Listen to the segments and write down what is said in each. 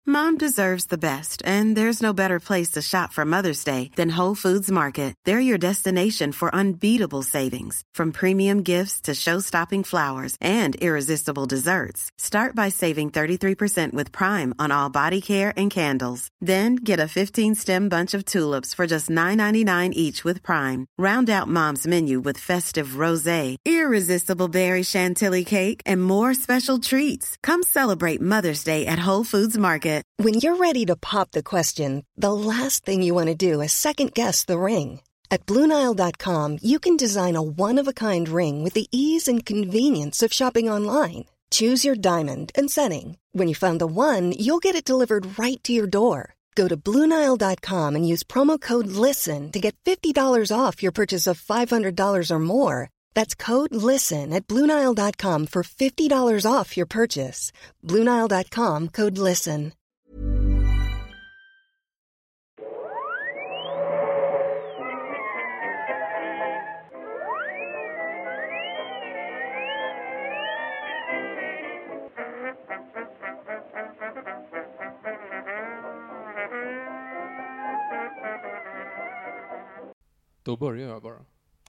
Mom deserves the best, and there's no better place to shop for Mother's Day than Whole Foods Market. They're your destination for unbeatable savings, from premium gifts to show-stopping flowers and irresistible desserts. Start by saving 33% with Prime on all body care and candles. Then get a 15-stem bunch of tulips for just $9.99 each with Prime. Round out Mom's menu with festive rosé, irresistible berry chantilly cake, and more special treats. Come celebrate Mother's Day at Whole Foods Market. When you're ready to pop the question, the last thing you want to do is second-guess the ring. At BlueNile.com, you can design a one-of-a-kind ring with the ease and convenience of shopping online. Choose your diamond and setting. When you find the one, you'll get it delivered right to your door. Go to BlueNile.com and use promo code LISTEN to get $50 off your purchase of $500 or more. That's code LISTEN at BlueNile.com for $50 off your purchase. BlueNile.com, code LISTEN. Då börjar jag bara.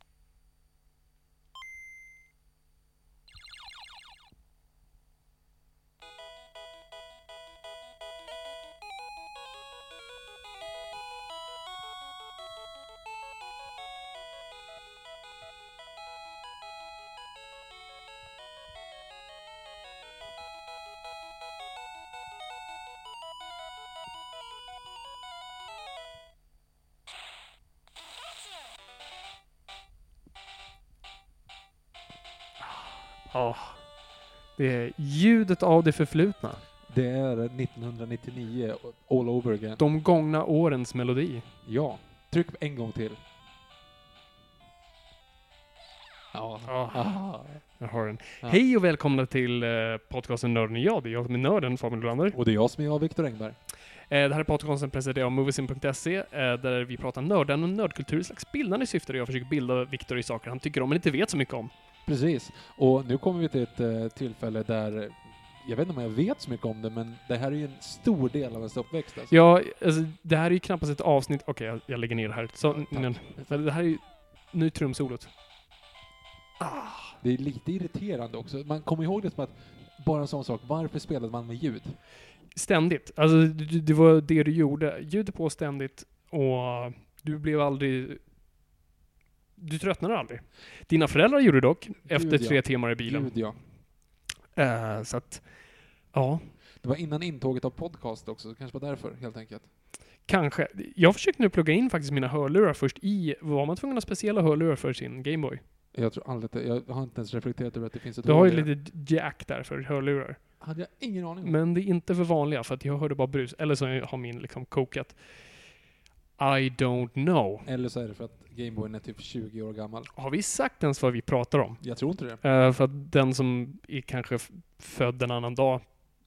Ja, det är ljudet av det förflutna. Det är 1999 all over again. De gångna årens melodi. Ja, tryck en gång till. Ja. Jag har den. Ja. Hej och välkomna till podcasten Nörden och jag. Det är jag som är nörden, Fabian Lulander. Och det är jag som är Viktor Engberg. Det här är podcasten presenterad av Moviesin.se där vi pratar nörden och nördkultur i slags bildande syfte. Jag försöker bilda Viktor i saker han tycker om men inte vet så mycket om. Precis. Och nu kommer vi till ett tillfälle där jag vet inte om jag vet så mycket om det, men det här är ju en stor del av ens uppväxt. Alltså. Ja, alltså, det här är ju knappast ett avsnitt. Okej, jag lägger ner det här. Så, det här är ju nu trumsolot. Det är lite irriterande också. Man kommer ihåg det som att bara en sån sak. Varför spelade man med ljud? Ständigt. Alltså, det var det du gjorde. Ljudet på ständigt och du blev aldrig... Du tröttnade aldrig. Dina föräldrar gjorde dock efter 3 timmar i bilen. Gud, ja. Så att, ja. Det var innan intåget av podcast också, kanske var därför, helt enkelt. Kanske. Jag försökte nu plugga in faktiskt mina hörlurar först i... Var man tvungen att speciella hörlurar för sin Gameboy? Jag tror aldrig jag har inte ens reflekterat över att det finst ett du har ju lite jack där för hörlurar. Hade jag ingen aning om. Men det är inte för vanliga, för att jag hörde bara brus. Eller så har min liksom kokat. I don't know. Eller så är det för att Gameboyen är typ 20 år gammal. Har vi sagt ens vad vi pratar om? Jag tror inte det. För att den som är kanske född en annan dag.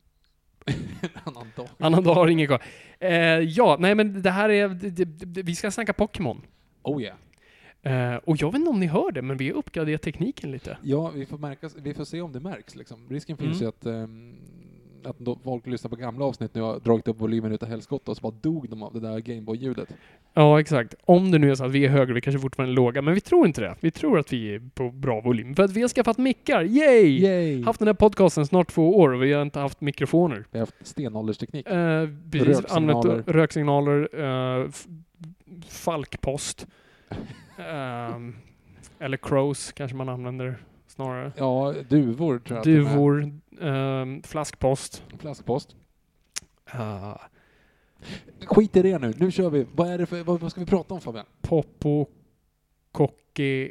annan dag har ingen kvar. Ja, nej men det här är... vi ska snacka Pokémon. Oh yeah. Och jag vet inte om ni hör det, men vi har uppgraderat tekniken lite. Ja, vi får se om det märks. Liksom. Risken finns ju att folk lyssnar på gamla avsnitt nu har dragit upp volymen utav helskott och så bara dog de av det där Gameboy-ljudet. Ja, exakt. Om det nu är så att vi är högre, vi kanske fortfarande är låga, men vi tror inte det. Vi tror att vi är på bra volym. För att vi har skaffat mickar. Yay! Haft den här podcasten snart 2 år och vi har inte haft mikrofoner. Vi har haft stenåldersteknik. Precis, använt röksignaler, falkpost. Eller crows kanske man använder snarare. Ja, duvor tror jag. Duvor, flaskpost. Skit i det nu. Nu kör vi. Vad ska vi prata om, Fabian? Poppo, Kokki,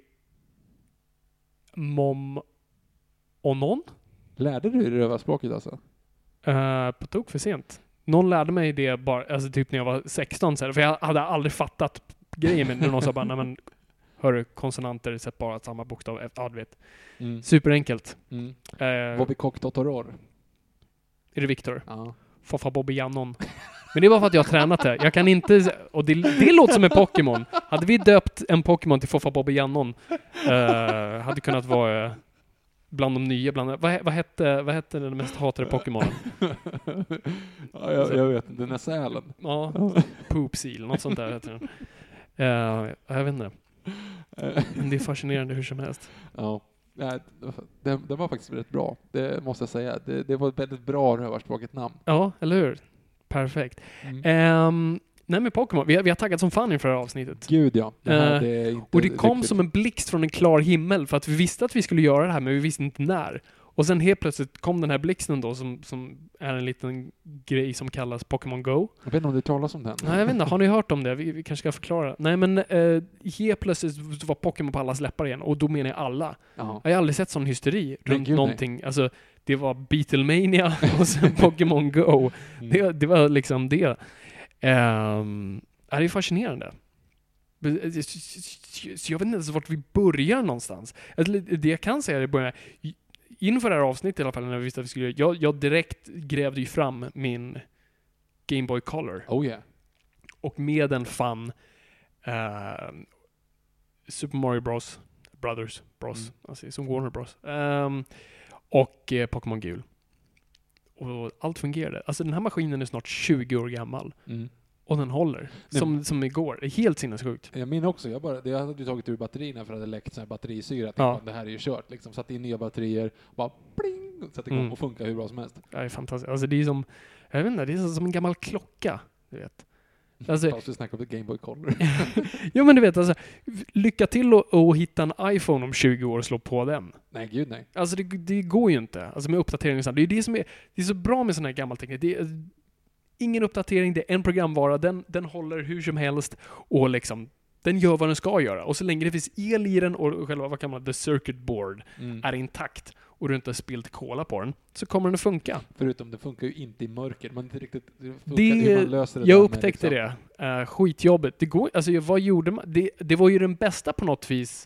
Mom och någon. Lärde du dig rövarspråket alltså? På tok för sent. Någon lärde mig det bara, alltså typ när jag var 16 så här, för jag hade aldrig fattat grejen med när någon sa bara, men hör konsonanter sätt bara samma bokstav. Ja, du vet. Superenkelt. Bobby Cocktotoror. Är det Viktor? Ja. Foffa Bobby Jannon. Men det är bara för att jag har tränat det. Jag kan inte... Och det låter som en Pokémon. Hade vi döpt en Pokémon till Foffa Bobby Jannon hade kunnat vara bland de nya, vad hette den mest hatade Pokémonen? Ja, jag vet inte, den här sälen. Ja, Poop Seal, något sånt där heter den. Jag vet inte. Men det är fascinerande hur som helst. Ja. Den var faktiskt väldigt bra, det måste jag säga. Det var ett väldigt bra rövarspråket namn. Ja, eller hur? Perfekt. Nej, men Pokémon, vi har taggat som fan inför det här avsnittet. Gud ja. Det är inte och det kom riktigt som en blixt från en klar himmel, för att vi visste att vi skulle göra det här, men vi visste inte när. Och sen helt plötsligt kom den här blixten då, som är en liten grej som kallas Pokémon Go. Jag vet inte om du talas om den. Nej, jag vet inte. Har ni hört om det? Vi kanske ska förklara. Nej, men helt plötsligt var Pokémon på allas läppar igen. Och då menar jag alla. Jaha. Jag har aldrig sett sån hysteri runt gud, någonting. Nej. Alltså, det var Beatlemania och sen Pokémon Go. Det var liksom det. Det är fascinerande. Så jag vet inte ens vart vi börjar någonstans. Det jag kan säga är början. Inför det här avsnittet i alla fall, när vi visste att vi skulle göra, jag direkt grävde ju fram min Game Boy Color. Oh yeah. Och med den fann Super Mario Bros. Brothers. Alltså som Warner Bros. Och Pokémon Gul. Och allt fungerade. Alltså den här maskinen är snart 20 år gammal. Och den håller. Som igår. Det är helt sinnessjukt. Jag minns också. Jag hade ju tagit ur batterierna för att det läckt sån här batterisyra. Ja. Det här är ju kört. Liksom. Satt in nya batterier. Bara pling! Satt igång och funkar hur bra som helst. Det är fantastiskt. Alltså det är som, jag vet inte, det är som en gammal klocka. Du vet. Alltså, Fast vi snackar om Game Boy Color. jo men du vet, alltså, lycka till att hitta en iPhone om 20 år och slå på den. Nej, gud nej. Alltså det går ju inte. Alltså med uppdatering. Det är det som är så bra med sån här gammal teknik. Det är ingen uppdatering, det är en programvara. Den håller hur som helst och liksom den gör vad den ska göra. Och så länge det finns el i den och själva, vad kan man, the circuit board är intakt och du inte har spilt kola på den, så kommer den att funka. Förutom det funkar ju inte i mörker. Man inte riktigt hur man löser det. Jag upptäckte med, liksom. det. Skitjobbet. Det går, alltså vad gjorde man? Det var ju den bästa på något vis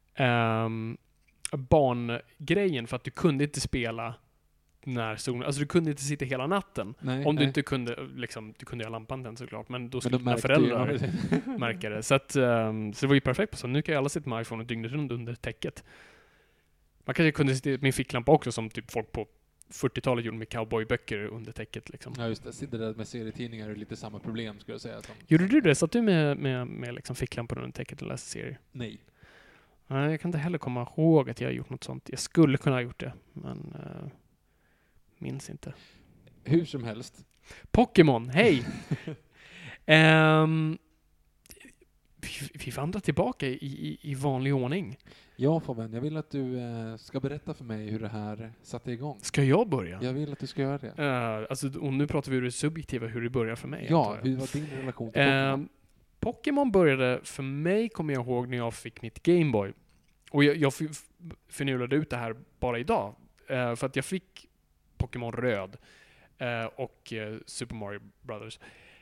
barngrejen, för att du kunde inte spela när solen, alltså du kunde inte sitta hela natten. Om du inte kunde liksom, du kunde ha lampan tänd såklart, men då skulle dina föräldrar märka det. Så det var ju perfekt. Så nu kan ju alla sitta med iPhone och dygnet runt under täcket. Man kanske kunde sitta med en ficklampa också, som typ folk på 40-talet gjorde med cowboyböcker under täcket liksom. Ja just det, sitter där med serietidningar är lite samma problem skulle jag säga. Gjorde du det? Satt du med liksom ficklampor under täcket och läste serier? Nej. Nej, jag kan inte heller komma ihåg att jag har gjort något sånt. Jag skulle kunna ha gjort det, men minns inte. Hur som helst. Pokémon, hej! Vi vandrar tillbaka i vanlig ordning. Ja, Fabian, jag vill att du ska berätta för mig hur det här satte igång. Ska jag börja? Jag vill att du ska göra det. Alltså, och nu pratar vi ur det subjektiva, hur det börjar för mig. Ja, hur var din relation till Pokémon? Pokémon började för mig, kommer jag ihåg, när jag fick mitt Game Boy. Och jag förnulade ut det här bara idag. För att jag fick Pokémon Röd och Super Mario Brothers.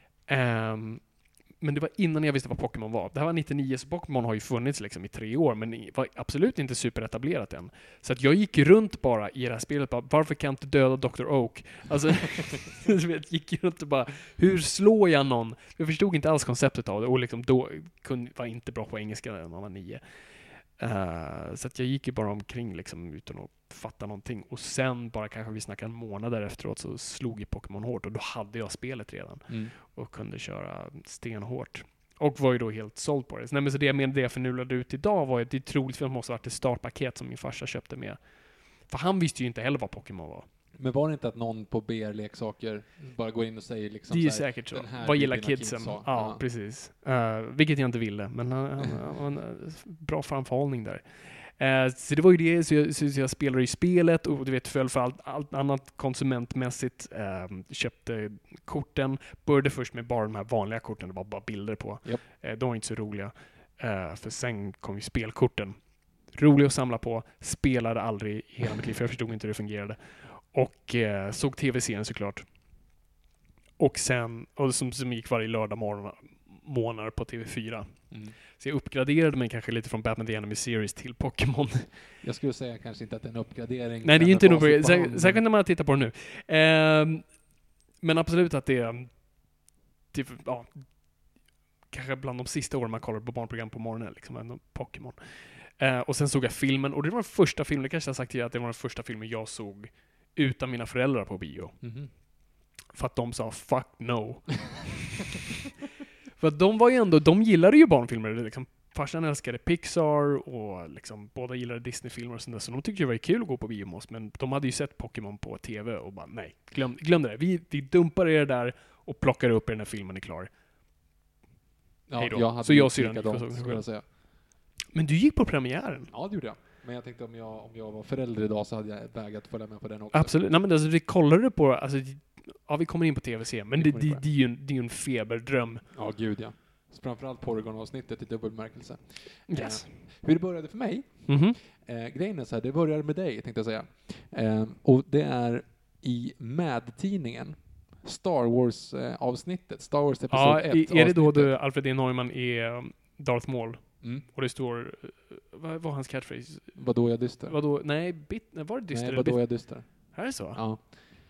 Men det var innan jag visste vad Pokémon var. Det här var 99, så Pokémon har ju funnits liksom i 3 år, men var absolut inte superetablerat än. Så att jag gick runt bara i det här spelet, bara, varför kan jag inte döda Dr. Oak? Alltså, jag gick runt och bara, hur slår jag någon? Jag förstod inte alls konceptet av det, och liksom då var inte bra på engelska när man var 9. Så att jag gick ju bara omkring liksom, utan att fatta någonting. Och sen bara kanske vi snackade månader efteråt, så slog ju Pokémon hårt, och då hade jag spelet redan och kunde köra stenhårt. Och var ju då helt såld på det. Nej, men så det jag förnulade ut idag var att det är troligt för att det måste ha varit ett startpaket som min farsa köpte med. För han visste ju inte heller vad Pokémon var. Men var det inte att någon på BR-leksaker bara går in och säger liksom det är ju så här, säkert så. Vad gillar kidsen? Ja, precis. Vilket jag inte ville, men han bra framförhållning där. Så det var ju det, så jag spelade i spelet och du vet, föll för allt annat konsumentmässigt. Köpte korten, började först med bara de här vanliga korten, det var bara bilder på. Yep. De var inte så roliga. För sen kom ju spelkorten. Rolig att samla på, spelade aldrig i hela mitt liv, för jag förstod inte hur det fungerade. Och såg tv-serien såklart. Och sen, och som gick varje lördag månader på TV4. Så jag uppgraderade mig kanske lite från Batman the Anime Series till Pokémon. Jag skulle säga kanske inte att det är en uppgradering. Nej, det är ju inte nog. Särskilt när man tittar på det nu. Men absolut att det är kanske bland de sista åren man kollar på barnprogram på morgonen, liksom, Pokémon. Och sen såg jag filmen, och det var den första filmen, det kanske jag har sagt tidigare, att det var den första filmen jag såg utan mina föräldrar på bio. Mhm. För att de sa fuck no. För att de var ju ändå, de gillade ju barnfilmer. Liksom, farsan älskade Pixar och liksom, båda gillade Disney-filmer och sånt där. Så de tyckte det var kul att gå på bio med oss. Men de hade ju sett Pokémon på TV och bara nej, glöm det. Vi dumpar er där och plockar upp er när filmen är klar. Ja, Hejdå. jag hade Så jag och syrran likadant, gick och såg skulle jag säga. Men du gick på premiären? Ja, det gjorde jag. Men jag tänkte om jag var förälder idag så hade jag vägat följa med på den också. Absolut. Nej, men alltså, vi kollade på, alltså, ja, vi kommer in på TVC, men Vi det kommer in på är ju en feberdröm. Ja, gud ja. Framförallt Porygon-avsnittet i dubbelmärkelse. Yes. Hur det började för mig, Mhm. grejen är så här, det började med dig, tänkte jag säga. Och det är i Mad-tidningen. Star Wars-avsnittet. Star Wars episod Ja, 1. är det då avsnittet. Alfred E. Neumann är Darth Maul? Mm. Och det står, vad var hans catchphrase? Vadå jag dyster? Vadå? Nej, var det dyster? Nej, eller vadå bit? jag dyster? Är det så? Ja.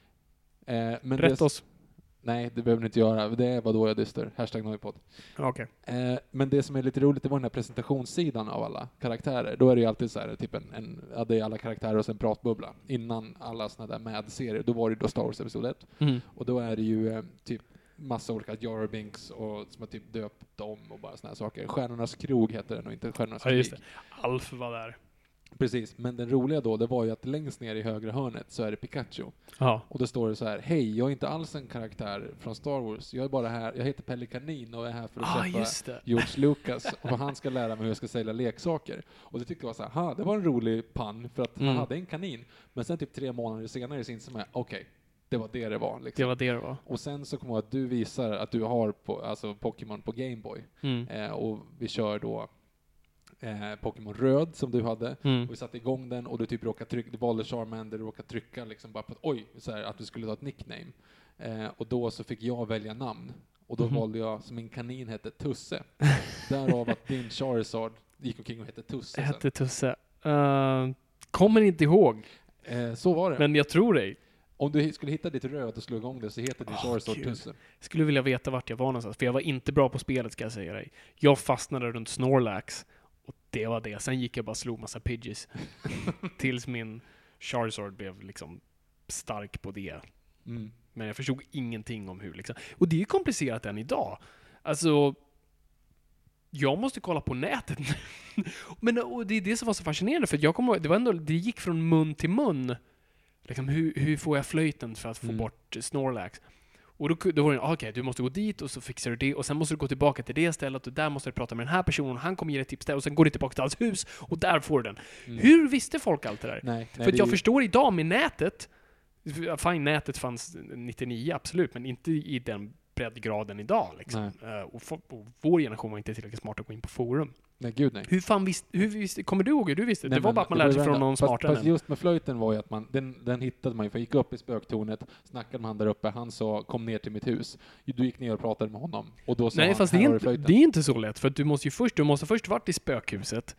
Men Rätt det, oss. Nej, det behöver ni inte göra. Det är vadå jag dyster. #Noipod. Okej. Men det som är lite roligt, det var den här presentationssidan av alla karaktärer. Då är det ju alltid så här, typ ja, det är alla karaktärer och sen pratbubbla. Innan alla såna där Mad-serier, då var det då Star Wars episod 1. Mm. Och då är det ju typ massa olika Jar Binks och som har typ döpt dem och bara såna här saker. Stjärnornas krog heter den och inte Stjärnornas Ja, just krig. det. Alf var där. Precis, men den roliga då, det var ju att längst ner i högra hörnet så är det Pikachu. Ja. Och då står det så här: hej, jag är inte alls en karaktär från Star Wars. Jag är bara här, jag heter Pelle Kanin och är här för att träffa Just det. George Lucas och han ska lära mig hur jag ska sälja leksaker. Och det tyckte jag var så här, det var en rolig pann för att han hade en kanin. Men sen typ 3 månader senare så insåg jag, okej, det var det var liksom. Det var det var. Och sen så kommer jag att du visar att du har alltså Pokémon på Game Boy. Och vi kör då Pokémon Röd som du hade. Och vi satte igång den och du typ råkade trycka, du valde Charmander, du råkade trycka liksom bara på så här, att du skulle ta ett nickname. Och då så fick jag välja namn. Och då valde jag, som min kanin hette Tusse. Därav att din Charizard gick omkring och hette Tusse. Hette Tusse. Kommer inte ihåg. Så var det. Men jag tror dig. Om du skulle hitta ditt röd och slå igång det så heter din Charizard Gud. Tusse. Skulle vilja veta vart jag var någonstans. För jag var inte bra på spelet, ska jag säga dig. Jag fastnade runt Snorlax. Och det var det. Sen gick jag bara och slog massa Pidgeys. Tills min Charizard blev liksom stark på det. Mm. Men jag förstod ingenting om hur liksom. Och det är ju komplicerat än idag. Alltså, jag måste kolla på nätet. Men och det är det som var så fascinerande. För jag kommer ihåg, det var ändå, det gick från mun till mun. Liksom, hur får jag flöjten för att få bort Snorlax? Och då var det, okej, du måste gå dit och så fixar du det. Och sen måste du gå tillbaka till det stället och där måste du prata med den här personen. Han kommer ge dig tips där och sen går du tillbaka till hans hus och där får du den. Hur visste folk allt det där? Nej, För att jag förstår idag med nätet, fine, nätet fanns 99, absolut, men inte i den breddgraden idag. Liksom. Och vår generation var inte tillräckligt smart att gå in på forum. Nej, gud nej. Hur visste, kommer du ihåg hur du visste? Nej, det var bara att man lärde sig från någon smartare. Fast just med flöjten var ju att den hittade man ju, för jag gick upp i spöktornet, snackade med han där uppe, han sa kom ner till mitt hus. Du gick ner och pratade med honom. Och då sa Nej, han, fast det är inte så lätt, för att du måste först varit i spökhuset.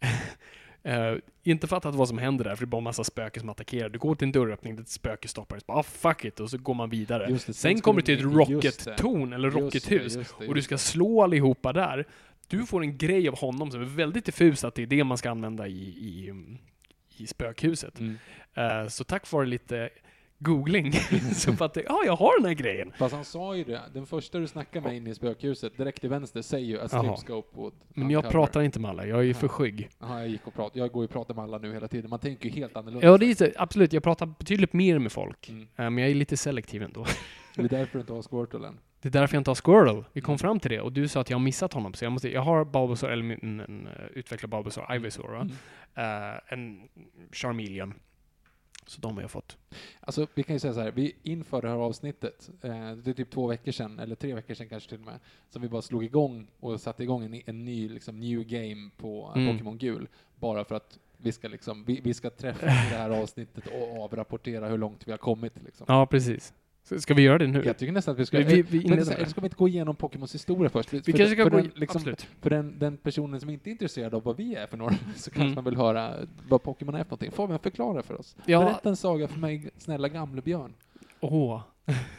Inte fattat vad som händer där, för det är bara en massa spöken som attackerar. Du går till en dörröppning, det är ett spöke stoppar dig, bara fuck it, och så går man vidare. Sen kommer du till ett rocket-torn, eller rocket-hus, och du ska slå allihopa där. Du får en grej av honom som är väldigt diffus, att det är det man ska använda i spökhuset. Så tack vare lite googling så fattade jag har den här grejen. Fast han sa ju det, den första du snackar med inne i spökhuset, direkt till vänster, säger ju att Slipscope would men jag pratar inte med alla, jag är ju för skygg. Ja, jag går ju och pratar med alla nu hela tiden. Man tänker ju helt annorlunda. Ja, det är så, absolut, jag pratar betydligt mer med folk. Men jag är lite selektiv ändå. Det är därför du inte har Squirtle än. Det är därför jag inte har Squirtle. Vi kom fram till det och du sa att jag har missat honom, så jag har Bulbasaur, eller en utvecklad Bulbasaur, Ivysaur, va? En Charmeleon. Så de har jag fått. Alltså, vi kan ju säga så här, vi inför det här avsnittet, det är typ 2 veckor sedan, eller 3 veckor sedan kanske till och med, som vi bara slog igång och satte igång en ny liksom, new game på Pokémon Gul, bara för att vi ska liksom, vi ska träffa det här avsnittet och avrapportera hur långt vi har kommit liksom. Ja, precis. Ska vi göra det nu? Jag tycker nästan att vi ska... Eller ska vi inte gå igenom Pokémons historia först? Vi kanske ska gå absolut. För den personen som inte är intresserad av vad vi är för några, så kanske man vill höra vad Pokémon är för någonting. Fabian, förklara för oss. Ja. Berätta en saga för mig, snälla gamle björn.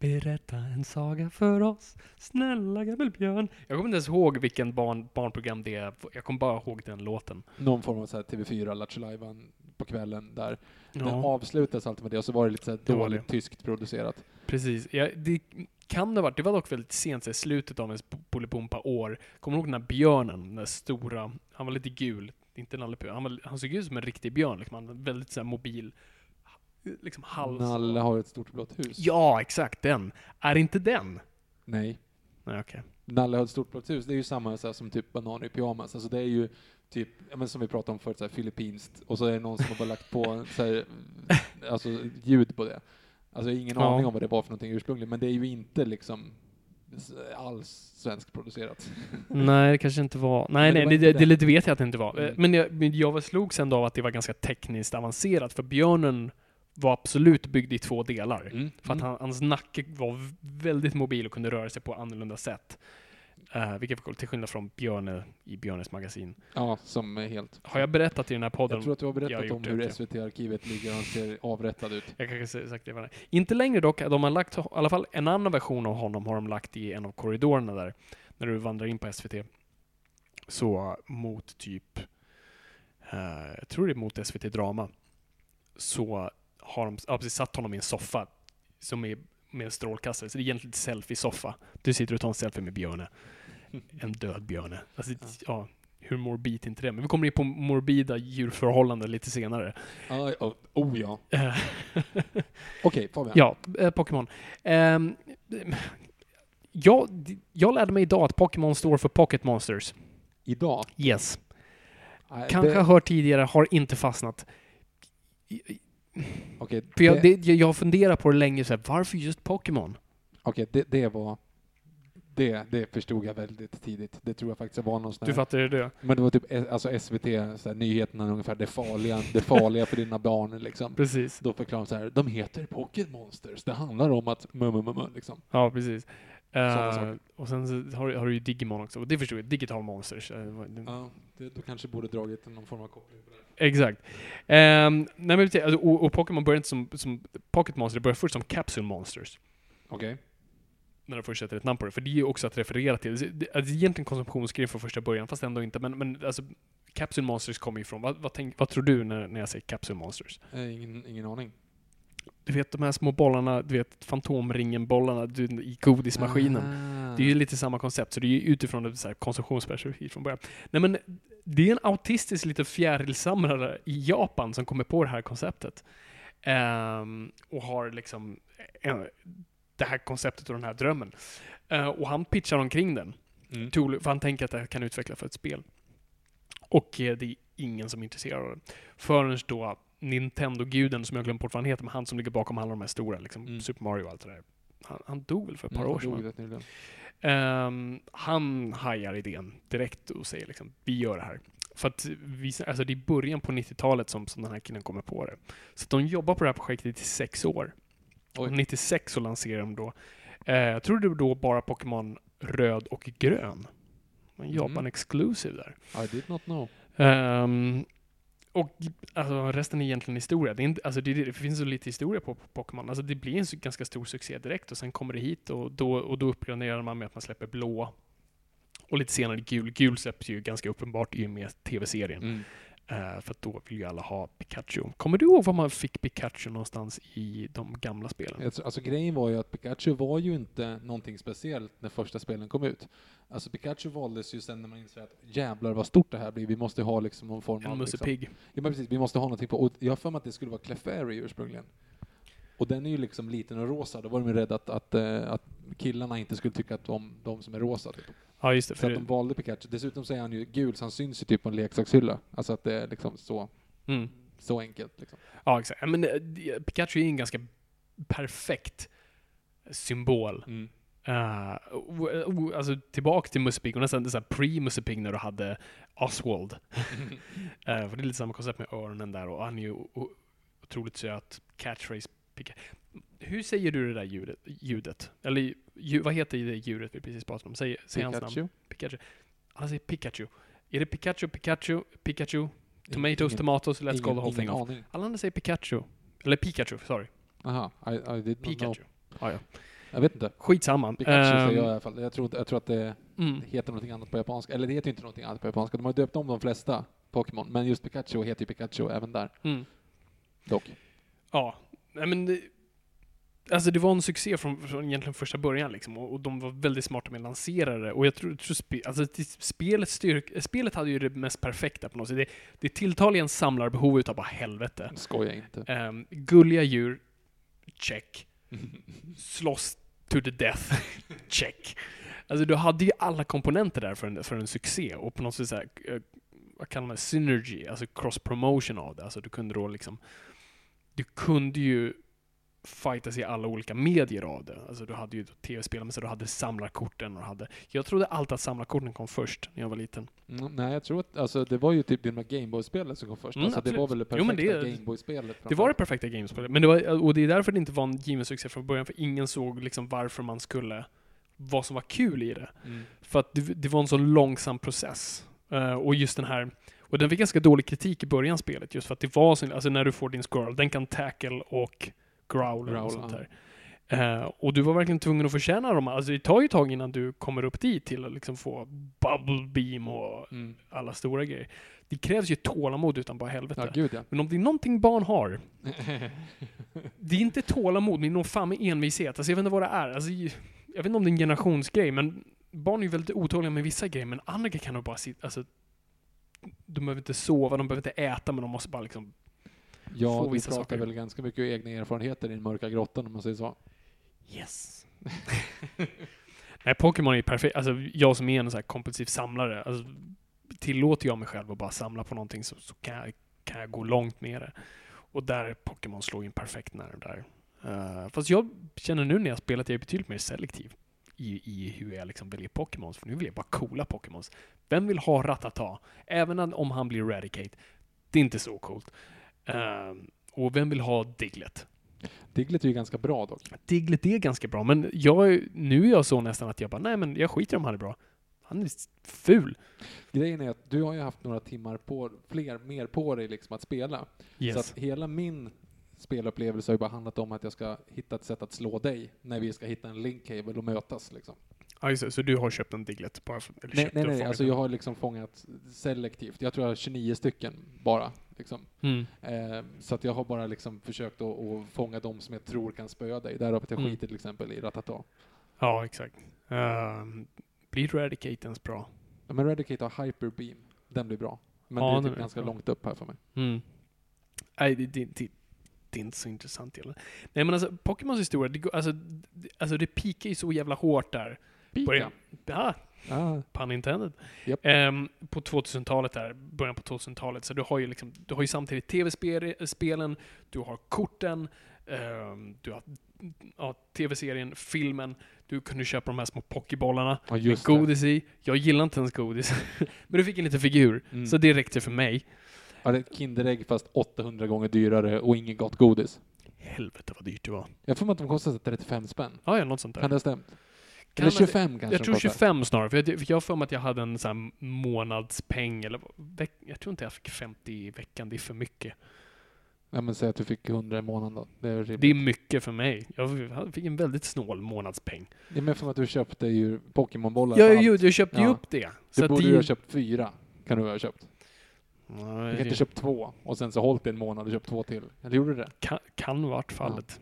Berätta en saga för oss, snälla gammelbjörn. Jag kommer inte ens ihåg vilken barnprogram det är. Jag kommer bara ihåg den låten. Någon form av så här TV4, Lattjo Lajban på kvällen där. Ja. Den avslutades alltid med det och så var det lite så här dåligt tyskt producerat. Precis. Ja, det kan det ha varit. Det var dock väldigt sent, i slutet av ens Bolibompa-år. Kommer du ihåg den här björnen, den där stora, han var lite gul, inte Nalle Puh. Han såg ut som en riktig björn, liksom. Han var väldigt så här mobil, liksom hals. Nalle har ett stort blått hus. Ja, exakt den. Är inte den? Nej. Nej, okej. Nalle har ett stort blått hus. Det är ju samma så här, som typ bananer i pyjamas. Alltså det är ju typ, men som vi pratade om förut, så här filippinskt. Och så är det någon som har bara lagt på så här, alltså ljud på det. Alltså jag har ingen aning om vad det var för någonting ursprungligen. Men det är ju inte liksom alls svensk producerat. Nej, det kanske inte var. Nej, det vet jag att det inte var. Men jag var slog sen av att det var ganska tekniskt avancerat. För björnen var absolut byggd i 2 delar. För att hans nacke var väldigt mobil och kunde röra sig på annorlunda sätt. Vilket var till skillnad från Björne i Björnes magasin. Ja, som är helt... Har jag berättat i den här podden? Jag tror att du har berättat om hur SVT-arkivet ligger och han ser avrättad ut. Jag kanske säga sagt det. Inte längre dock. De har lagt, i alla fall en annan version av honom har de lagt i en av korridorerna där. När du vandrar in på SVT. Så mot typ... jag tror det är mot SVT Drama. Så har de precis satt honom i en soffa som är med en strålkastare. Så det är egentligen ett selfie-soffa. Du sitter och tar en selfie med Björne. En död Björne. Alltså, ja, hur morbid inte det? Men vi kommer in på morbida djurförhållanden lite senare. Ja. Okej, Fabian. Ja, Pokémon. Jag lärde mig idag att Pokémon står för Pocket Monsters. Idag? Yes. Kanske har hört tidigare, har inte fastnat. Okej, för jag funderar på det länge, så här, varför just Pokémon? Okej, det förstod jag väldigt tidigt. Det tror jag faktiskt var någonstans. Du fattar det? Men det var typ alltså SVT, så här, nyheterna ungefär, det farliga för dina barn liksom. Precis. Då förklarar de så här, de heter Pocket Monsters. Det handlar om att liksom. Ja, precis. Och sen så har du ju Digimon också. Och det förstod jag, Digital Monsters. Ja, du kanske borde dragit någon form av koppling på det. Exakt. Nej, men, och Pokémon börjar inte som Pocket Monster, det börjar först som Capsule Monsters. Okej. När de först sätter ett namn på det. För det är ju också att referera till. Det är egentligen konsumtionsgrej från första början, fast ändå inte. Men alltså, Capsule Monsters kommer ifrån. Vad tror du när jag säger Capsule Monsters? Ingen aning. Du vet de här små bollarna, du vet fantomringen-bollarna i godismaskinen. Det är ju lite samma koncept, så det är ju utifrån ett så här konsumtionsperspektiv från början. Nej, men det är en autistisk liten fjärilsamlare i Japan som kommer på det här konceptet. Och har liksom det här konceptet och den här drömmen. Och han pitchar omkring den. För han tänker att det här kan utveckla för ett spel. Och det är ingen som är intresserad av det. Förrän då Nintendo-guden, som jag glömt bort vad han heter, men han som ligger bakom alla de här stora, liksom Super Mario och allt det där. Han dog väl för ett par år sedan. Han hajar idén direkt och säger liksom, vi gör det här. För att alltså det är början på 90-talet som den här killen kommer på det. Så de jobbar på det här projektet i 6 år. Och 96 så lanserar de då. Jag tror det var då bara Pokémon röd och grön. En Japan exclusive där. I did not know. Och alltså, resten är egentligen historia. Det, är inte, alltså, det finns så lite historia på Pokémon. Alltså, det blir en ganska stor succé direkt och sen kommer det hit och då uppgraderar man med att man släpper blå. Och lite senare gul. Gul släpps ju ganska uppenbart i och med tv-serien. För att då vill ju alla ha Pikachu. Kommer du ihåg var man fick Pikachu någonstans i de gamla spelen? Alltså grejen var ju att Pikachu var ju inte någonting speciellt när första spelen kom ut. Alltså Pikachu valdes ju sen när man insåg att jävlar vad stort det här blir. Vi måste ha liksom någon form av... En mussepigg. Liksom, ja men precis, vi måste ha någonting på... Och jag har för mig att det skulle vara Clefairy ursprungligen. Och den är ju liksom liten och rosa. Då var de ju rädda att killarna inte skulle tycka att de som är rosa typ. Ja, just det. Så att de valde Pikachu. Dessutom så är han ju gul så han syns ju typ på en leksakshylla. Alltså att det är liksom så enkelt liksom. Ja, exakt. Men Pikachu är en ganska perfekt symbol. Alltså tillbaka till Musse Pigg och nästan så här pre-Musse Pigg när du hade Oswald. För det är lite samma koncept med öronen där och han är ju otroligt söt. Catchphrase Pikachu. Hur säger du det där ljudet? Eller vad heter det djuret vi precis pratade om? Säg hans namn. Pikachu. Alla säger Pikachu. Är det Pikachu? Tomatoes, let's call the whole thing off. Alla andra säger Pikachu. Eller Pikachu, sorry. Aha, I did not know. Ja. Jag vet inte. Skitsamma. Pikachu säger jag i alla fall. Jag tror att det heter någonting annat på japanska. Eller det heter inte någonting annat på japanska. De har döpt om de flesta Pokémon. Men just Pikachu heter ju Pikachu även där. Dock. Ja. Nej, men alltså det var en succé från egentligen första början liksom, och de var väldigt smarta med att lansera det, och jag tror spelet hade ju det mest perfekta på något sätt. Det tilltalar en samlarbehov utav bara helvete. Skojar inte. Gulliga djur, check. Slåss to the death, check. Alltså du hade ju alla komponenter där för en succé, och på något sätt så här, vad kallar man synergy, alltså cross promotion av det. Alltså du kunde ju fightas i alla olika medier av det. Alltså du hade ju tv-spel, men så du hade samlarkorten och jag trodde alltid att samlarkorten kom först när jag var liten. Nej, jag tror att alltså, det var ju typ det med Gameboy-spelet som kom först. Alltså, det var väl det perfekta Gameboy-spelet. Det var det perfekta Gameboy-spelet. Men och det är därför det inte var en given succé från början, för ingen såg liksom varför man skulle, vad som var kul i det. För att det var en så långsam process. Och just den här, och den fick ganska dålig kritik i början spelet, just för att det var så, alltså när du får din Squirrel, den kan tackle och growl och sånt där. Och du var verkligen tvungen att förtjäna dem. Alltså det tar ju ett tag innan du kommer upp dit till att liksom få bubble beam och alla stora grejer. Det krävs ju tålamod utan bara helvete. Ja, gud, ja. Men om det är någonting barn har, det är inte tålamod, men nog fan med envishet. Alltså jag vet inte vad det är. Alltså, jag vet inte om det är en generationsgrej, men barn är ju väldigt otåliga med vissa grejer, men andra kan nog bara sitta, alltså de behöver inte sova, de behöver inte äta, men de måste bara liksom ja, vi pratar väl ganska mycket egna erfarenheter i den mörka grottan, om man säger så. Yes. Nej, Pokémon är perfekt. Alltså jag som är en så här kompulsiv samlare, alltså, tillåter jag mig själv att bara samla på någonting, så kan jag gå långt med det. Och där Pokémon slår in perfekt när där. Fast jag känner nu när jag spelat, jag är betydligt mer selektiv i hur jag liksom väljer Pokémons. För nu vill jag bara coola Pokémons. Vem vill ha Rattata? Även om han blir Eradicate. Det är inte så coolt. Och vem vill ha Diglett? Diglett är ju ganska bra dock. Diglett är ganska bra, men nu är jag så nästan att jag bara, nej men jag skiter om han är bra. Han är ful. Grejen är att du har ju haft några timmar mer på dig liksom att spela. Yes. Så att hela min spelupplevelse har ju bara handlat om att jag ska hitta ett sätt att slå dig när vi ska hitta en link cable och mötas liksom. Ja, just det. Så du har köpt en Diglett bara för, eller nej, alltså jag har liksom fångat selektivt. Jag tror jag har 29 stycken bara liksom. Så att jag har bara liksom försökt att fånga dem som jag tror kan spöa dig. Därav att jag skiter till exempel i Rattata. Ja, exakt. Blir Eradicate ens bra? Ja, men Eradicate har Hyper Beam. Den blir bra. Men det är typ ganska långt upp här för mig. Nej, det är inte så intressant egentligen. Nej, men alltså Pokémons historia, alltså det pikar ju så jävla hårt där. Pika? Pun intended. Yep. På 2000-talet där, början på 2000-talet. Så du har ju samtidigt tv-spelen, du har korten, du har tv-serien, filmen, du kunde köpa de här små pokébollarna med godis i. Jag gillar inte ens godis. Men du fick en liten figur, så det räckte för mig. Ja, det är ett Kinderägg fast 800 gånger dyrare och ingen gott godis. Helvete vad dyrt det var. Jag får att de kostade 35 spänn. Ja, något sånt där. Kan det ha stämt? Eller 25 kanske. Jag tror 25 snarare. För jag får mig att jag hade en sån här månadspeng. Eller, jag tror inte jag fick 50 i veckan. Det är för mycket. Ja, men säg att du fick 100 i månaden då. Det är mycket för mig. Jag fick en väldigt snål månadspeng. Det är med för att du köpte ju Pokémon-bollar. Jag köpte ju upp det. Du borde ju ha köpt 4. Kan du ha köpt. Nej, du kan inte köpt 2 och sen så hållit en månad och köpt 2 till. Eller gjorde du det? Kan vart fallet.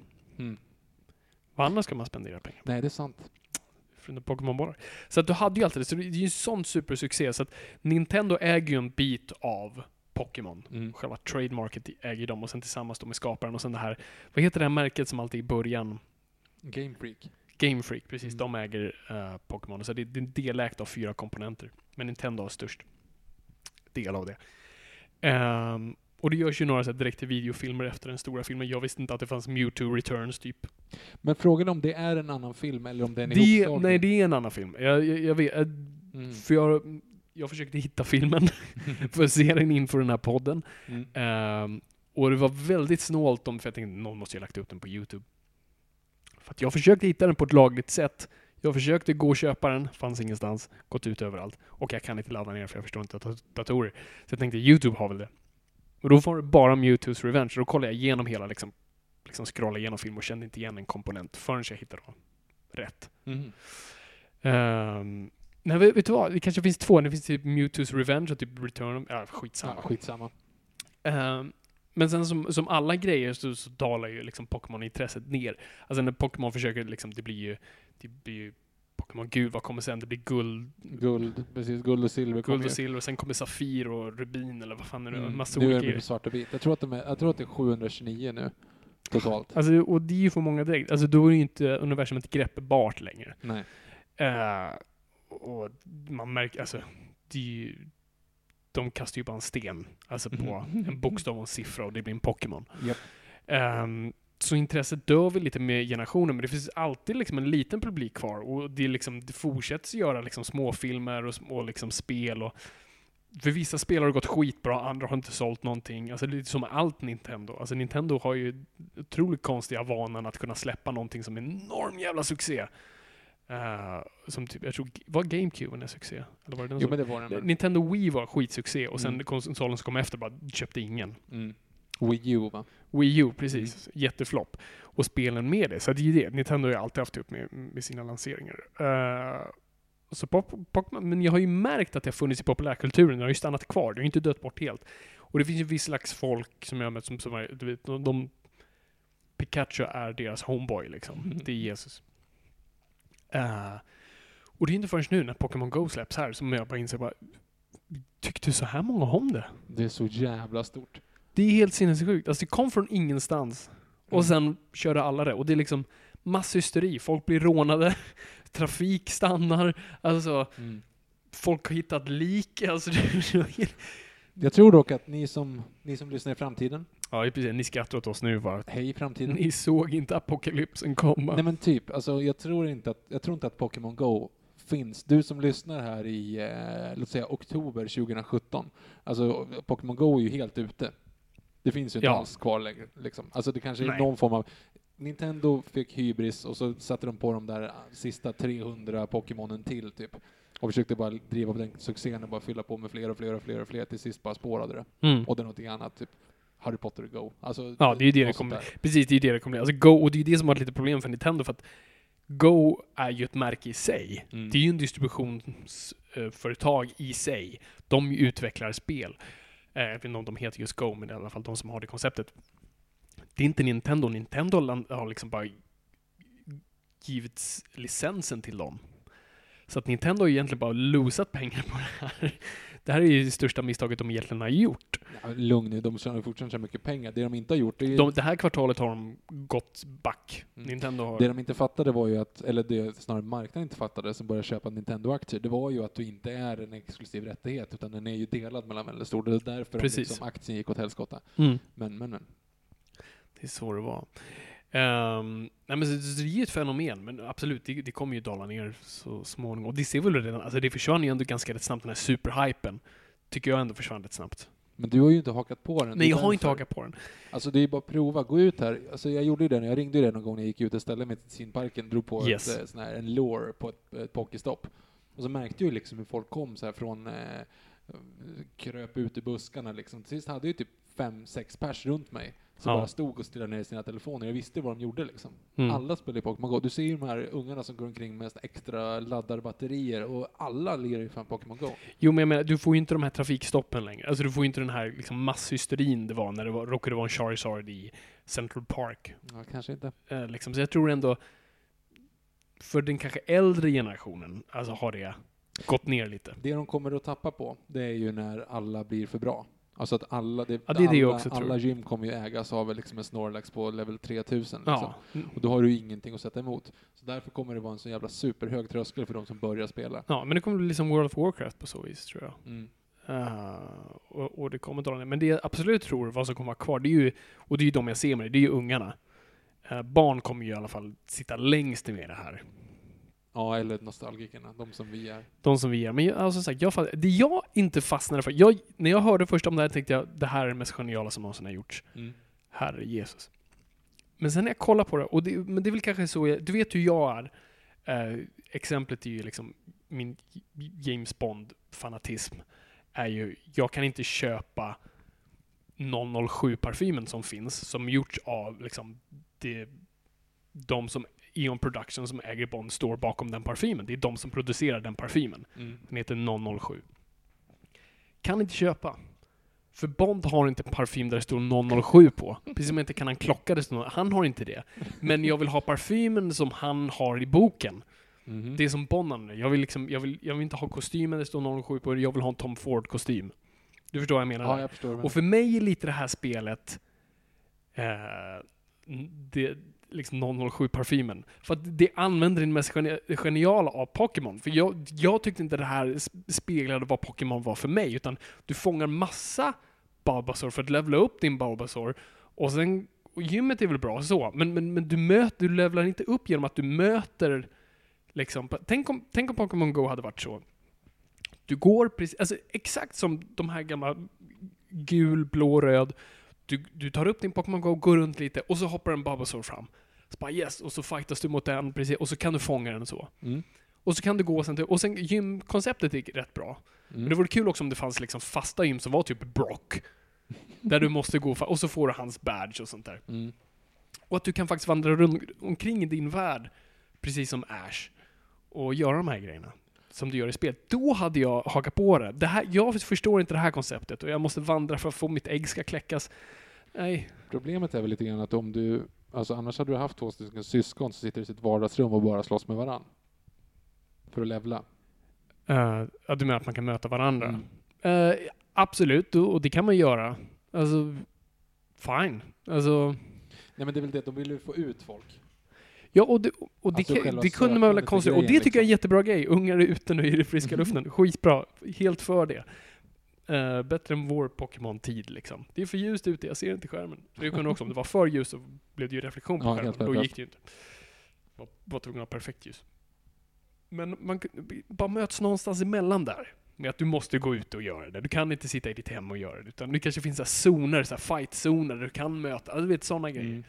Vad annars ska man spendera pengar? Nej, det är sant. Från Pokémon-bollar. Så att du hade ju alltid det. Så det är ju en sån supersuccé. Så att Nintendo äger ju en bit av Pokémon. Själva trademarket äger dem. Och sen tillsammans då med skaparen. Och sen det här, vad heter det här märket som alltid i början? Game Freak, precis. De äger Pokémon. Så det är delägt av 4 komponenter. Men Nintendo har störst del av det. Och det görs ju några så här direkt till videofilmer efter den stora filmen. Jag visste inte att det fanns Mewtwo Returns typ. Men frågan om det är en annan film eller om den är ihopslagen? Nej, det är en annan film. Jag vet. För jag försökte hitta filmen för att se den inför den här podden. Och det var väldigt snålt för jag tänkte någon måste ju ha lagt upp den på YouTube. För att jag försökte hitta den på ett lagligt sätt. Jag försökte gå och köpa den, fanns ingenstans, gått ut överallt. Och jag kan inte ladda ner för jag förstår inte datorer. Så jag tänkte, YouTube har väl det. Och då var det bara Mewtwo's Revenge. Och då kollade jag igenom hela, liksom scrolla igenom film och kände inte igen en komponent förrän jag hittade rätt. Mm. Nej, vet du vad? Det kanske finns två. Det finns typ Mewtwo's Revenge och typ Return. Skitsamma. Men sen som alla grejer så dalar ju liksom Pokémon-intresset ner. Alltså när Pokémon försöker liksom, det blir ju Pokémon guld, vad kommer sen? Det blir guld. Precis, guld och silver. Guld och silver, sen kommer Safir och Rubin eller vad fan är det? Massa nu olika är det på svart och vit. Jag tror att det är 729 nu. Totalt. Alltså, och det är ju för många direkt. Alltså då är ju inte universumet greppbart längre. Nej. Och man märker, alltså det är ju, de kastar ju bara en sten alltså på en bokstav och en siffra och det blir en Pokémon. Yep. Så intresset dör väl lite med generationen, men det finns alltid liksom en liten publik kvar och det är liksom, det fortsätts göra liksom småfilmer och liksom spel och för vissa spel har det gått skitbra, andra har inte sålt någonting. Alltså det är lite som allt Nintendo. Alltså Nintendo har ju otroligt konstiga vanan att kunna släppa någonting som är en enorm jävla succé. Som typ, jag tror, var GameCube en succé? Eller var det den jo, men det var den. Nintendo Wii var skitsuccé och sen konsolen som kom efter bara köpte ingen. Wii U, va? Wii U, precis. Jätteflopp. Och spelen med det. Så det är det. Nintendo har ju alltid haft upp med sina lanseringar. Så men jag har ju märkt att det har funnits i populärkulturen. Det har ju stannat kvar. Det har ju inte dött bort helt. Och det finns ju viss slags folk som jag har mött som är, du vet, Pikachu är deras homeboy liksom. Det är Jesus. Och det är inte förrän nu när Pokémon Go släpps här som jag bara inser tyckte så här många om det? Det är så jävla stort. Det är helt sinnessjukt. Alltså det kom från ingenstans. Och sen körde alla det. Och det är liksom masshysteri. Folk blir rånade. Trafik stannar. Alltså folk har hittat lik. Alltså jag tror dock att ni som lyssnar i framtiden. Ja, precis. Ni skrattar åt oss nu bara. Hej framtiden. Ni såg inte apokalypsen komma. Nej men typ, alltså jag tror inte att Pokémon Go finns. Du som lyssnar här i låt säga oktober 2017. Alltså Pokémon Go är ju helt ute. Det finns ju inte alls kvar längre liksom. Alltså det kanske är någon form av Nintendo fick hybris och så satte de på de där sista 300 Pokémonen till typ. Och försökte bara driva på den succén och bara fylla på med fler till sist bara spårade det. Och det är någonting annat typ Harry Potter Go. Alltså, ja, det är ju det kommer. Precis, det är det kommer. Alltså Go, och det är det som har varit lite problem för Nintendo för att Go är ju ett märke i sig. Det är ju en distributionsföretag i sig. De utvecklar spel. Jag vet inte om de heter just Go, men i alla fall de som har det konceptet. Det är inte Nintendo. Nintendo har liksom bara givit licensen till dem. Så att Nintendo har egentligen bara losat pengar på det här. Det här är ju det största misstaget de egentligen har gjort. Ja, lugn nu, de tjänar fortfarande så mycket pengar. Det de inte har gjort... Det här kvartalet har de gått back. Nintendo har... Det de inte fattade var ju att, eller det snarare marknaden inte fattade som började köpa Nintendo-aktier, det var ju att du inte är en exklusiv rättighet, utan den är ju delad mellan väldigt stor. Det är därför liksom aktien gick åt helskotta. Men. Det är så det var. Nej, men det är ju ett fenomen, men absolut, det kommer ju dala ner så småningom. Och det ser väl redan, alltså det försvann ju ändå ganska rätt snabbt, den här superhypen. Tycker jag ändå försvann rätt snabbt. Men du har ju inte hakat på den. Nej, jag har inte hakat på den. Alltså det är ju bara att prova, gå ut här. Alltså jag gjorde ju det, jag ringde ju det någon gång när jag gick ut och ställde mig till Synparken, drog på en lure på ett pokestopp. Och så märkte jag ju liksom hur folk kom så här från kröp ut i buskarna liksom. Till sist hade ju typ 5-6 pers runt mig. Som bara stod och stillade ner sina telefoner. Jag visste vad de gjorde liksom. Alla spelar i Pokémon Go. Du ser ju de här ungarna som går omkring med extra laddarbatterier och alla lirar ju fan Pokémon Go. Jo, men jag menar, du får ju inte de här trafikstoppen längre. Alltså du får ju inte den här liksom masshysterin det var när det råkade vara en Charizard i Central Park. Ja, kanske inte. Liksom. Så jag tror ändå för den kanske äldre generationen alltså har det gått ner lite. Det de kommer att tappa på, det är ju när alla blir för bra. Alltså att alla gym kommer ju ägas av liksom en Snorlax på level 3000 liksom. Och då har du ingenting att sätta emot. Så därför kommer det vara en så jävla superhög tröskel för de som börjar spela. Ja, men det kommer bli liksom World of Warcraft på så vis, tror jag. Och det kommer dra ner. Men det jag absolut tror vad som kommer vara kvar, det är ju, och det är ju de jag ser med det är ju ungarna. Barn kommer ju i alla fall sitta längst med det här. Ja, eller nostalgikerna, de som vi är. De som vi är. Men alltså sagt, det jag inte fastnade för, när jag hörde först om det här tänkte jag, det här är det mest geniala som någonsin har gjorts. Herre Jesus. Men sen när jag kollar på det, men det är väl kanske så, du vet hur jag är. Exemplet är ju liksom min James Bond-fanatism är ju, jag kan inte köpa 007-parfymen som finns, som gjorts av liksom de som Eon Production som äger Bond står bakom den parfymen. Det är de som producerar den parfymen. Den heter 007. Kan inte köpa. För Bond har inte en parfym där det står 007 på. Precis som inte kan han klocka det står. Han har inte det. Men jag vill ha parfymen som han har i boken. Det är som Bond. Jag vill inte ha kostymen där det står 007 på. Jag vill ha en Tom Ford-kostym. Du förstår vad jag menar? Ja, jag förstår. Och för mig är lite det här spelet det liksom 007-parfymen. För att det använder den mest geniala av Pokémon. För jag tyckte inte det här speglade vad Pokémon var för mig. Utan du fångar massa Bulbasaur för att levela upp din Bulbasaur. Och sen, och gymmet är väl bra så. Men du levlar inte upp genom att du möter liksom, tänk om Pokémon Go hade varit så. Du går precis, alltså exakt som de här gamla gul, blå, röd. Du tar upp din Pokémon Go, går runt lite och så hoppar en Bulbasaur fram. Så bara yes, och så fightas du mot den precis, och så kan du fånga den så. Och så kan du gå och sen gymkonceptet är rätt bra. Men det vore kul också om det fanns liksom fasta gym som var typ Brock. Där du måste gå och så får du hans badge och sånt där. Och att du kan faktiskt vandra runt omkring i din värld precis som Ash och göra de här grejerna som du gör i spel. Då hade jag hakat på det. Jag förstår inte det här konceptet och jag måste vandra för att få mitt ägg ska kläckas. Nej. Problemet är väl lite grann att om du, alltså annars hade du haft 2 stycken syskon som sitter i sitt vardagsrum och bara slåss med varann. För att levla. Du menar att man kan möta varandra? Absolut, och det kan man göra. Alltså, fine. Alltså... Nej, men det är väl det, de vill ju få ut folk. Ja, och det kunde man väl konstigt. Och det tycker jag är en jättebra grej. Ungar är ute nu i det friska luften. Skitbra. Helt för det. Bättre än vår Pokémon-tid liksom. Det är för ljust ute, jag ser inte skärmen. Det kunde också, om det var för ljus så blev det ju reflektion på skärmen. Då gick det ju inte. Var tvungen att ha perfekt ljus. Men man bara möts någonstans emellan där. Med att du måste gå ut och göra det. Du kan inte sitta i ditt hem och göra det. Utan det kanske finns så zoner, så fight-zoner där du kan möta. Du vet, sådana grejer.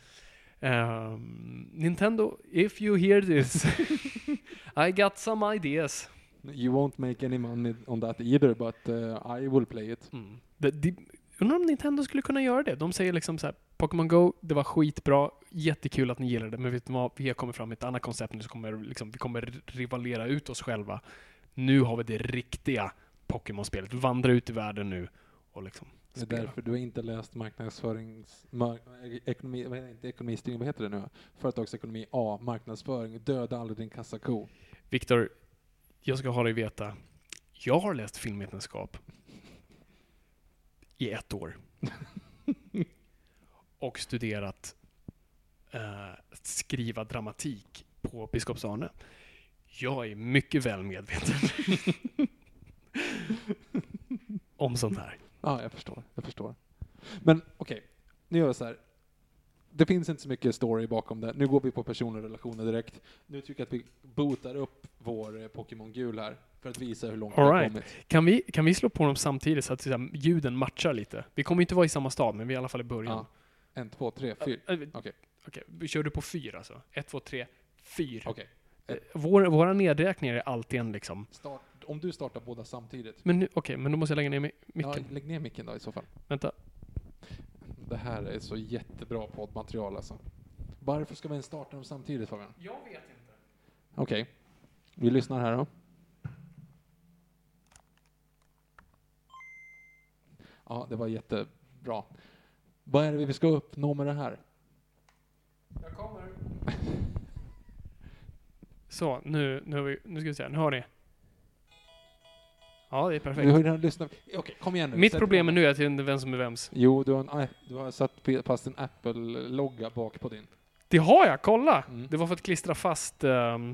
Nintendo, if you hear this, I got some ideas. You won't make any money on that either, but I will play it. Undrar om Nintendo skulle kunna göra det. De säger liksom så här: Pokémon Go, det var skitbra, jättekul att ni gillar det, men vet du vad, vi har kommit fram med ett annat koncept nu, så vi kommer rivalera ut oss själva. Nu har vi det riktiga Pokémon-spelet. Vandra ut i världen nu och liksom spela. Det är därför du har inte läst ekonomistyrning, vad heter det nu? Företagsekonomi A, marknadsföring, döda aldrig din kassako. Viktor, jag ska ha dig veta, jag har läst filmvetenskap i 1 år. Och studerat skriva dramatik på Biskopsarne. Jag är mycket väl medveten om sånt här. Ja, jag förstår. Men okej, nu gör vi så här. Det finns inte så mycket story bakom det. Nu går vi på personer och relationer direkt. Nu tycker jag att vi bootar upp vår Pokémon Gul här för att visa hur långt det har kommit. Kan vi slå på dem samtidigt så att ljuden matchar lite? Vi kommer inte vara i samma stad, men vi är i alla fall i början. Ja. 1, 2, 3, 4. Okej. Vi kör du på 4 alltså. 1, 2, 3, 4. Okej. Våra nedräkningar är alltid en liksom... Om du startar båda samtidigt. Men då måste jag lägga ner micken. Ja, lägg ner micken då i så fall. Vänta. Det här är så jättebra poddmaterial alltså. Varför ska vi starta dem samtidigt, Fabian? Jag vet inte. Okej. Vi lyssnar här då. Ja, det var jättebra. Vad är det vi ska uppnå med det här? Jag kommer. Så, nu ska vi se. Nu har ni. Ja, det är perfekt. Vi har redan lyssnat. Okej, kom igen nu. Mitt problem är nu att jag inte vem som är vems. Jo, du har satt fast en Apple-logga bak på din. Det har jag, kolla! Det var för att klistra fast...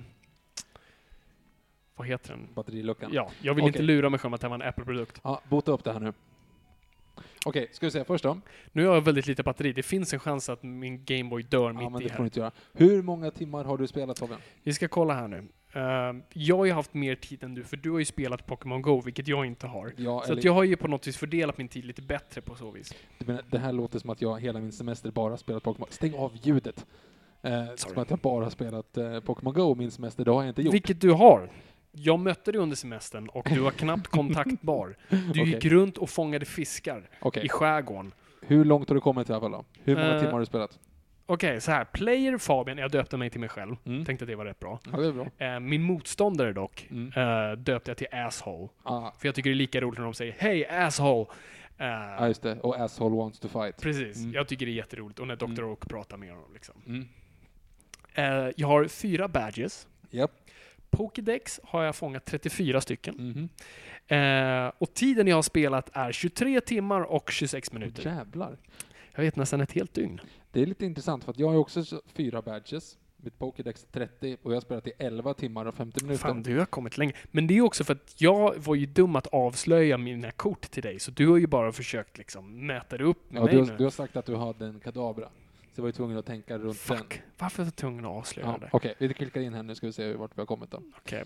vad heter den? Batteriluckan. Ja, jag vill inte lura mig själv att det var en Apple-produkt. Ja, bota upp det här nu. Okej, ska vi se först då? Nu har jag väldigt lite batteri. Det finns en chans att min Gameboy dör mitt i här. Ja, men det får du inte göra. Hur många timmar har du spelat, Fabian? Vi ska kolla här nu. Jag har ju haft mer tid än du, för du har ju spelat Pokémon Go, vilket jag inte har. Ja, så att jag har ju på något vis fördelat min tid lite bättre på så vis. Det här låter som att jag hela min semester bara spelat Pokémon. Stäng av ljudet. Som att jag bara har spelat Pokémon Go min semester. Det har jag inte gjort. Vilket du har. Jag mötte dig under semestern och du var knappt kontaktbar. Du gick runt och fångade fiskar i skärgården. Hur långt har du kommit i alla fall då? Hur många timmar har du spelat? Okej, så här. Player Fabian, jag döpte mig till mig själv. Tänkte att det var rätt bra. Ja, det är bra. Min motståndare dock döpte jag till Asshole. För jag tycker det är lika roligt när de säger Hey asshole! Ja, just det. Och asshole wants to fight. Precis. Jag tycker det är jätteroligt. Och när Dr. Oak pratar med honom. Liksom. Jag har 4 badges. Yep. Pokédex har jag fångat 34 stycken. Och tiden jag har spelat är 23 timmar och 26 minuter. Jävlar. Jag vet nästan ett helt dygn. Det är lite intressant för att jag har också 4 badges. Mitt Pokédex är 30 och jag har spelat i 11 timmar och 50 minuter. Fan, du har kommit längre. Men det är också för att jag var ju dum att avslöja mina kort till dig. Så du har ju bara försökt liksom mäta det upp med mig nu. Du har sagt att du hade en kadabra. Så jag var ju tvungen att tänka runt den. Varför är jag tvungen att avslöja det? Okej, vi klickar in här nu ska vi se vart vi har kommit då. Okej.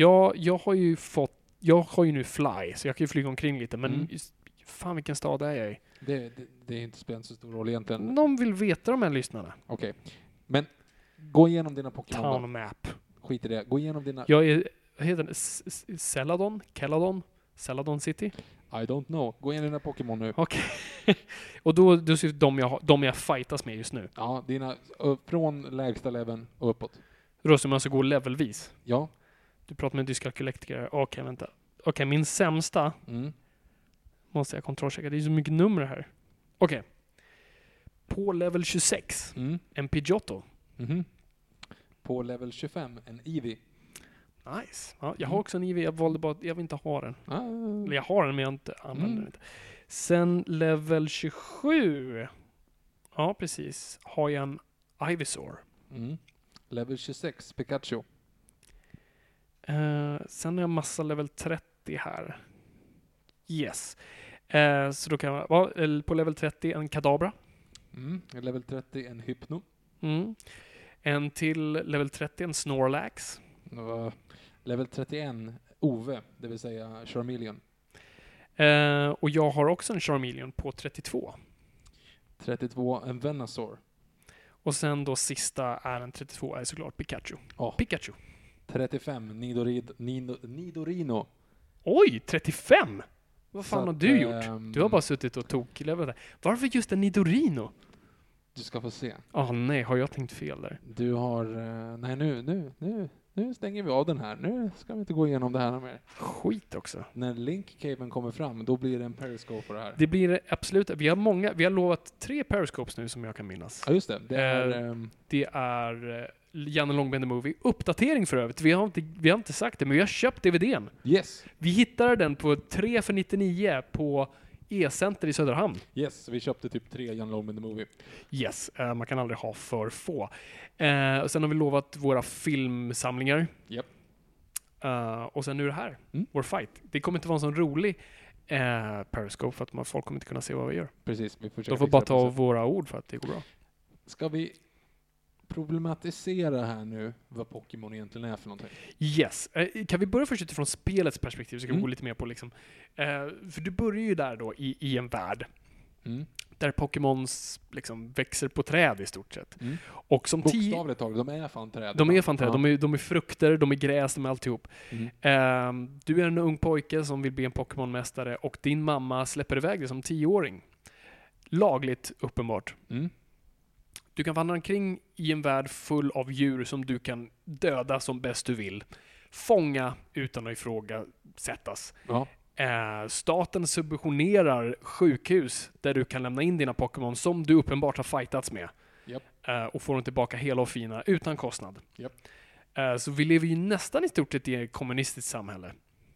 Jag har ju nu Fly, så jag kan ju flyga omkring lite. Men fan vilken stad är jag i? Det är inte spelat så stor roll egentligen. De vill veta de här lyssnarna. Okej. Men gå igenom dina Pokémon Town då. Map. Skit i det. Gå igenom dina... Jag är... Vad heter det? Celadon City? I don't know. Gå igenom dina Pokémon nu. Okej. Och då ser de jag fightas med just nu. Ja, dina... Från lägsta leveln och uppåt. Då ska man alltså gå levelvis. Ja. Du pratar med en dyskalkylektiker. Okej, vänta. Okej, min sämsta... Måste jag kontrollchecka. Det är så mycket nummer här. Okej. På level 26. En Pidgeotto. På level 25. En Eevee. Nice. Ja, jag har också en Eevee. Jag valde bara att jag vill inte ha den. Eller jag har den men jag inte använder den inte. Sen level 27. Ja, precis. Har jag en Ivysaur. Level 26. Pikachu. Sen har jag massa level 30 här. Yes. Så då kan jag på level 30 en Kadabra. Level 30 en Hypno. En till level 30 en Snorlax. Level 31 Ove, det vill säga Charmeleon. Och jag har också en Charmeleon på 32. 32 en Venusaur. Och sen då sista är en 32 är såklart Pikachu. Pikachu. 35 Nidorino. Oj, 35! Vad fan har du gjort? Du har bara suttit och toklevat där. Varför just en Nidorino? Du ska få se. Nej, har jag tänkt fel där? Du har... nej, nu stänger vi av den här. Nu ska vi inte gå igenom det här mer. Skit också. När Link-caven kommer fram, då blir det en periscope på det här. Det blir absolut... Vi har lovat 3 periscopes nu som jag kan minnas. Ja, just det. Det är Janne Långben The Movie. Uppdatering för övrigt. Vi har inte sagt det, men vi har köpt DVD:n. Yes. Vi hittade den på 3 för 99 på E-center i Söderhamn. Yes, vi köpte typ 3 Janne Långben The Movie. Yes, man kan aldrig ha för få. Och sen har vi lovat våra filmsamlingar. Yep. Och sen nu är det här, vår fight. Det kommer inte vara en sån rolig periscope för att folk kommer inte kunna se vad vi gör. Precis. De får bara ta våra ord för att det går bra. Ska vi problematisera här nu vad Pokémon egentligen är för någonting? Yes. Kan vi börja först utifrån spelets perspektiv så kan vi gå lite mer på liksom... för du börjar ju där då i en värld. Där Pokémons liksom växer på träd i stort sett. Och som bokstavligt taget, de är fan träd. De är fan träd. De är frukter, de är gräs, de är alltihop. Du är en ung pojke som vill bli en Pokémon-mästare och din mamma släpper iväg dig som 10-åring. Lagligt, uppenbart. Du kan vandra omkring i en värld full av djur som du kan döda som bäst du vill. Fånga utan att ifrågasättas. Ja. Staten subventionerar sjukhus där du kan lämna in dina Pokémon som du uppenbart har fightats med. Yep. Och får dem tillbaka hela och fina utan kostnad. Yep. Så vi lever ju nästan i stort sett i ett kommunistiskt samhälle.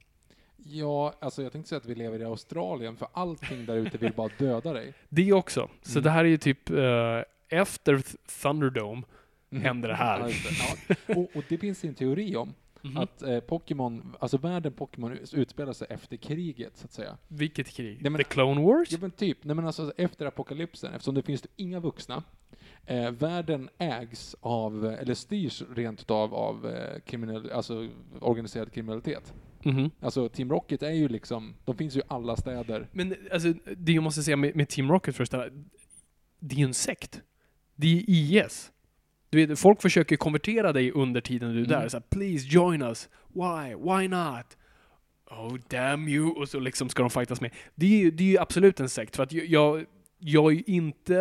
Ja, alltså jag tänkte säga att vi lever i Australien för allting där ute vill bara döda dig. Det också. Så det här är ju typ efter Thunderdome händer det här. Ja. Och det finns en teori om att Pokémon, alltså världen Pokémon utspelar sig efter kriget så att säga. Vilket krig? Nej, men, The Clone Wars? Ja men typ, nej men alltså efter apokalypsen, eftersom det finns inga vuxna, världen ägs av, eller styrs rent utav alltså organiserad kriminalitet. Alltså Team Rocket är ju liksom, de finns ju i alla städer. Men alltså, det jag måste säga med Team Rocket först, det är ju en sekt. Det är IS. Du vet, folk försöker konvertera dig under tiden du är där. Så här, please join us. Why not? Oh damn you. Och så liksom ska de fightas med. Det är ju absolut en sekt. För att jag är inte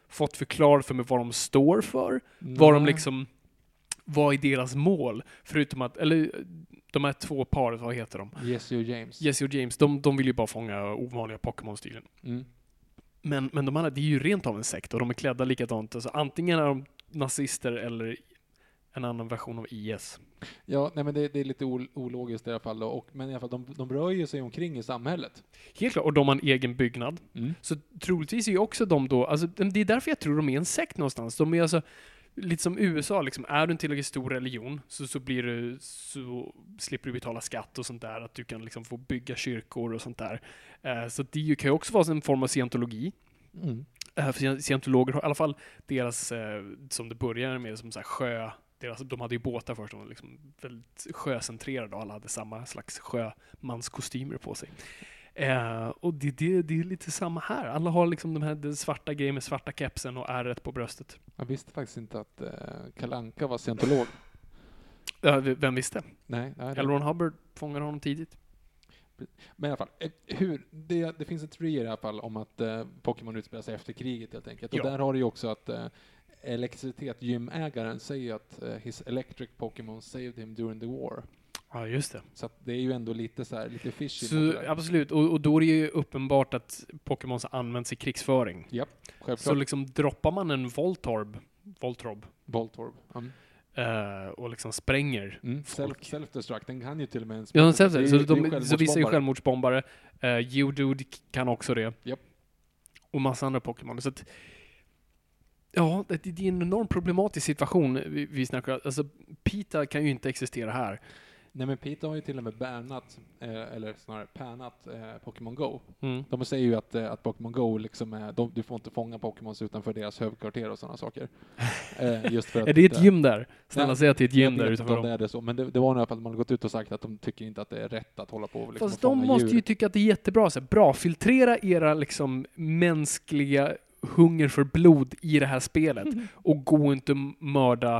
fått förklarat för mig vad de står för. Vad de liksom, vad är deras mål? Förutom att, eller de här 2 paret, vad heter de? Jesse och James. Jesse och James, de vill ju bara fånga ovanliga Pokémon-stilen. Men de andra, det är ju rent av en sekt och de är klädda likadant. Alltså, antingen är de nazister eller en annan version av IS. Ja, nej men det är lite ologiskt i alla fall då. Men i alla fall, de rör ju sig omkring i samhället. Helt klart, och de har en egen byggnad. Så troligtvis är ju också de då, alltså det är därför jag tror de är en sekt någonstans. De är alltså lite som USA, liksom, är du en tillräckligt stor religion så slipper du betala skatt och sånt där, att du kan liksom få bygga kyrkor och sånt där. Så det kan ju också vara en form av scientologi. För scientologer har i alla fall deras, som det börjar med, som så här de hade ju båtar först, de var liksom väldigt sjöcentrerade och alla hade samma slags sjömanskostymer på sig. Och det är lite samma här. Alla har liksom den svarta grejen med svarta kepsen och ärret på bröstet. Jag visste faktiskt inte att Kalle Anka var scientolog. Vem visste? Nej. L. Ron Hubbard fångade honom tidigt. Men i alla fall, det finns en teori i alla fall om att Pokémon utspelar sig efter kriget helt enkelt. Och där har du ju också att elektricitet-gymägaren säger att his electric Pokémon saved him during the war. Ja, just det. Så att det är ju ändå lite så här, lite fishy. Så, absolut, och då är det ju uppenbart att Pokémon används i krigsföring. Ja, självklart. Så liksom droppar man en Voltorb. Och liksom spränger folk. Self-destruct, den kan ju till och med en ja, så vissa är ju självmordsbombare. Geodude kan också det. Yep. Och massa andra Pokémon. Så att, ja, det är en enormt problematisk situation vi snackar. Alltså, Pita kan ju inte existera här. Nej, men Pita har ju till och med bannat, eller snarare pannat Pokémon Go. De säger ju att Pokémon Go liksom är, du får inte fånga Pokémons utanför deras högkvarter och sådana saker. Just för att, är det ett gym där? Snälla säg att det är ett gym där utanför dem. Det så. Men det var nog i alla fall att man har gått ut och sagt att de tycker inte att det är rätt att hålla på och liksom fast de måste ju tycka att det är jättebra. Så bra, filtrera era liksom mänskliga hunger för blod i det här spelet och gå inte mörda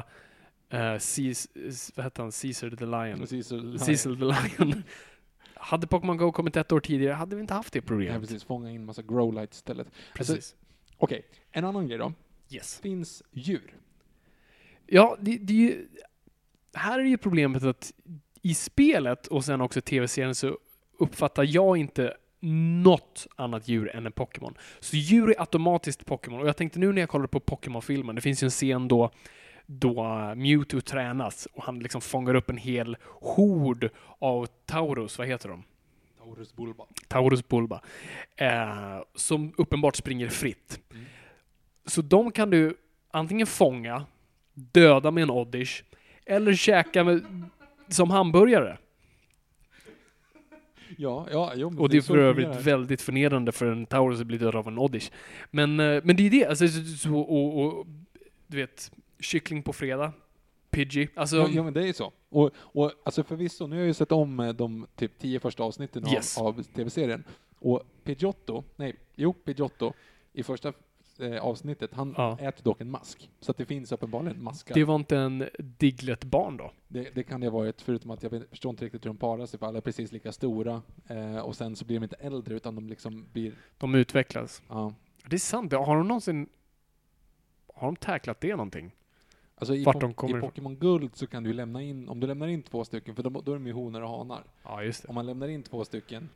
Caesar the Lion. Caesar the Lion. Hade Pokémon Go kommit 1 år tidigare hade vi inte haft det problemet. Ja, precis. Fånga in massa Growlite istället. Precis. Alltså, okej, en annan grej då. Yes. Finns djur? Ja, det är ju, här är ju problemet att i spelet och sen också tv-serien så uppfattar jag inte något annat djur än en Pokémon. Så djur är automatiskt Pokémon. Och jag tänkte nu när jag kollar på Pokémon-filmen, det finns ju en scen då Mewtwo tränas och han liksom fångar upp en hel hord av Taurus, vad heter de? Taurus Bulba. Som uppenbart springer fritt. Så de kan du antingen fånga, döda med en Oddish eller käka som hamburgare. Ja, och det är för övrigt väldigt förnedrande för en Taurus att bli död av en Oddish. Men det är det. Alltså, och du vet, kyckling på fredag. Pidgey. Alltså, ja, men det är så. Och alltså förvisso, nu har jag ju sett om de typ 10 första avsnitten av tv-serien. Och Pidgeotto i första avsnittet, han äter dock en mask. Så att det finns uppenbarligen maskar. Det var inte en Diglett-barn då? Det kan det ha varit, förutom att jag förstår inte riktigt hur de parar sig, för alla är precis lika stora. Och sen så blir de inte äldre, utan de liksom blir... De utvecklas. Ja. Det är sant. Har de tacklat det någonting? Alltså i Pokémon Guld så kan du lämna in, om du lämnar in 2 stycken, för då är de ju honor och hanar. Ja, just det. Om man lämnar in 2 stycken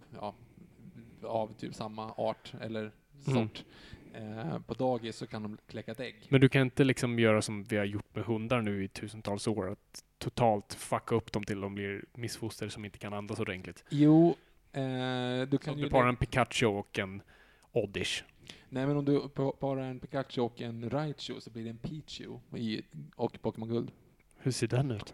av typ samma art eller sort på dagis, så kan de kläcka ett ägg. Men du kan inte liksom göra som vi har gjort med hundar nu i tusentals år, att totalt fucka upp dem till de blir missfoster som inte kan andas ordentligt. Jo, du kan ju... Du parar en Pikachu och en Oddish. Nej, men om du parar en Pikachu och en Raichu så blir det en Pichu och Pokémon Guld. Hur ser den ut?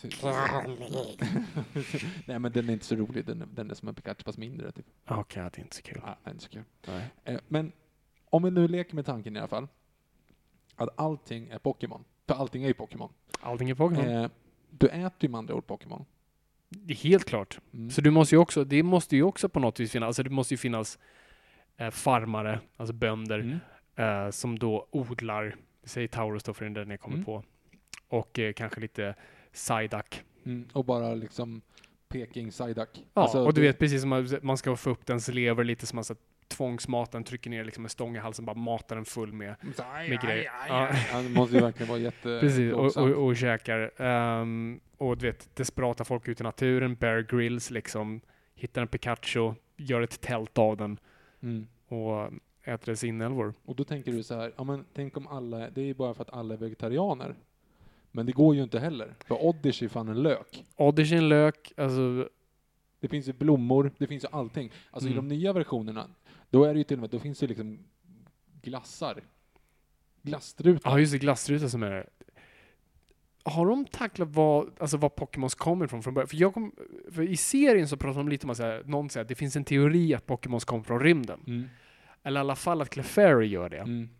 Nej, men den är inte så rolig. Den är som en Pikachu fast mindre. Typ. Okej, det är inte så kul. Ja, det är inte så kul. Men om vi nu leker med tanken i alla fall att allting är Pokémon. För allting är ju Pokémon. Allting är Pokémon. Du äter ju med andra ord Pokémon. Det är helt klart. Så det måste ju också på något vis finnas. Alltså det måste ju finnas farmare, alltså bönder, som då odlar, vi säger Taurus då för den jag kommer på. Och kanske lite Psyduck. Och bara liksom Peking Psyduck. Ja, alltså, och du vet precis som man ska få upp dens lever lite som man så tvångsmaten, trycker ner liksom en stång i halsen, bara matar den full med grejer. Ja, det måste ju verkligen vara Precis, och käkar. Och du vet, desperata folk ute i naturen, Bear Grylls liksom, hittar en Pikachu, gör ett tält av den och äter dess inälvor. Och då tänker du så här, ja men tänk om alla, det är ju bara för att alla är vegetarianer. Men det går ju inte heller, för Oddish är fan en lök. Oddish är en lök, alltså... Det finns ju blommor, det finns ju allting. Alltså i de nya versionerna, då är det ju till och med, då finns det ju liksom glassar. Glasstrutar. Ja, just det, glasstrutar som är... Har de tacklat vad Pokémons kommer ifrån från början? För i serien så pratar de lite om att någon säger att det finns en teori att Pokémons kommer från rymden. Eller i alla fall att Clefairy gör det.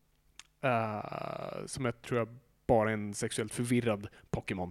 Som jag tror jag bara är en sexuellt förvirrad Pokémon.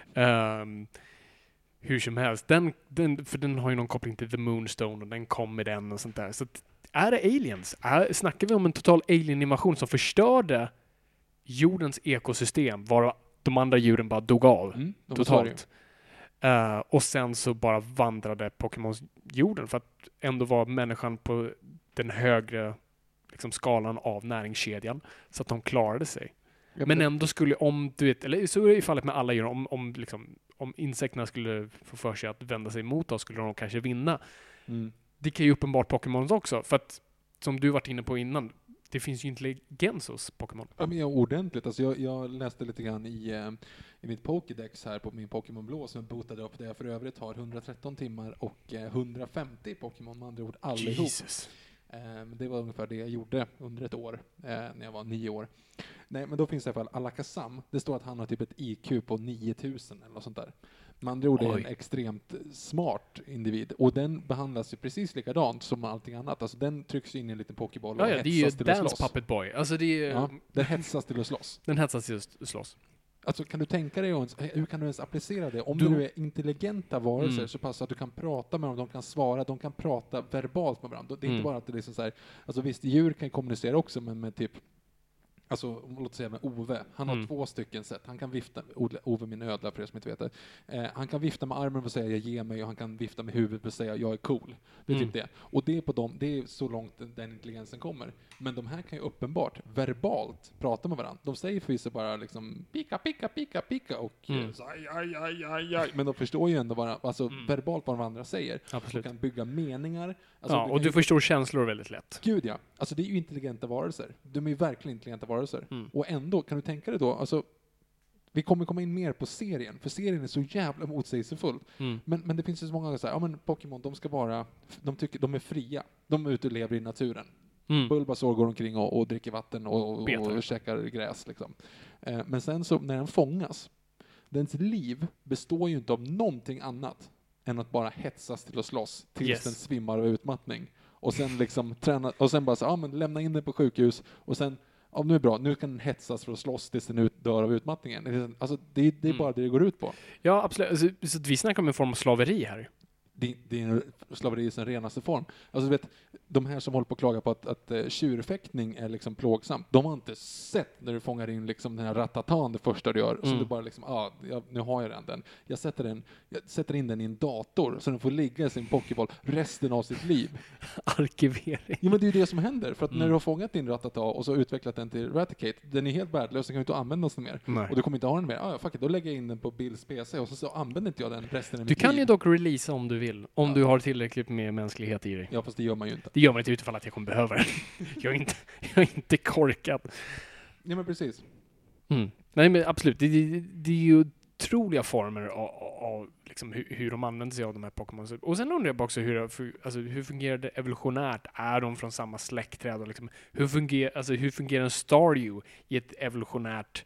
Hur som helst. För den har ju någon koppling till The Moonstone och den kom med den och sånt där. Så är det aliens? Snackar vi om en total alien-invasion som förstörde jordens ekosystem, var de andra djuren bara dog av totalt. Och sen så bara vandrade Pokémons jorden för att ändå vara människan på den högre liksom, skalan av näringskedjan så att de klarade sig. Men ändå skulle, om du vet, eller så är det i fallet med alla djur, om insekterna skulle få för sig att vända sig mot oss skulle de kanske vinna. Det kan ju uppenbart Pokémons också, för att som du varit inne på innan, det finns ju intelligens hos Pokémon. Ja, men ordentligt. Alltså jag läste lite grann i mitt Pokédex här på min Pokémon Blå som jag botade upp, där jag för övrigt har 113 timmar och 150 Pokémon, med andra ord allihop. Jesus. Det var ungefär det jag gjorde under ett år, när jag var 9 år. Nej, men då finns det i alla fall Alakazam. Det står att han har typ ett IQ på 9000 eller något sånt där. Man andra ord är en extremt smart individ. Och den behandlas ju precis likadant som allting annat. Alltså den trycks in i en liten pokéboll och det är ju till att slåss. Dance Puppet Boy. Alltså det är den hetsas till att slåss. Den hetsas till att slåss. Alltså kan du tänka dig, hur kan du ens applicera det? Om du är intelligenta varelser så pass att du kan prata med dem, de kan svara, de kan prata verbalt med varandra. Det är inte bara att det är liksom så här, alltså visst, djur kan kommunicera också, men med typ, alltså låt säga med Ove, han har 2 stycken sätt. Han kan vifta, Ove min ödla för er som inte vet det. Han kan vifta med armen och säga jag ger mig, och han kan vifta med huvudet och säga jag är cool. Det är typ det. Och det är på dem, det är så långt den intelligensen kommer. Men de här kan ju uppenbart verbalt prata med varandra. De säger förvisso bara liksom pika, pika, pika, pika och aj. Men de förstår ju ändå bara, alltså verbalt vad de andra säger. Absolut. De kan bygga meningar. Alltså, och du förstår känslor väldigt lätt. Gud ja. Alltså det är ju intelligenta varelser. De är ju verkligen intelligenta varelser. Och ändå, kan du tänka dig då, alltså vi kommer komma in mer på serien, för serien är så jävla motsägelsefull. Men det finns ju så många så här, ja men Pokémon, de ska vara, de är fria. De är ute och lever i naturen. Bulbasaur går omkring och dricker vatten och käkar gräs liksom. Men sen så, när den fångas, dens liv består ju inte av någonting annat än att bara hetsas till att slåss tills den svimmar av utmattning. Och sen liksom träna, och sen bara så, men lämna in den på sjukhus, och sen nu är bra, nu kan den hetsas för att slåss tills den dör av utmattningen. Alltså det är bara det går ut på. Ja, absolut. Alltså, så vi snackar om en form av slaveri här. Det är slaveri i sin renaste form. Alltså du vet, de här som håller på att klaga på att tjurfäktning är liksom plågsamt, de har inte sett när du fångar in liksom den här ratatan det första du gör, och så du bara liksom, nu har jag den. Jag sätter in den i en dator så den får ligga i sin pokéboll resten av sitt liv. Arkivering. Ja, men det är ju det som händer, för att när du har fångat din ratata och så utvecklat den till Raticate, den är helt värdelös, så kan du inte använda den mer. Nej. Och du kommer inte ha den mer. Fuck it, då lägger jag in den på Bills PC och så använder inte jag den resten av mitt liv. Du kan ju dock releasa om du vill. Om du har tillräckligt med mänsklighet i dig. Ja, fast det gör man ju inte. Det gör man inte utifall att jag kommer behöva det. jag är inte korkad. Ja, men precis. Nej, men absolut. Det är ju otroliga former av liksom hur de använder sig av de här Pokémon. Och sen undrar jag också hur fungerar det evolutionärt? Är de från samma släktträd? Och liksom, hur fungerar en Staryu i ett evolutionärt,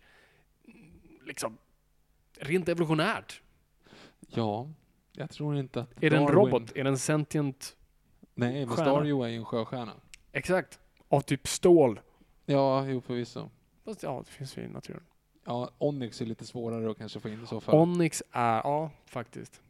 liksom, rent evolutionärt? Ja, jag tror inte att är det en robot? Är det en sentient? Nej, men Staryu är ju en sjöstjärna. Exakt. Av typ stål. Ja, jo förvisso. Fast det finns ju i naturen. Ja, Onix är lite svårare att kanske få in i så fall. Onix är, faktiskt.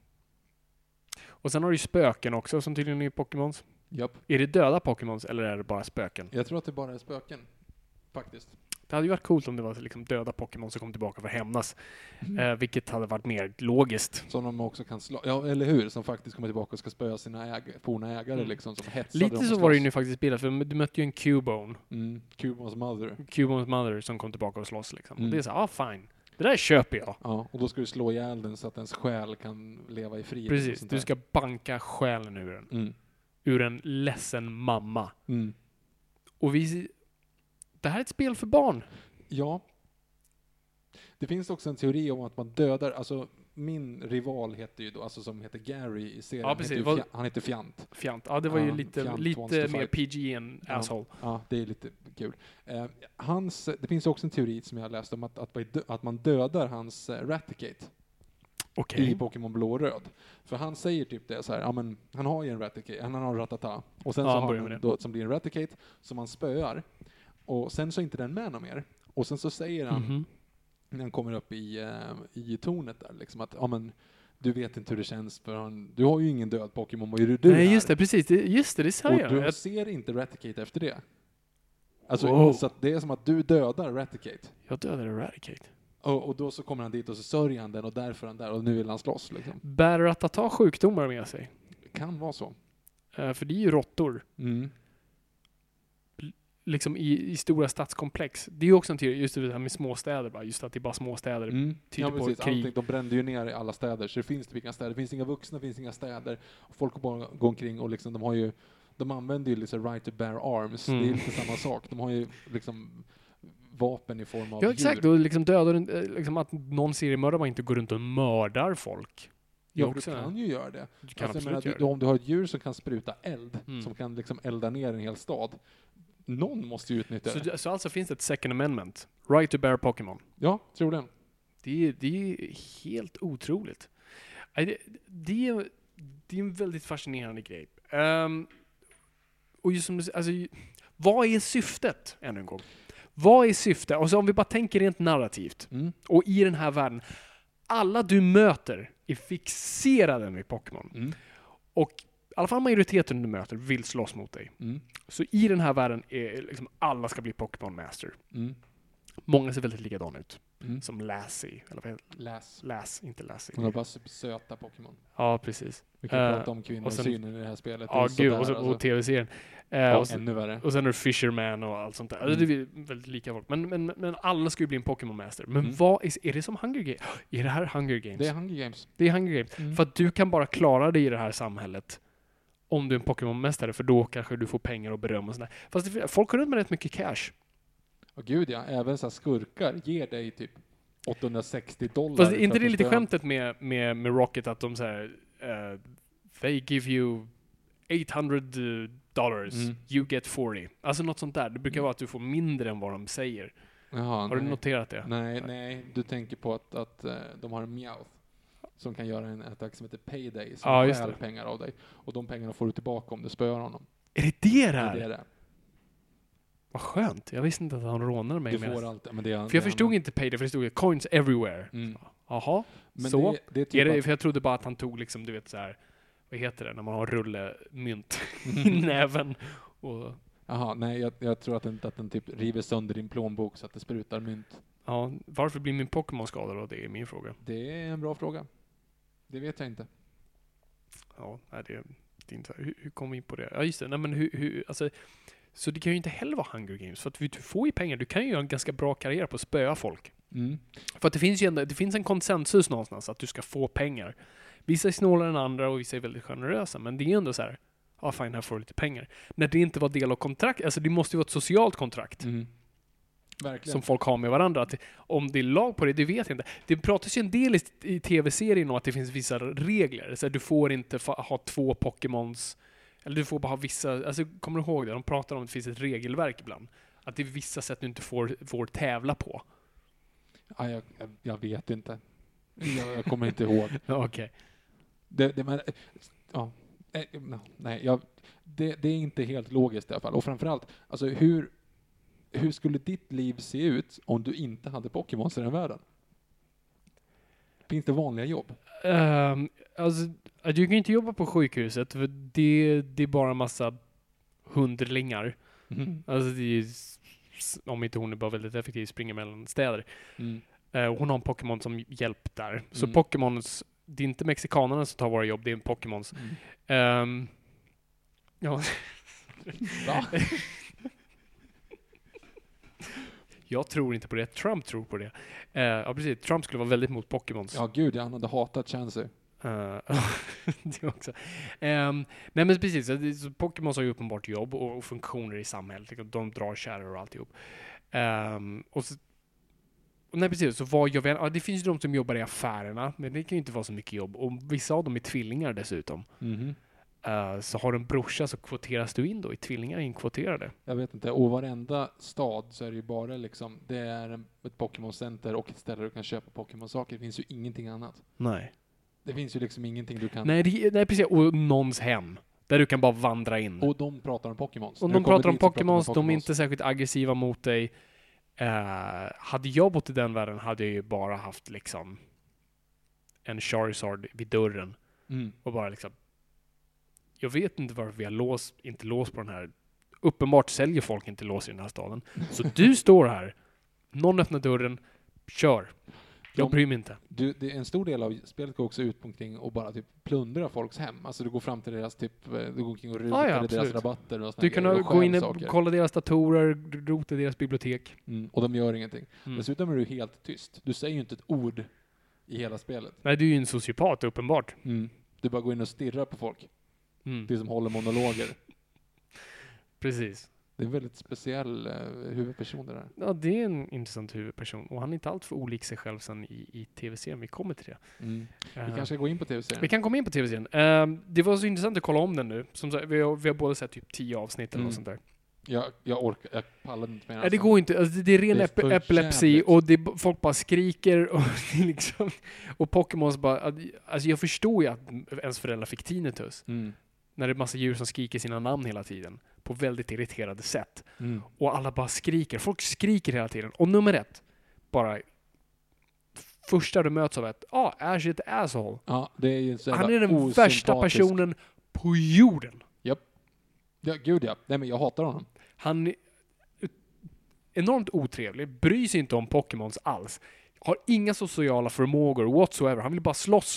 Och sen har du ju spöken också som tydligen är Pokémons. Japp. Är det döda Pokémons eller är det bara spöken? Jag tror att det bara är spöken, faktiskt. Det hade ju varit coolt om det var liksom döda Pokémon som kom tillbaka för att hämnas. Vilket hade varit mer logiskt. Som de också kan slå. Ja, eller hur? Som faktiskt kommer tillbaka och ska spöa sina forna ägare liksom, som hetsade lite så var det ju nu faktiskt spelat, för du mötte ju en Cubone. Cubones mother som kom tillbaka och slåss liksom. Och det är så fine. Det där köper jag. Ja, och då ska du slå ihjäl den så att ens själ kan leva i frid. Precis, du ska banka själen ur den. Ur en ledsen mamma. Och det här är ett spel för barn. Ja. Det finns också en teori om att man dödar, alltså min rival heter ju då, alltså som heter Gary i serien, han heter Fjant. Fjant, ja det var ju lite mer PG än asshole. Ja, det är lite kul. Det finns också en teori som jag har läst om att man dödar hans Raticate. I Pokémon blå och röd. För han säger typ det så här, ja men han har ju en Raticate, han har Rattata. Och sen så har han då, som blir en Raticate som han spöar. Och sen så är inte den med någon mer. Och sen så säger han när han kommer upp i tornet där liksom att ja men du vet inte hur det känns för du har ju ingen död Pokémon, vad är du? Nej, just det, precis. Det säger jag. Och du ser inte Raticate efter det. Alltså så att det är som att du dödar Raticate. Jag dödar Raticate. Och då så kommer han dit och så sörjer han den och därför han där och nu vill han slåss liksom. Bär Rattata sjukdomar med sig? Kan vara så. För det är ju råttor. Liksom i stora stadskomplex. Det är ju också en teori, just det här med småstäder bara. Just att det är bara småstäder. Ja, precis. Krig. De brände ju ner i alla städer. Så det finns typ inga städer. Det finns inga vuxna, det finns inga städer. Och folk bara går omkring och liksom, de använder ju liksom right to bear arms. Det är lite samma sak. De har ju liksom vapen i form av djur. Exakt. Och liksom dödar, liksom att någon seriemördare inte går runt och mördar folk. Ja, du kan ju göra det. Om du har ett djur som kan spruta eld, som kan liksom elda ner en hel stad. Någon måste ju utnyttja det. Så alltså finns det ett second amendment. Right to bear Pokémon. Ja, troligen. Det är helt otroligt. Det är en väldigt fascinerande grej. Och just som alltså, vad är syftet ännu en gång? Vad är syftet? Alltså om vi bara tänker rent narrativt. Och i den här världen. Alla du möter är fixerade med Pokémon. Och i alla fall majoriteten du möter vill slåss mot dig. Så i den här världen är liksom alla ska bli Pokémon Master. Många ser väldigt likadana ut. Som Lassie. Eller Lass, inte Lassie. Hon har bara söta Pokémon. Ja, precis. Vi kan prata om kvinnosynen i det här spelet. Ja, gud. Och tv-serien. Ännu värre. Och sen är det Fisherman och allt sånt där. Alltså, det är väldigt lika folk. Men alla ska ju bli en Pokémon Master. Men vad är det som Hunger Games? Är det här Hunger Games? Det är Hunger Games. Det är Hunger Games. För att du kan bara klara dig i det här samhället om du är en Pokémon-mästare, för då kanske du får pengar och beröm och sådär. Fast folk har runt med rätt mycket cash. Och gud ja, även så här skurkar ger dig typ $860. Fast inte det lite skämtet med Rocket att de säger they give you $800, you get 40. Alltså något sånt där. Det brukar vara att du får mindre än vad de säger. Jaha, har du noterat det? Nej. Du tänker på att de har en Meowth som kan göra en attack som heter Payday som stjäl pengar av dig. Och de pengarna får du tillbaka om du spöar honom. Är det det där? Det är det. Vad skönt. Jag visste inte att han rånade mig. Du får allt. Men för jag förstod inte Payday, för det stod coins everywhere. Jaha. Men så. Det är typ för jag trodde bara att han tog liksom, du vet så här, vad heter det när man har rulle mynt i näven och jaha, nej, jag tror att den typ river sönder din plånbok så att det sprutar mynt. Ja, varför blir min Pokémon skadad då? Det är min fråga. Det är en bra fråga. Det vet jag inte. Ja, nej, det är inte. Hur kom vi in på det? Ja, just det. Nej, men hur alltså, så det kan ju inte heller vara Hunger Games, för att du får ju pengar. Du kan ju göra en ganska bra karriär på att spöa folk. För att det finns en konsensus någonstans att du ska få pengar. Vissa är snålare än andra och vissa är väldigt generösa, men det är ändå så här, fine, här får du lite pengar. När det inte var del av kontrakt, alltså det måste ju vara ett socialt kontrakt. Verkligen. Som folk har med varandra. Att om det är lag på det vet jag inte. Det pratas ju en del i tv-serien om att det finns vissa regler. Så du får inte ha 2 Pokémons, eller du får bara ha vissa, alltså kommer du ihåg det? De pratar om att det finns ett regelverk ibland. Att det är vissa sätt du inte får tävla på. Ja, jag vet inte. Jag kommer inte ihåg. Okej. Det är inte helt logiskt i alla fall. Och framförallt, alltså hur skulle ditt liv se ut om du inte hade Pokémons i den världen? Finns det vanliga jobb? Alltså, du kan inte jobba på sjukhuset, för det är bara en massa hundringar. Alltså det är om inte hon är bara väldigt effektiv, springer mellan städer. Hon har en Pokémon som hjälp där. Så Pokémons, det är inte mexikanerna som tar våra jobb, det är Pokémons. Ja. Va? Jag tror inte på det. Trump tror på det. Ja, precis. Trump skulle vara väldigt mot Pokémons. Ja, gud, han hade hatat Chansey. Det också. Nej, men precis. Så Pokémons har ju uppenbart jobb och funktioner i samhället. De drar kärror och alltihop. Nej, precis. Så vad gör vi? Ja, det finns ju de som jobbar i affärerna, men det kan ju inte vara så mycket jobb. Och vissa av dem är tvillingar dessutom. Så har du en brorsa så kvoteras du in då. I tvillingar inkvoterade. Jag vet inte. Och varenda stad så är det ju bara liksom, det är ett Pokémon-center och ett ställe där du kan köpa Pokémon-saker. Det finns ju ingenting annat. Nej. Det finns ju liksom ingenting du kan... Nej, precis. Och någons hem. Där du kan bara vandra in. Och de pratar om Pokémons. Och de pratar om Pokémons. De är inte särskilt aggressiva mot dig. Hade jag bott i den världen hade jag ju bara haft liksom en Charizard vid dörren. Och bara liksom... Jag vet inte varför vi har inte låst på den här. Uppenbart säljer folk inte lås i den här staden. Så du står här. Någon öppnar dörren. Kör. Jag bryr mig inte. Det är en stor del av spelet går också ut omkring och bara typ plundra folks hem. Alltså du går fram till deras typ, du går omkring och rutar deras rabatter och såna. Du kan gå in och kolla deras datorer, rota deras bibliotek. Och de gör ingenting. Dessutom är du helt tyst. Du säger ju inte ett ord i hela spelet. Nej, du är ju en sociopat uppenbart. Du bara går in och stirrar på folk. Det som håller monologer. Precis. Det är en väldigt speciell huvudperson det där. Ja, det är en intressant huvudperson. Och han är inte allt för olik sig själv sen i tv-serien. Vi kommer till det. Vi kanske ska gå in på tv-serien. Vi kan komma in på tv-serien. Det var så intressant att kolla om den nu. Som sagt, vi har båda sett typ 10 avsnitt eller något sånt där. Jag pallar inte med det. Det går inte. Alltså, det är ren epilepsi och folk bara skriker och liksom, och Pokémons bara... Alltså jag förstår ju att ens föräldrar fick tinnitus. När det är massa djur som skriker sina namn hela tiden. På väldigt irriterade sätt. Och alla bara skriker. Folk skriker hela tiden. Och nummer 1. Bara... Första du möts av ett... Ash är ett asshole. Ja, det är ju så han är den värsta personen på jorden. Japp. Ja, gud ja. Nej, men jag hatar honom. Han är enormt otrevlig. Bryr sig inte om Pokémons alls. Har inga sociala förmågor whatsoever. Han vill bara slåss.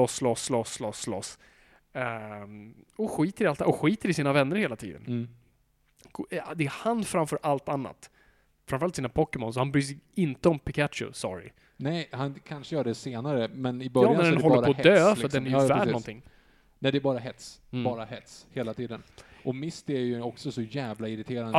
Och skiter i allt. Och skiter i sina vänner hela tiden. Det är han framför allt annat. Framförallt sina Pokémon. Så han bryr sig inte om Pikachu, sorry. Nej, han kanske gör det senare. Men i början när så är den det håller bara på att dö, hets, för liksom. den är ju värd någonting. Nej, det är bara hets. Bara hets, hela tiden. Och Misty är ju också så jävla irriterande.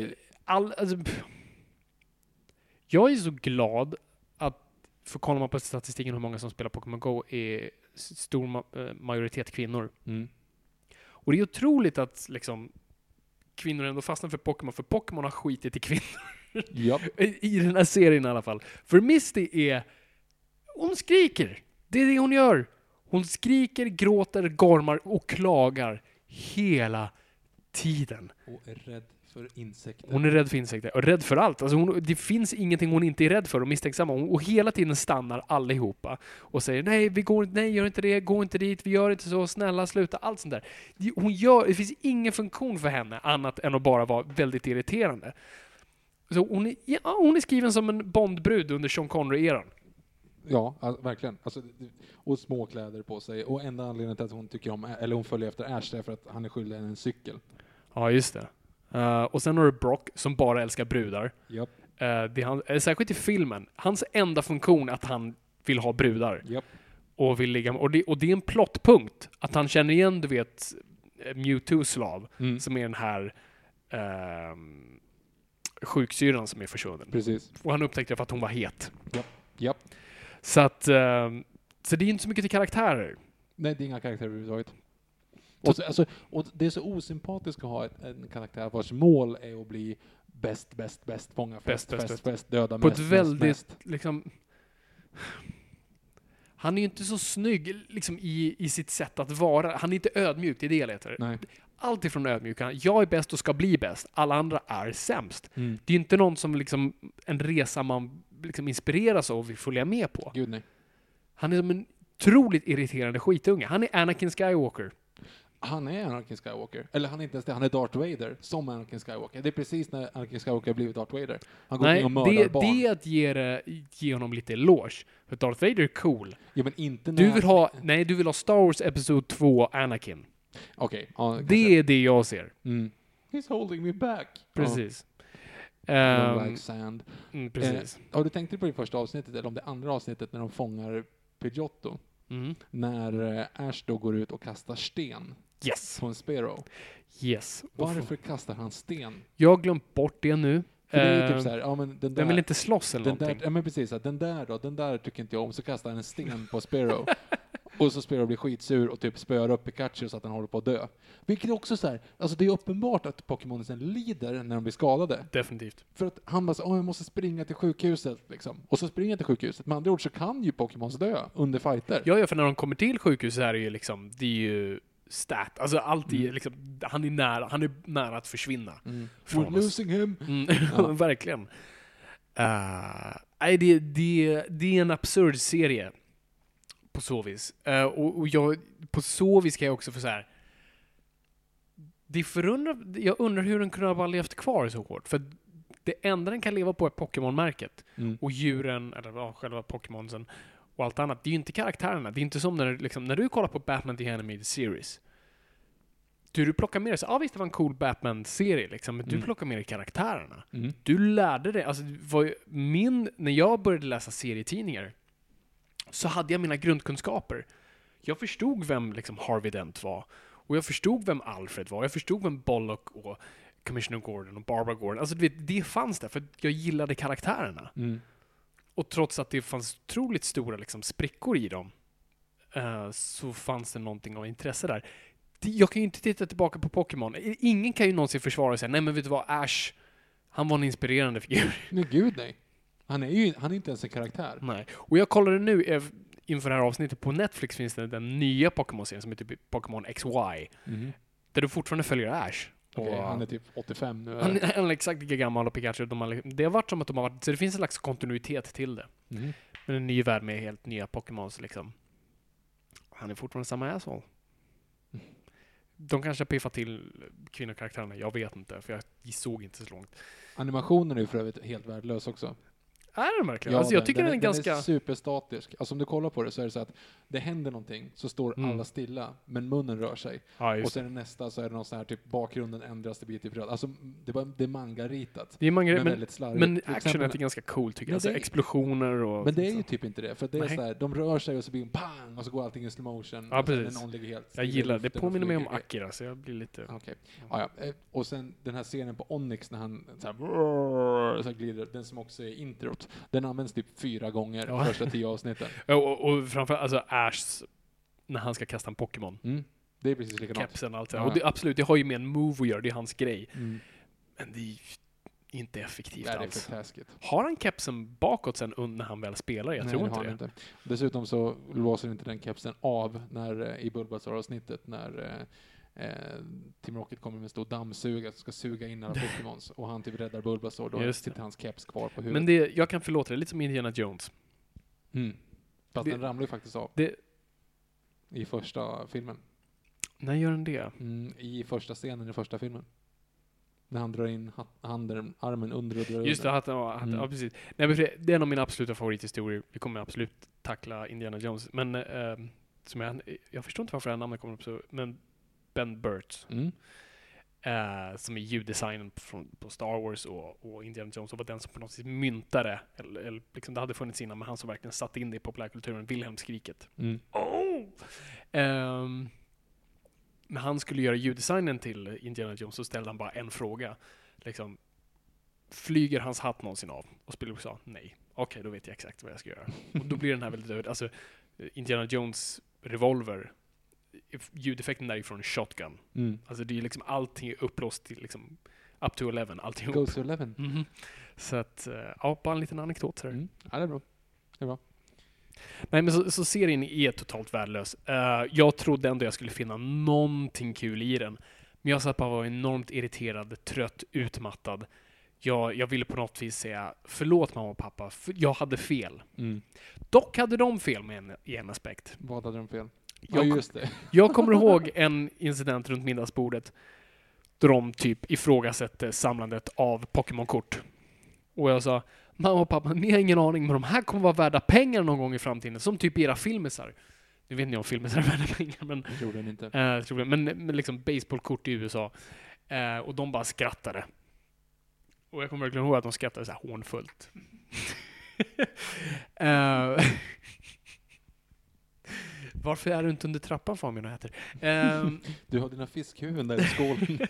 Jag är så glad att, för kollar man på statistiken hur många som spelar Pokémon Go är stor majoritet kvinnor. Och det är otroligt att liksom kvinnor ändå fastnar för Pokémon har skitit i kvinnor. Yep. I den här serien i alla fall. För Misty hon skriker. Det är det hon gör. Hon skriker, gråter, gormar och klagar hela tiden. Och är rädd för insekter. Hon är rädd för insekter. Och rädd för allt. Alltså det finns ingenting hon inte är rädd för och misstänksam. Och hela tiden stannar allihopa. Och säger, nej, gör inte det. Gå inte dit. Vi gör inte så. Snälla, sluta. Allt sånt där. Det finns ingen funktion för henne annat än att bara vara väldigt irriterande. Så hon är skriven som en Bondbrud under Sean Connery-eran. Ja, verkligen. Alltså, och små kläder på sig. Och enda anledningen till att hon tycker om, eller hon följer efter Ash, är för att han är skyldig en cykel. Ja, just det. Och sen har du Brock som bara älskar brudar. Yep. Särskilt i filmen. Hans enda funktion är att han vill ha brudar. Yep. Och vill ligga med. Och det är en plottpunkt. Att han känner igen, du vet, Mewtwo-slav. Som är den här sjuksyran som är försvunnen. Precis. Och han upptäckte det för att hon var het. Yep. Så att så det är inte så mycket till karaktärer. Nej, det är inga karaktärer överhuvudtaget. Och det är så osympatiskt att ha en karaktär vars mål är att bli bäst, fånga bäst, döda på mest. På ett väldigt liksom... Han är ju inte så snygg liksom i sitt sätt att vara. Han är inte ödmjuk, det är det jag letar. Nej. Allt ifrån ödmjuk. Jag är bäst och ska bli bäst. Alla andra är sämst. Det är ju inte någon som liksom en resa man liksom inspireras av och vill följa med på. Gud, nej. Han är som en otroligt irriterande skitunge. Han är Anakin Skywalker. Han är Anakin Skywalker. Eller han är inte ens det, han är Darth Vader som Anakin Skywalker. Det är precis när Anakin Skywalker blivit Darth Vader. Han går och mördar barn. Det är att ge honom lite eloge. För Darth Vader är cool. Ja, men inte när... Du vill ha Star Wars Episode 2 Anakin. Okej. Ja, det är det jag ser. Mm. He's holding me back. Precis. Like sand. Precis. Har du tänkt på det första avsnittet, eller om det andra avsnittet när de fångar Pidgeotto? När Ash då går ut och kastar sten på en Sparrow. Yes. Varför kastar han sten? Jag har glömt bort det nu. För det är typ så här, ja, men den vill inte slåss eller någonting. Ja, men precis. Den där tycker inte jag om. Så kastar han en sten på Sparrow. Och så Sparrow blir skitsur och typ spöar upp Pikachu så att han håller på att dö. Vilket är också så här, alltså det är uppenbart att Pokémonsen lider när de blir skadade. Definitivt. För att han bara så, jag måste springa till sjukhuset liksom. Och så springer till sjukhuset. Med andra ord så kan ju Pokémons dö under fighter. Ja, för när de kommer till sjukhuset är det ju liksom, det är ju stat. Alltså allt är liksom, han är nära att försvinna. We're losing him. Verkligen. Nej, det är en absurd serie. På så vis. Och på så vis kan jag också få så här. Jag undrar hur den kunde ha bara levt kvar så hårt. För det enda den kan leva på är Pokémon-märket. Och djuren, eller själva Pokémonsen och allt annat. Det är ju inte karaktärerna. Det är inte som när du kollar på Batman The Animated Series. Du plockar med dig, så visst det var en cool Batman-serie liksom, men du plockar med dig karaktärerna. Du lärde dig, alltså när jag började läsa serietidningar så hade jag mina grundkunskaper. Jag förstod vem liksom Harvey Dent var. Och jag förstod vem Alfred var. Jag förstod vem Bullock och Commissioner Gordon och Barbara Gordon. Alltså det fanns där för jag gillade karaktärerna. Och trots att det fanns otroligt stora liksom, sprickor i dem så fanns det någonting av intresse där. Jag kan ju inte titta tillbaka på Pokémon. Ingen kan ju någonsin försvara och säga, nej men vet du vad, Ash, han var en inspirerande figur. Nej, gud nej. Han är inte ens en karaktär. Nej. Och jag kollade nu inför det här avsnittet på Netflix finns det den nya Pokémon-serien som heter Pokémon XY. Där du fortfarande följer Ash. Okay, han är typ 85 nu. Han är exakt lika gammal och Pikachu. Det har varit som att de har varit... Så det finns en slags kontinuitet till det. Men en ny värld med helt nya Pokémons liksom. Han är fortfarande samma asshole. De kanske piffar till kvinnokaraktärerna. Jag vet inte, för jag såg inte så långt. Animationen är ju för övrigt helt värdelös också. Är den verkligen? Ja, alltså, jag tycker den är ganska... Den är superstatisk. Alltså om du kollar på det så är det så att det händer någonting så står alla stilla, men munnen rör sig. Och sen nästa så är det någon sån här typ bakgrunden ändras, det blir typ röd. Alltså det är manga-ritat. Det är manga, men action är ganska cool tycker jag. Alltså explosioner och... Men det är ju typ inte det. För det är så här, de rör sig och så blir de pang och så går allting i slow motion. Ja, precis. Någon ligger helt jag gillar det. Påminner mig om Akira, så jag blir lite... Okej. Ja. Och sen den här scenen på Onyx när han så glider, den som också är introt. Den används typ 4 gånger första 10 avsnitten. och framförallt alltså Ash när han ska kasta en Pokémon. Det är precis likadant. Kepsen och allt det. Och det, absolut, det har ju med en move att göra, det är hans grej. Men det är inte effektivt alls. Har han kepsen bakåt sen när han väl spelar? Jag tror inte det. Inte. Dessutom så låser inte den kepsen av när i Bulbasaur-avsnittet när Team Rocket kommer med en stor dammsugare som ska suga in alla Pokémons och han typ räddar Bulbasaur då sitter hans keps kvar på huvudet. Men jag kan förlåta det, lite som Indiana Jones. Fast den ramlar ju faktiskt av. I första filmen. När gör den det? I första scenen i första filmen. När han drar in armen under och drar just det, ja, precis. Nej, det är en av mina absoluta favorithistorier. Vi kommer absolut tackla Indiana Jones. Men som jag förstår inte varför det här namnet kommer upp så, men Ben Burtt. Som är ljuddesignen på Star Wars och Indiana Jones och var den som på något sätt myntade eller liksom det hade funnits innan, men han som verkligen satt in det i populärkulturen, Wilhelmskriket. När han skulle göra ljuddesignen till Indiana Jones så ställde han bara en fråga. Liksom, flyger hans hatt någonsin av? Och Spielberg sa nej. Okej, då vet jag exakt vad jag ska göra. Och då blir den här väldigt död. Alltså, Indiana Jones revolver, ljudeffekten där är från en shotgun. Alltså det är liksom allting upplåst till liksom up to 11. Allting goes to 11. Så att, bara en liten anekdot här. Ja, det är bra. Det är bra. Nej, men så serien är totalt värdelös. Jag trodde ändå jag skulle finna någonting kul i den. Men jag satt bara var enormt irriterad, trött, utmattad. Jag ville på något vis säga förlåt mamma och pappa, för jag hade fel. Dock hade de fel med i en aspekt. Vad hade de fel? just det. Jag kommer ihåg en incident runt middagsbordet då de typ ifrågasätter samlandet av Pokémon-kort. Och jag sa, mamma och pappa, ni har ingen aning, men de här kommer vara värda pengar någon gång i framtiden, som typ era filmisar. Nu vet ni om filmisar är värda pengar, men... Jag tror den inte. Men liksom baseballkort i USA. Och de bara skrattade. Och jag kommer verkligen ihåg att de skrattade så här hånfullt. Varför är du inte under trappan, Fabian och äter? Du har dina fiskhuvuden där i skålen.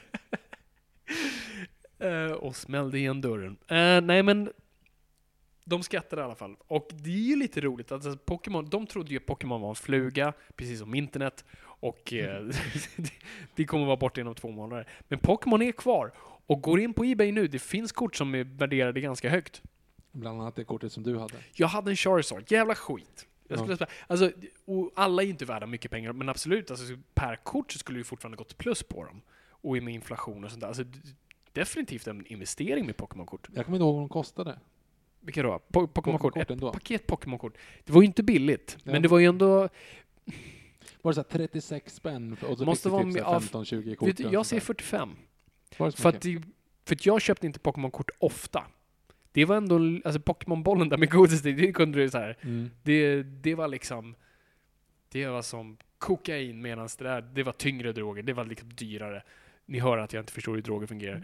Och smällde igen dörren. Nej, men de skrattade i alla fall. Och det är ju lite roligt. Alltså, Pokémon, de trodde ju att Pokémon var en fluga, precis som internet. Och det kommer vara borta inom 2 månader. Men Pokémon är kvar. Och går in på eBay nu, det finns kort som är värderade ganska högt. Bland annat det kortet som du hade. Jag hade en Charizard. Jävla skit. Jag skulle säga, alltså, och alla är inte värda mycket pengar, men absolut, alltså, per kort så skulle det fortfarande gått plus på dem. Och med inflation och sånt där. Alltså, definitivt en investering med Pokémon-kort. Jag kommer inte ihåg vad de kostade. Vilka då? Pokémon-kort? Ett paket Pokémon-kort. Det var ju inte billigt, men det var ju ändå... Var det så här 36 spänn och så måste fick vara typ 15-20 kort? Jag ser 45. För att jag köpte inte Pokémon-kort ofta. Det var ändå, alltså Pokémon-bollen där med godis, det kunde du så här. Det var liksom, det var som kokain, medan det var tyngre droger, det var liksom dyrare. Ni hör att jag inte förstår hur droger fungerar.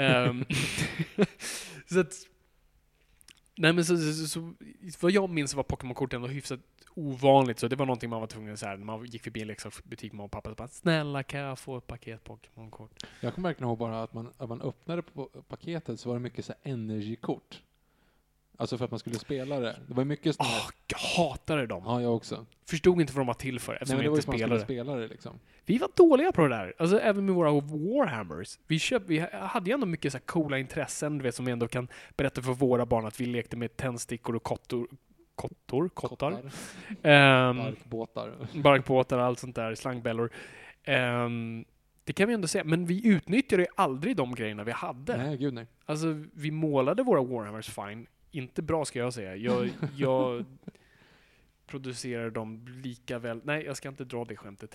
Så att, nej men så vad jag minns var Pokémon-kort ändå hyfsat ovanligt, så det var någonting man var tvungen så här, när man gick förbi en leksaksbutik med och pappa, så bara, snälla kan jag få ett paket Pokémon-kort? Jag kommer verkligen ihåg bara att man öppnade på paketet så var det mycket så här energy-kort. Alltså för att man skulle spela det. Det var mycket sådana här... jag hatade dem. Ja, jag också. Förstod inte vad de var till för, eftersom vi inte spelade. Spela det liksom. Vi var dåliga på det där. Alltså även med våra Warhammers. Vi hade ju ändå mycket så här coola intressen, du vet, som vi ändå kan berätta för våra barn, att vi lekte med tändstickor och kottar. Barkbåtar och allt sånt där, slangbällor. Det kan vi ändå säga, men vi utnyttjade ju aldrig de grejerna vi hade. Nej, gud nej. Alltså vi målade våra Warhammers fine. Inte bra ska jag säga. Jag producerar dem lika väl. Nej, jag ska inte dra det skämtet.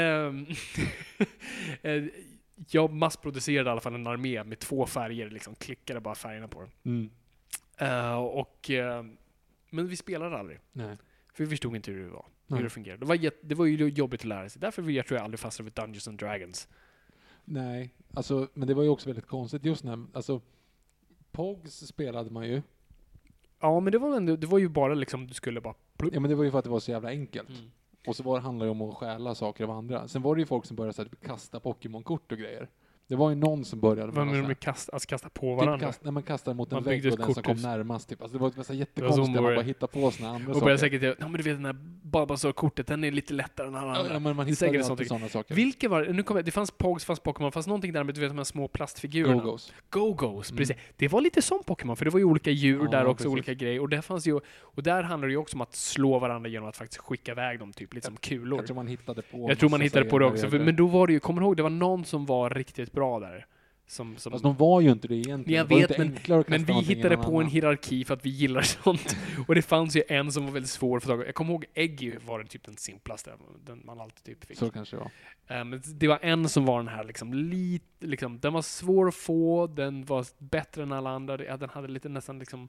Jag massproducerade i alla fall en armé med 2 färger, liksom klickade bara färgerna på den. Men vi spelade aldrig. Nej. För vi förstod inte hur det var. Hur det fungerade. Det var ju jobbigt att lära sig. Därför tror jag aldrig fastnade vid Dungeons and Dragons. Nej, alltså, men det var ju också väldigt konstigt just när, alltså Pogs spelade man ju. Ja, men det var ju bara liksom, du skulle bara... Ja, men det var ju för att det var så jävla enkelt. Och så handlade det om att stjäla saker av andra. Sen var det ju folk som började så här, kasta Pokémon-kort och grejer. Det var ju någon som började med det med kasta på varandra. När man kastade mot en vägg och den som kom närmast. Typ. Alltså, det var så jättekonstigt att man bara hittade på såna andra saker. Och började säkert, men du vet den här Bulbasaur-kortet, den är lite lättare än alla andra. Ja, men man hittade ju alltid sådana saker. Vilka var det? Nu kommer det fanns Pogs, fanns Pokémon, fanns någonting där med, du vet, de här små plastfigurerna. Go-Go's, precis. Det var lite som Pokémon, för det var ju olika djur där också, precis. Olika grejer. Och där fanns ju, och där handlar det ju också om att slå varandra genom att faktiskt skicka iväg dem, typ lite som kulor. Jag tror man hittade på det också. Men då var det ju, kommer ihåg, det var någon som var riktigt bra där. Alltså, de var ju inte det egentligen. Jag vet, men vi hittade på en hierarki för att vi gillar sånt. Och det fanns ju en som var väldigt svår för tag. Jag kommer ihåg Eggy var den typ den simplaste den man alltid typ fick. Så kanske det var. Men det var en som var den här liksom, den var svår att få, den var bättre än alla andra. Den hade lite nästan liksom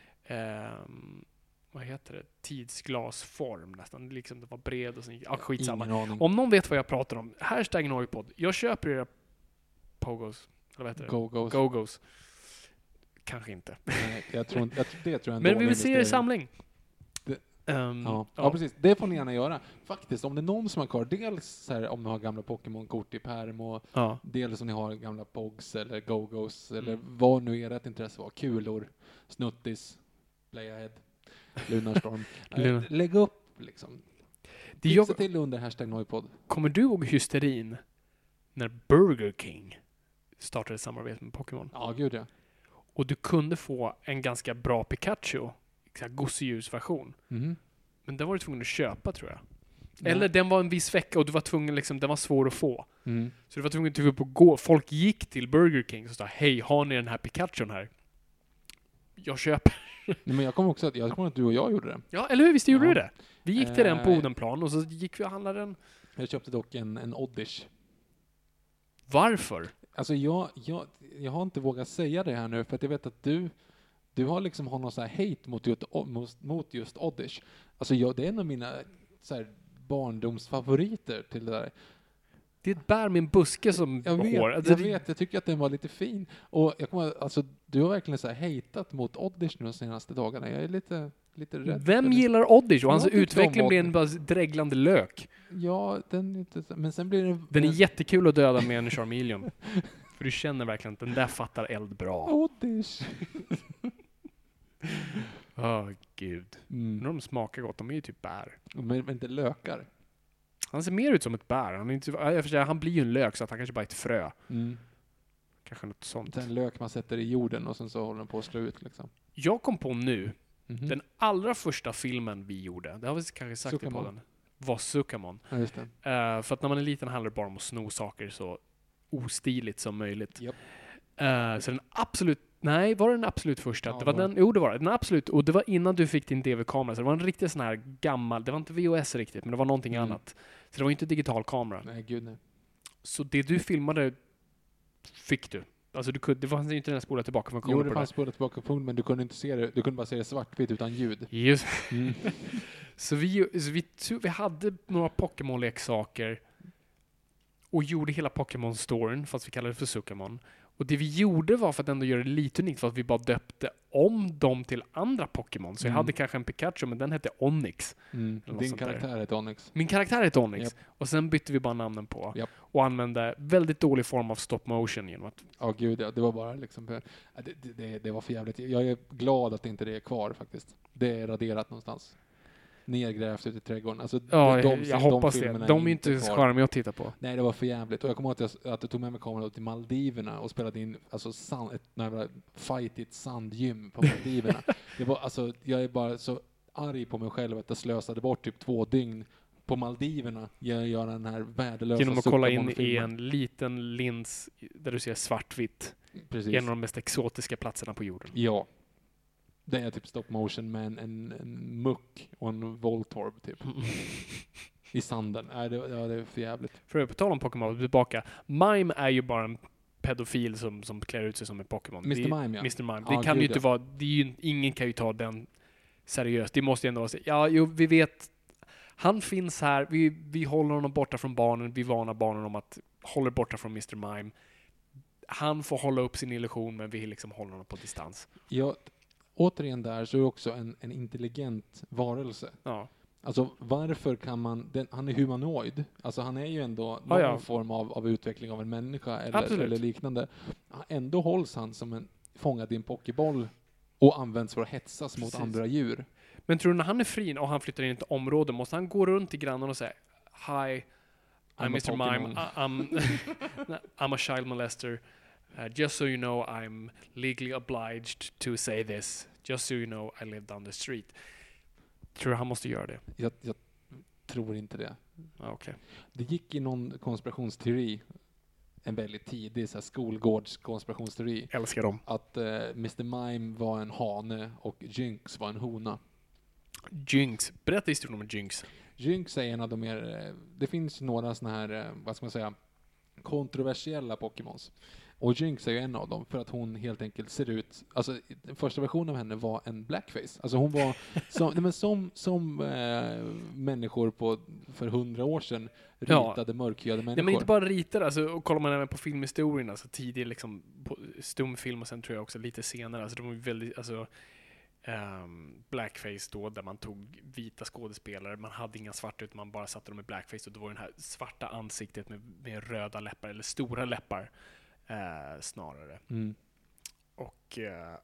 vad heter det? Tidsglasform nästan. Liksom, det var bred och så. Ja, skitsamma. Om någon vet vad jag pratar om. Hashtag Noipod. Jag köper era Pogos. Eller vad heter det? Go-Go's. Kanske inte. Nej, jag tror inte. Men vi vill se er samling. Ja, precis. Det får ni gärna göra. Faktiskt, om det är någon som har kvar, dels så här, om ni har gamla Pokémon-kort i pärm och dels om ni har gamla Pogs eller Go-Go's eller vad nu ert intresse var. Kulor, Snuttis, Playahead, Lunarstorm. Lägg upp liksom. Fixa till under hashtag Noipod. Kommer du ihåg hysterin när Burger King startade samarbete med Pokémon? Ja, gud ja. Och du kunde få en ganska bra Pikachu, gosedjursversion. Men den var du tvungen att köpa, tror jag. Nej. Eller den var en viss vecka och du var tvungen, liksom, den var svår att få. Så du var tvungen att gå. Folk gick till Burger King och sa, hej, har ni den här Pikachun här? jag köper. Nej, men jag kommer att du och jag gjorde det. Ja, eller hur? Visst gjorde du det? Vi gick till den på Odenplan och så gick vi och handlade den. Jag köpte dock en Oddish. Varför? Alltså jag har inte vågat säga det här nu för att jag vet att du har liksom någon så här hate mot just Oddish. Alltså det är en av mina så här barndomsfavoriter till det där. Det är ett bär med en buske som hår. Jag vet, jag tycker att den var lite fin. Och alltså du har verkligen så här hatat mot Oddish nu de senaste dagarna. Jag är lite rädd. Vem gillar Oddish? Och hans utveckling blir en bara dreglande lök. Ja, den är inte, men sen blir det... Den är jättekul att döda med en Charmeleon. För du känner verkligen att den där fattar eld bra. Oddish. Gud. När de smakar gott, de är ju typ bär. Men inte lökar. Han ser mer ut som ett bär. Han blir ju en lök så att han kanske bara är ett frö. Kanske något sånt. Den lök man sätter i jorden och sen så håller den på att slå ut liksom. Jag kom på nu, den allra första filmen vi gjorde, det har vi kanske sagt Sukamon. på den, var Sukamon. Ja, just det. För att när man är liten handlar det bara om att sno saker så ostiligt som möjligt. Yep. Så den absolut... Nej, var det den absolut första? Ja, det var den, jo, det var det. Den absolut, och det var innan du fick din DV-kamera. Så det var en riktigt sån här gammal... Det var inte VHS riktigt, men det var någonting annat. Så det var inte digital kamera. Nej, gud nej. Så det du filmade fick du. Alltså det fanns ju inte den spola tillbaka funktionen. Jo, det fanns spola tillbaka funktion, men du kunde inte se det. Du kunde bara se det svartvitt utan ljud. Just. Så vi hade några Pokémon-leksaker och gjorde hela Pokémon-storyn, fast vi kallade det för Sukamon. Och det vi gjorde var för att ändå göra det lite unikt, för att vi bara döpte om dem till andra Pokémon. Så jag hade kanske en Pikachu, men den hette Onyx. Din karaktär hette Onyx. Min karaktär hette Onyx. Yep. Och sen bytte vi bara namnen på. Yep. Och använde väldigt dålig form av stop motion genom att... Ja, gud ja. Det var bara liksom... Det var för jävligt. Jag är glad att inte det är kvar faktiskt. Det är raderat någonstans. Nergrävt ute i trädgården. Alltså, jag hoppas det. De är inte charmiga att titta på. Nej, det var för jävligt. Och jag kommer ihåg att jag tog med mig kameran till Maldiverna och spelade in alltså, ett fight i ett sandgym på Maldiverna. Det var, alltså, jag är bara så arg på mig själv att jag slösade bort typ 2 dygn på Maldiverna. Jag gör den här värdelösa... Genom att kolla in i en liten lins där du ser svartvitt. Precis. En av de mest exotiska platserna på jorden. Ja. Det är typ stop motion med en muck och en Voltorb typ. I sanden. Det är för jävligt. För att tala om Pokémon tillbaka. Mime är ju bara en pedofil som klär ut sig som en Pokémon. Mr. Mime, ja. Mr. Mime. Det kan ju inte vara... ingen kan ju ta den seriöst. Det måste ju ändå vara så. Ja, jo, vi vet... Han finns här. Vi håller honom borta från barnen. Vi varnar barnen om att hålla borta från Mr. Mime. Han får hålla upp sin illusion, men vi liksom håller honom på distans. Ja, återigen där så är det också en intelligent varelse. Ja. Alltså varför kan han är humanoid. Alltså han är ju ändå någon form av utveckling av en människa eller liknande. Ändå hålls han som en fångad i en pokéboll och används för att hetsas mot andra djur. Men tror du när han är fri och han flyttar in i ett område, måste han gå runt till grannen och säga Hi, I'm Mr. Mime. I'm a child molester. Just so you know, I'm legally obliged to say this. Just so you know, I live down the street. Tror du han måste göra det? Jag tror inte det. Okay. Det gick i någon konspirationsteori, en väldigt tidig så här skolgårdskonspirationsteori. Älskar dem. Att Mr. Mime var en hane och Jynx var en hona. Jynx. Berätta historien om Jynx. Jynx är en av de mer... Det finns några såna här, vad ska man säga, kontroversiella Pokémons. Och Jynx är ju en av dem för att hon helt enkelt ser ut... Alltså, den första versionen av henne var en blackface. Alltså hon var som människor för 100 år sedan ritade mörkhyade människor. Nej, men inte bara ritade. Alltså, och kollar man även på filmhistorien, alltså tidig liksom, stumfilm och sen tror jag också lite senare. Alltså de var väldigt... Alltså, blackface då, där man tog vita skådespelare, man hade inga svarta utan man bara satte dem i blackface och det var den här svarta ansiktet med röda läppar eller stora läppar snarare. Och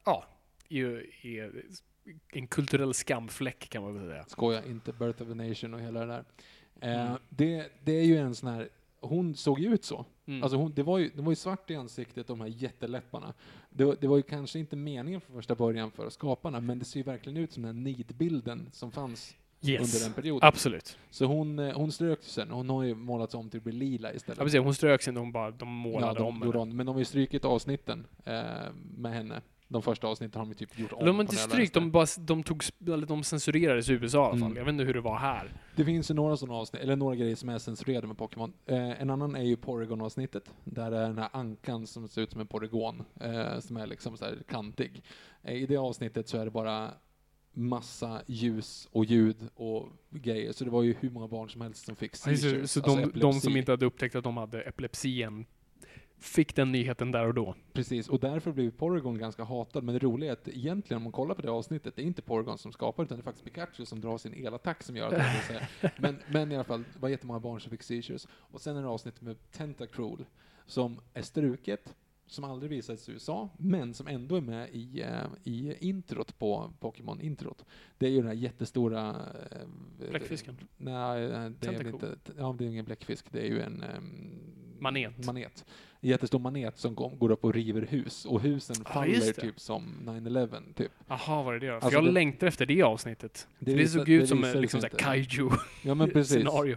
är en kulturell skamfläck kan man väl säga. Skoja, inte Birth of a Nation och hela det där. Det är ju en sån här, hon såg ju ut så. Alltså det var ju svart i ansiktet, de här jätteläpparna. Det var ju kanske inte meningen från första början för skaparna, men det ser ju verkligen ut som den nidbilden som fanns under den perioden. Absolut. Så hon strök sen. Hon har ju målats om till att bli lila istället. Ja, precis. Hon strök sen, de målade om henne. Men de har ju strykit avsnitten med henne. De första avsnitten har de typ gjort om. De har inte strykt, de censurerades i USA i alla fall. Jag vet inte hur det var här. Det finns ju några sådana avsnitt, eller några grejer som är censurerade med Pokémon. En annan är ju Porygon-avsnittet, där är den här ankan som ser ut som en polygon, som är liksom så här kantig. I det avsnittet så är det bara massa ljus och ljud och grejer, så det var ju hur många barn som helst som fick seizures. Så de som inte hade upptäckt att de hade epilepsi fick den nyheten där och då. Precis, och därför blev Porygon ganska hatad. Men det roliga är att egentligen om man kollar på det avsnittet, det är inte Porygon som skapar, utan det är faktiskt Pikachu som drar sin elattack som gör att det säga. Men i alla fall, det var jättemånga barn som fick seizures. Och sen är det avsnittet med Tentacruel som är struket, som aldrig visades i USA, men som ändå är med i introt på Pokémon-introt. Det är ju den här jättestora... Bläckfisken? Nej, det är inte... Ja, det är ingen bläckfisk, det är ju en... manet. En jättestor manet som går upp och river hus. Och husen faller typ som 9/11 typ. Jaha, vad är det då? För alltså jag längtar efter det avsnittet. Det såg ut som en liksom kaiju-scenario.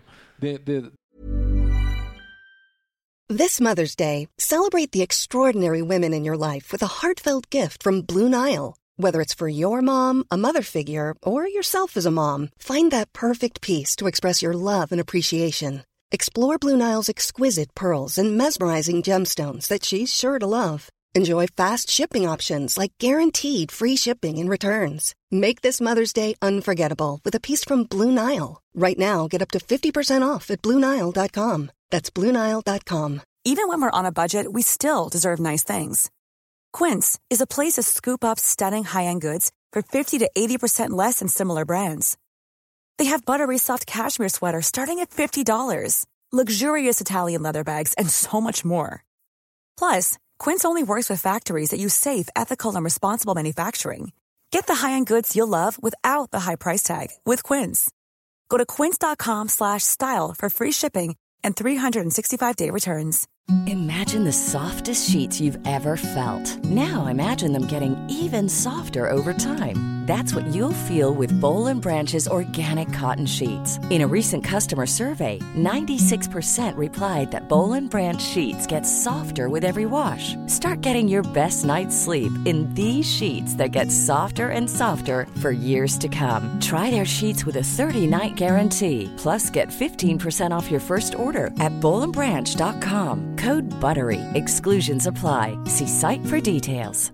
This Mother's Day, celebrate the extraordinary women in your life with a heartfelt gift from Blue Nile. Whether it's for your mom, a mother figure, or yourself as a mom, find that perfect piece to express your love and appreciation. Explore Blue Nile's exquisite pearls and mesmerizing gemstones that she's sure to love. Enjoy fast shipping options like guaranteed free shipping and returns. Make this Mother's Day unforgettable with a piece from Blue Nile. Right now, get up to 50% off at BlueNile.com. That's BlueNile.com. Even when we're on a budget, we still deserve nice things. Quince is a place to scoop up stunning high-end goods for 50 to 80% less than similar brands. They have buttery soft cashmere sweaters starting at $50, luxurious Italian leather bags, and so much more. Plus, Quince only works with factories that use safe, ethical, and responsible manufacturing. Get the high-end goods you'll love without the high price tag with Quince. Go to quince.com/style for free shipping and 365-day returns. Imagine the softest sheets you've ever felt. Now imagine them getting even softer over time. That's what you'll feel with Boll & Branch's organic cotton sheets. In a recent customer survey, 96% replied that Boll & Branch sheets get softer with every wash. Start getting your best night's sleep in these sheets that get softer and softer for years to come. Try their sheets with a 30-night guarantee. Plus, get 15% off your first order at BollandBranch.com. Code BUTTERY. Exclusions apply. See site for details.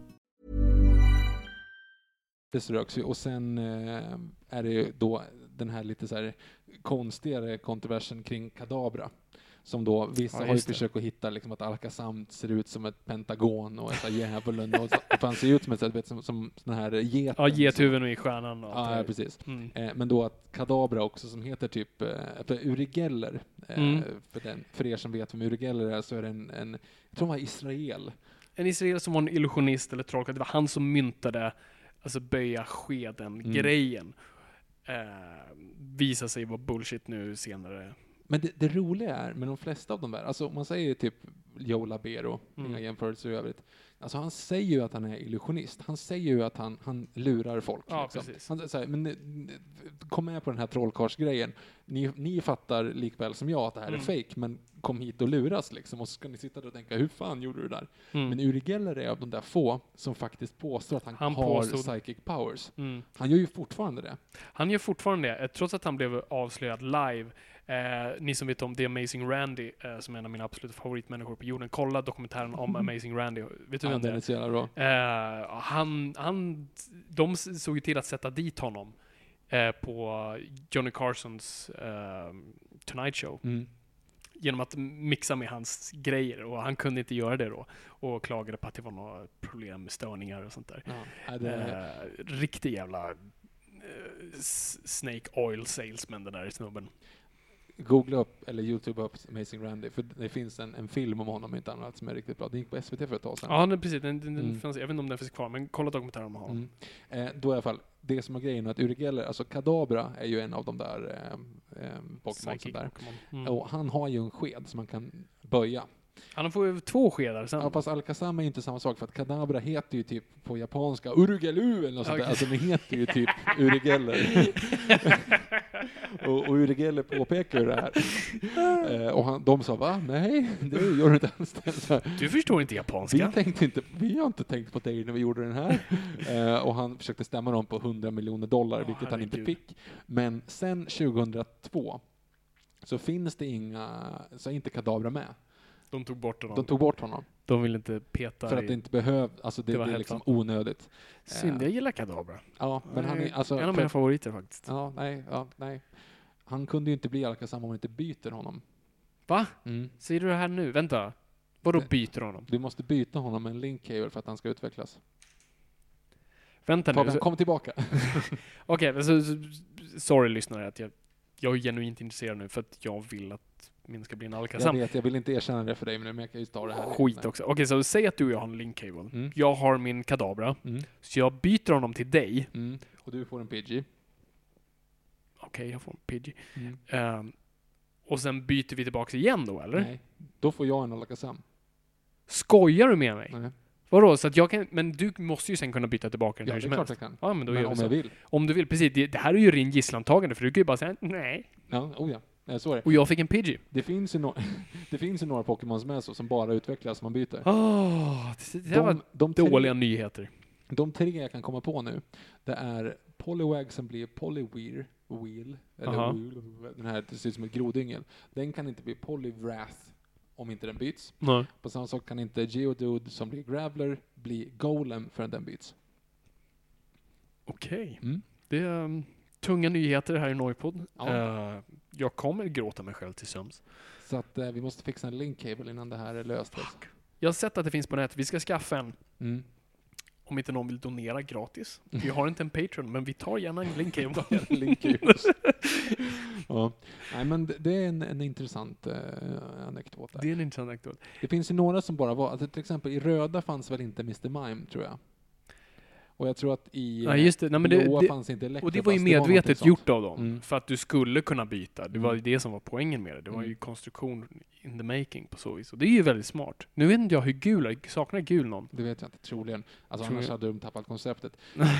Och sen är det ju då den här lite så här konstigare kontroversen kring Kadabra. Som då, vissa har ju försökt att hitta liksom att Alakazam ser ut som ett pentagon och ett djävulen och han ser ut som den här geten. Ja, gethuvuden i stjärnan. Och ja, precis. Men då att Kadabra också som heter typ för Uri Geller, för er som vet vem Uri Geller är, så är det en jag tror han var Israel. En Israel som var en illusionist eller trollkarl. Det var han som myntade alltså böja skeden grejen. Visar sig vara bullshit nu senare. Men det roliga är med de flesta av de där, alltså om man säger typ Joe Labero, inga jämförelser i övrigt. Alltså han säger ju att han är illusionist. Han säger ju att han lurar folk. Ja, liksom. precis. Han säger, men kom med på den här trollkarlsgrejen. Ni fattar likväl som jag att det här är fake, men kom hit och luras liksom. Och så ska ni sitta där och tänka, hur fan gjorde du det där? Men Uri Geller är av de där få som faktiskt påstår att han har psychic powers. Han gör ju fortfarande det. Han gör fortfarande det, trots att han blev avslöjad live. Ni som vet om The Amazing Randy, som är en av mina absoluta favoritmänniskor på jorden, kolla dokumentären om Amazing Randy. Vet du vem det är? Så jävla bra. De såg ju till att sätta dit honom på Johnny Carsons Tonight Show. Genom att mixa med hans grejer, och han kunde inte göra det då och klagade på att det var några problem med störningar och sånt där. Riktig jävla Snake Oil salesman, den där snubben. Googla upp eller YouTube upp Amazing Randy, för det finns en film om honom inte annat som är riktigt bra. Det gick på SVT för ett tag sedan. Ja, precis. Den fanns, jag vet inte om den finns kvar, men kolla dokumentären om honom. Då i alla fall, det som är grejen är att Uri Geller, alltså Kadabra är ju en av de där Pokémon som där. Och han har ju en sked som man kan böja. Han får ju 2 skedar sen. Ja, fast Alakazam är inte samma sak, för att Kadabra heter ju typ på japanska Urugelu eller något sånt där. Alltså det heter ju typ Uri Geller. Och Uri påpekar det här. Och de sa, va? Nej, det gör du inte ens. Du förstår inte japanska. Vi har inte tänkt på dig när vi gjorde den här. Och han försökte stämma dem på $100 miljoner, vilket han inte fick. Men sen 2002 så finns det inte Kadabra med. De tog bort honom. De tog bort honom. De ville inte peta för att det inte behövde, alltså det är liksom onödigt. Synd, jag gillar Kadabra. Ja, men han är alltså en av mina favoriter faktiskt. Ja, nej. Han kunde ju inte bli Alakazam om man inte byter honom. Va? Säger du det här nu? Vänta. Vadå byter honom? Du måste byta honom med en Link Cable för att han ska utvecklas. Vänta nu. Kom tillbaka. Okej, sorry lyssnare att jag är genuint intresserad nu för att jag vill att min ska bli en Alakazam. Jag vill inte erkänna det för dig, men jag kan ju ta det här. Skit också. Okej, så säg att du och jag har en Link Cable. Jag har min Kadabra. Så jag byter honom till dig. Och du får en Pidgey. Okej, jag får en Pidgey. Och sen byter vi tillbaka igen då, eller? Nej, då får jag en Alakazam. Skojar du med mig? Nej. Vadå? Så att jag kan, men du måste ju sen kunna byta tillbaka den Ja, här det är som klart helst. jag kan. Ja, men då men gör vi om så. jag vill. Om du vill, precis. Det här är ju rin gisslantagande, för du kan ju bara säga nej. Ja, ja. Så är det. Och jag fick en Pidgey. Det finns ju några Pokémon med som bara utvecklas man byter. Det var dåliga nyheter. De 3 jag kan komma på nu, det är Poliwag som blir Poliwheel, eller den här, det ser ut som ett grodyngel. Den kan inte bli Poliwrath om inte den byts. Nej. På samma sak kan inte Geodude som blir Graveler bli Golem förrän den byts. Okej. Det är tunga nyheter här i Noipod. Ja. Jag kommer gråta mig själv till sömns. Så att vi måste fixa en Link Cable innan det här är löst. Jag har sett att det finns på nätet. Vi ska skaffa en. Om inte någon vill donera gratis. Vi har inte en Patreon, men vi tar gärna en Link Cable. Ja. Nej, men det är en intressant anekdot där. Det är en intressant anekdot. Det finns ju några som bara var, alltså till exempel i röda fanns väl inte Mr. Mime, tror jag. Och jag tror att i blåa fanns inte Electabuzz. Och det var ju medvetet gjort av dem. För att du skulle kunna byta. Det var ju det som var poängen med det. Det var ju konstruktion in the making på så vis. Och det är ju väldigt smart. Nu vet inte jag hur gul, saknar gul någon? Det vet jag inte, troligen. Alltså Tror annars jag. hade de tappat konceptet.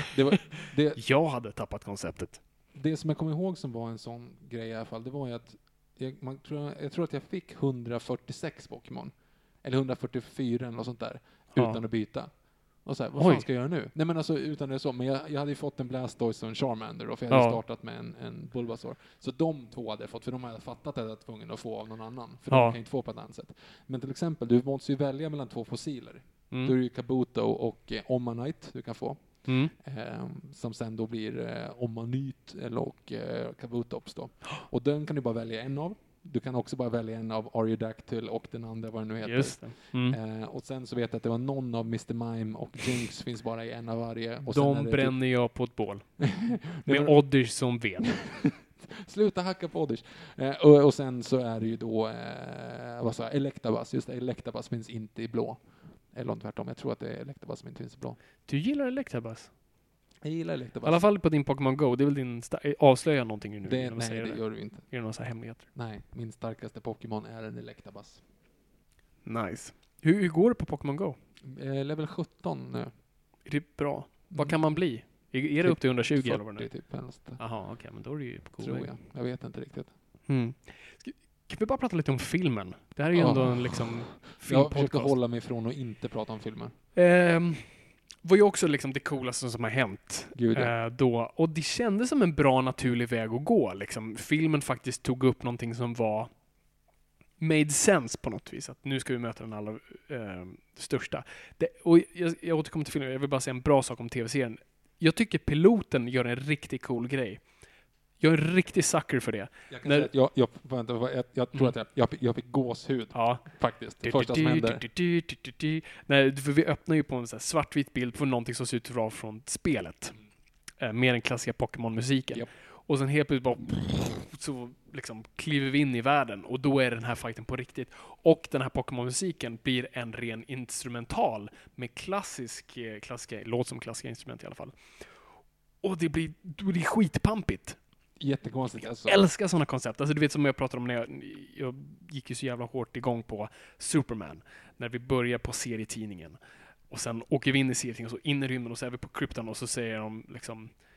Jag hade tappat konceptet. Det som jag kommer ihåg som var en sån grej i alla fall, det var ju att jag tror att jag fick 146 Pokémon. Eller 144 eller något sånt där. Utan att byta. Och så här, vad fan ska jag göra nu? Nej men alltså utan det så. Men jag hade ju fått en Blastoise och en Charmander då, för jag hade startat med en Bulbasaur. Så de 2 hade jag fått, för de hade fattat att jag var tvungen att få av någon annan. För de kan inte få på ett annat sätt. Men till exempel, du måste ju välja mellan 2 fossiler. Då är det ju Kabuto och Omanyte du kan få. Som sen då blir Omanyte och Kabutops då. Och den kan du bara välja en av. Du kan också bara välja en av Aerodactyl och den andra, vad det nu heter. Just det. Och sen så vet jag att det var någon av Mr. Mime och Jinx finns bara i en av varje. Och de bränner jag på ett bål. Med Oddish som ved. Sluta hacka på Oddish. Och sen så är det ju då Electabuzz. Just det, Electabuzz finns inte i blå. Eller tvärtom, jag tror att det är Electabuzz som inte finns i blå. Du gillar Electabuzz? Jag gillar Electabuzz. I alla fall på din Pokémon Go. Det är väl din avslöja någonting nu? Nej, det gör du inte. Är det några så här hemligheter? Nej, min starkaste Pokémon är en Electabuzz. Nice. Hur går det på Pokémon Go? Level 17 nu. Är det bra? Vad kan man bli? Är det upp till 120 40, eller vad det är? typ helst. Jaha, okej, men då är det ju cool. Tror jag. Jag vet inte riktigt. Kan vi bara prata lite om filmen? Det här är ju ändå en liksom jag försöker hålla mig ifrån att inte prata om filmer. Var ju också liksom det coolaste som har hänt då. Och det kändes som en bra naturlig väg att gå. Liksom. Filmen faktiskt tog upp någonting som var made sense på något vis. Att nu ska vi möta den allra största. Och jag återkommer till filmen. Jag vill bara säga en bra sak om tv-serien. Jag tycker piloten gör en riktigt cool grej. Jag är en riktig sucker för det. Jag kan säga att jag tror att jag fick gåshud faktiskt. Det första som händer. Nej, för vi öppnar ju på en så här svartvit bild på någonting som ser ut att vara från spelet. Med den klassiska Pokémon-musiken. Yep. Och sen helt plötsligt bara så liksom kliver vi in i världen och då är den här fighten på riktigt. Och den här Pokémon-musiken blir en ren instrumental med klassiska, låt som klassiska instrument i alla fall. Och det blir skitpampigt. Jättekonstigt alltså. Jag älskar sådana koncept. Alltså du vet som jag pratade om när jag gick ju så jävla hårt igång på Superman. När vi börjar på serietidningen. Och sen åker vi in i serietidningen och så in i rymden och så är vi på krypton och så säger de liksom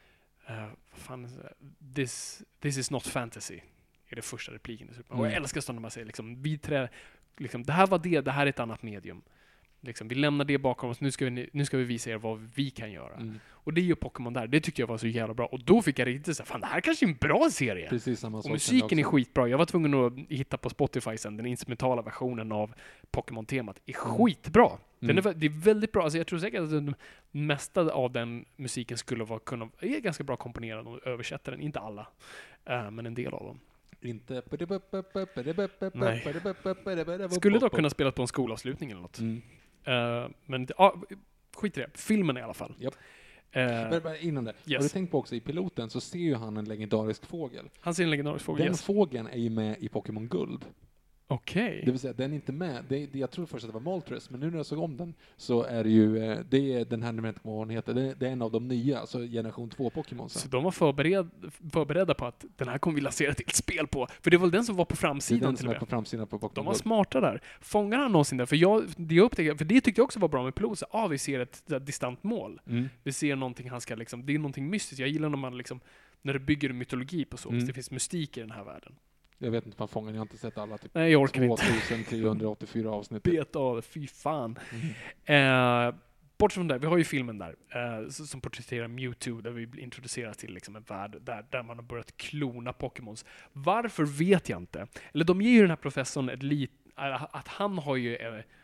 This is not fantasy är det första repliken dessutom. Och jag älskar sådana man säger liksom, det här var det här är ett annat medium. Liksom, vi lämnar det bakom oss, nu ska vi visa er vad vi kan göra. Och det är ju Pokémon där, det tyckte jag var så jävla bra. Och då fick jag riktigt säga, fan det här kanske är en bra serie. Precis samma sak. Och musiken är skitbra. Jag var tvungen att hitta på Spotify sen, den instrumentala versionen av Pokémon-temat är skitbra. Det är väldigt bra. Alltså jag tror säkert att det mesta av den musiken skulle är ganska bra komponerad och översätta den. Inte alla, men en del av dem. Inte. Nej. Skulle dock kunna spela på en skolavslutning eller något. Men skit i det. Filmen i alla fall. Yep. Men innan det. Yes. Har du tänkt på också i piloten så ser ju han en legendarisk fågel. Han ser en legendarisk fågel, Den fågeln är ju med i Pokémon Guld. Okej. Det vill säga, den är inte med. Jag trodde först att det var Moltres, men nu när jag såg om den så är det ju, det är den här, nu vet inte vad hon heter, det är en av de nya, alltså generation 2 Pokémon. Så de var förberedda på att den här kommer vi lansera till ett spel på. För det var väl den som var på framsidan. Det är den som är på framsidan på Pokémon. De var smarta där. Fångar han någonsin där? För det tyckte jag också var bra med pilot. Vi ser ett distant mål. Vi ser någonting han ska liksom, det är någonting mystiskt. Jag gillar när man liksom, när det bygger mytologi på så. Det finns mystik i den här världen. Jag vet inte vad fången, jag har inte sett alla typ. Nej, jag orkar inte. 2384 avsnitt. Bet av, fy fan. Bortsett från det, vi har ju filmen där som porträtterar Mewtwo, där vi introduceras till liksom en värld där man har börjat klona Pokémons. Varför vet jag inte. Eller de ger ju den här professorn att han har ju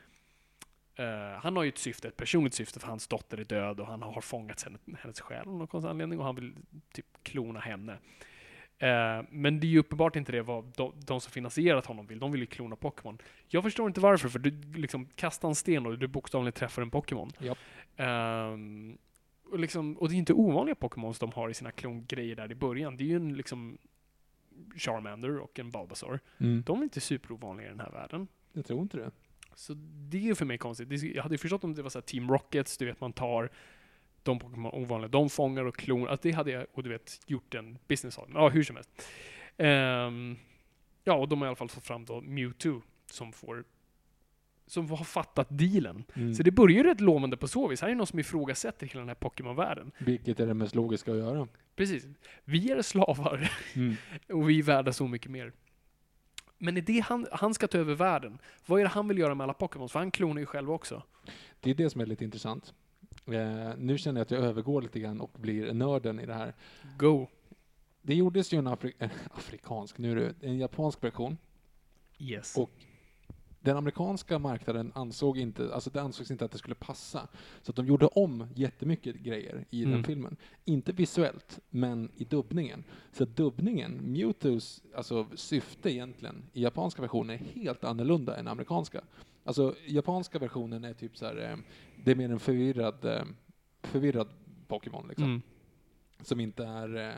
ett syfte, ett personligt syfte, för hans dotter är död och han har fångat hennes själ av någon konstig anledning och han vill typ klona henne. Men det är ju uppenbart inte det vad de som finansierat honom vill. De vill ju klona Pokémon. Jag förstår inte varför, för du liksom kastar en sten och du bokstavligen träffar en Pokémon. Yep. Och det är inte ovanliga Pokémons de har i sina klongrejer där i början. Det är ju en liksom Charmander och en Bulbasaur. De är inte superovanliga i den här världen. Jag tror inte det. Så det är ju för mig konstigt. Jag hade ju förstått om det var så här Team Rockets, du vet, man tar de Pokémon ovanliga, de fångar och klonar. Alltså det hade jag, och du vet, gjort en business av. Ja, hur som helst. Och de har i alla fall fått fram då Mewtwo som har fattat dealen. Så det börjar ju rätt lovande på så vis. Här är någon som ifrågasätter hela den här Pokémon-världen. Vilket är det mest logiska att göra. Precis. Vi är slavar och vi är värda så mycket mer. Men är det han ska ta över världen? Vad är det han vill göra med alla Pokémon? För han klonar ju själv också. Det är det som är lite intressant. Nu känner jag att jag övergår lite grann och blir nörden i det här. Go! Det gjordes ju en en japansk version. Yes. Och den amerikanska marknaden ansågs inte att det skulle passa. Så att de gjorde om jättemycket grejer i den filmen. Inte visuellt, men i dubbningen. Så dubbningen, Mewtwo's syfte egentligen i japanska versionen är helt annorlunda än amerikanska. Alltså japanska versionen är typ så här, det är mer en förvirrad Pokémon liksom. Som inte är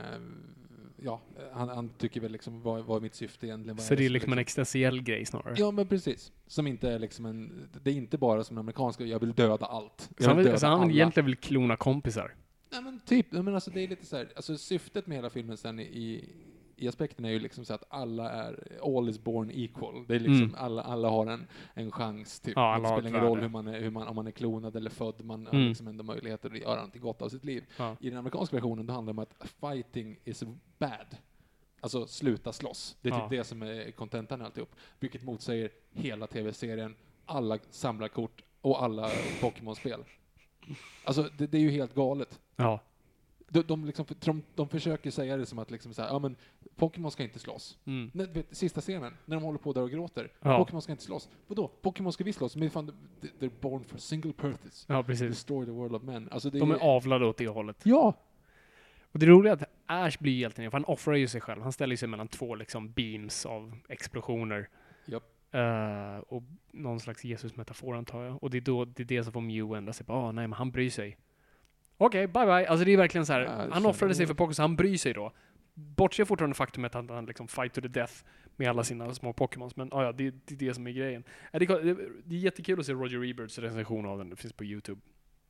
han tycker väl liksom vad är mitt syfte egentligen. Så det är liksom en existentiell grej snarare. Ja, men precis. Som inte är liksom det är inte bara som en amerikansk, jag vill döda allt. Så han egentligen vill klona kompisar. Nej men typ, men alltså det är lite så här, alltså syftet med hela filmen sen i aspekten är ju liksom så att all is born equal. Det är liksom alla har en chans typ. Ja, det spelar ingen roll om man är klonad eller född, man har liksom ändå möjligheter att göra något gott av sitt liv. Ja. I den amerikanska versionen det handlar om att fighting is bad. Alltså sluta slåss. Det är typ det som är kontentan alltihop. Vilket motsäger hela tv-serien, alla samlarkort och alla Pokémon-spel. Alltså det är ju helt galet. Ja. De försöker säga det som att liksom så här, men Pokémon ska inte slåss. Sista scenen, när de håller på där och gråter. Pokémon ska inte slåss. Vadå? Pokémon ska vi slåss? Men they're born for single purpose. Ja, precis. Destroy the world of men. Alltså, de är avlade åt det hållet. Ja! Och det roliga är att Ash blir hjälten, för han offrar ju sig själv. Han ställer sig mellan två liksom beams av explosioner. Yep. Och någon slags Jesus-metafor antar jag. Och det är det som får Mew ändra sig på. Nej, men han bryr sig. Okej, bye bye. Alltså det är verkligen så här. Han offrade sig för Pokémon, så han bryr sig då. Bortser fortfarande faktumet att han liksom fight to the death med alla sina små Pokémons. Men det är det som är grejen. Det är jättekul att se Roger Eberts recension av den. Det finns på YouTube.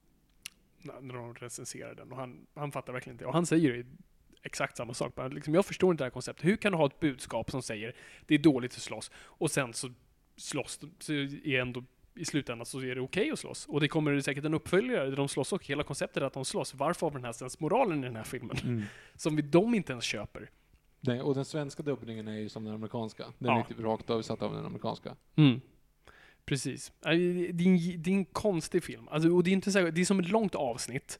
När de recenserar den. Och han fattar verkligen inte. Och han säger ju exakt samma sak. Men liksom, jag förstår inte det här konceptet. Hur kan du ha ett budskap som säger det är dåligt att slåss och sen så slåss så är ändå i slutändan så är det okej att slåss. Och det kommer säkert en uppföljare där de slåss och hela konceptet är att de slåss. Varför har vi den här sensmoralen i den här filmen? Som de inte ens köper. Nej, och den svenska dubbningen är ju som den amerikanska. Den är typ rakt översatt av den amerikanska. Precis. Det är en konstig film. Alltså, och det är inte så, det är som ett långt avsnitt.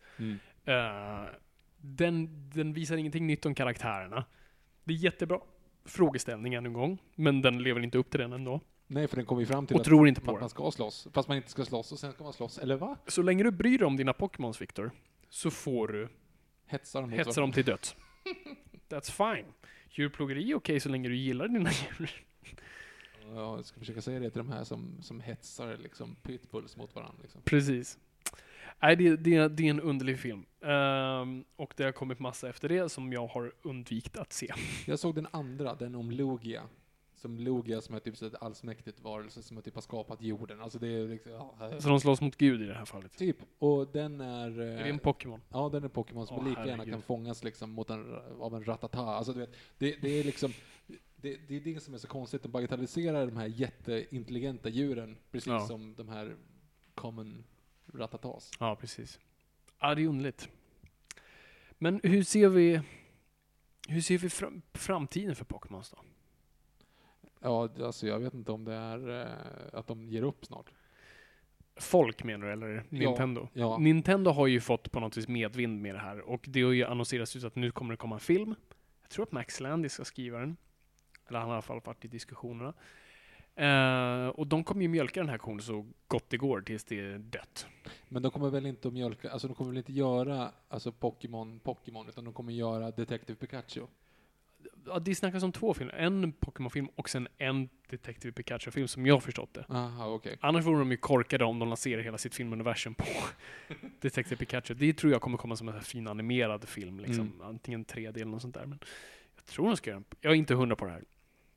Den visar ingenting nytt om karaktärerna. Det är jättebra frågeställning än en gång, men den lever inte upp till den ändå. Nej, för den kommer ju fram till och tror inte på att man ska slåss. Fast man inte ska slåss och sen ska man slåss, eller va? Så länge du bryr dig om dina Pokémons, Victor, så får du hetsa dem till döds. That's fine. Djurplågeri är okej så länge du gillar dina djur. Ja, jag ska försöka säga det till de här som hetsar liksom pitbulls mot varandra. Liksom. Precis. Nej, det är en underlig film. Och det har kommit massa efter det som jag har undvikit att se. Jag såg den andra, den om Lugia. Lugia som är typ ett allsmäktigt varelse som typ har skapat jorden. Alltså det är liksom, Så de slåss mot Gud i det här fallet? Typ. Och den är... Är det en Pokémon? Ja, den är Pokémon som lika gärna kan fångas liksom av en ratata. Alltså du vet, det är liksom... Det är det som är så konstigt. De bagatelliserar de här jätteintelligenta djuren. Precis som de här common ratatas. Ja, precis. Ja, det är underligt. Men hur ser vi framtiden för Pokémon då? Ja, alltså jag vet inte om det är att de ger upp snart. Folk menar du, eller Nintendo? Ja. Nintendo har ju fått på något vis medvind med det här. Och det har ju annonserats ut att nu kommer det komma en film. Jag tror att Max Landis ska skriva den. Eller han har i alla fall varit i diskussionerna. Och de kommer ju mjölka den här kon så gott det går tills det är dött. Men de kommer väl inte att mjölka, alltså de kommer väl inte göra alltså Pokémon, utan de kommer göra Detective Pikachu. Ja, det snackas om 2 filmer. En Pokémon-film och sen en Detective Pikachu-film som jag har förstått det. Aha, okay. Annars vore de ju korkade om de lanserar hela sitt filmuniversum på Detective Pikachu. Det tror jag kommer komma som en fin animerad film. Liksom. Antingen 3D eller något sånt där. Men jag tror de ska göra jag är inte 100 på det här.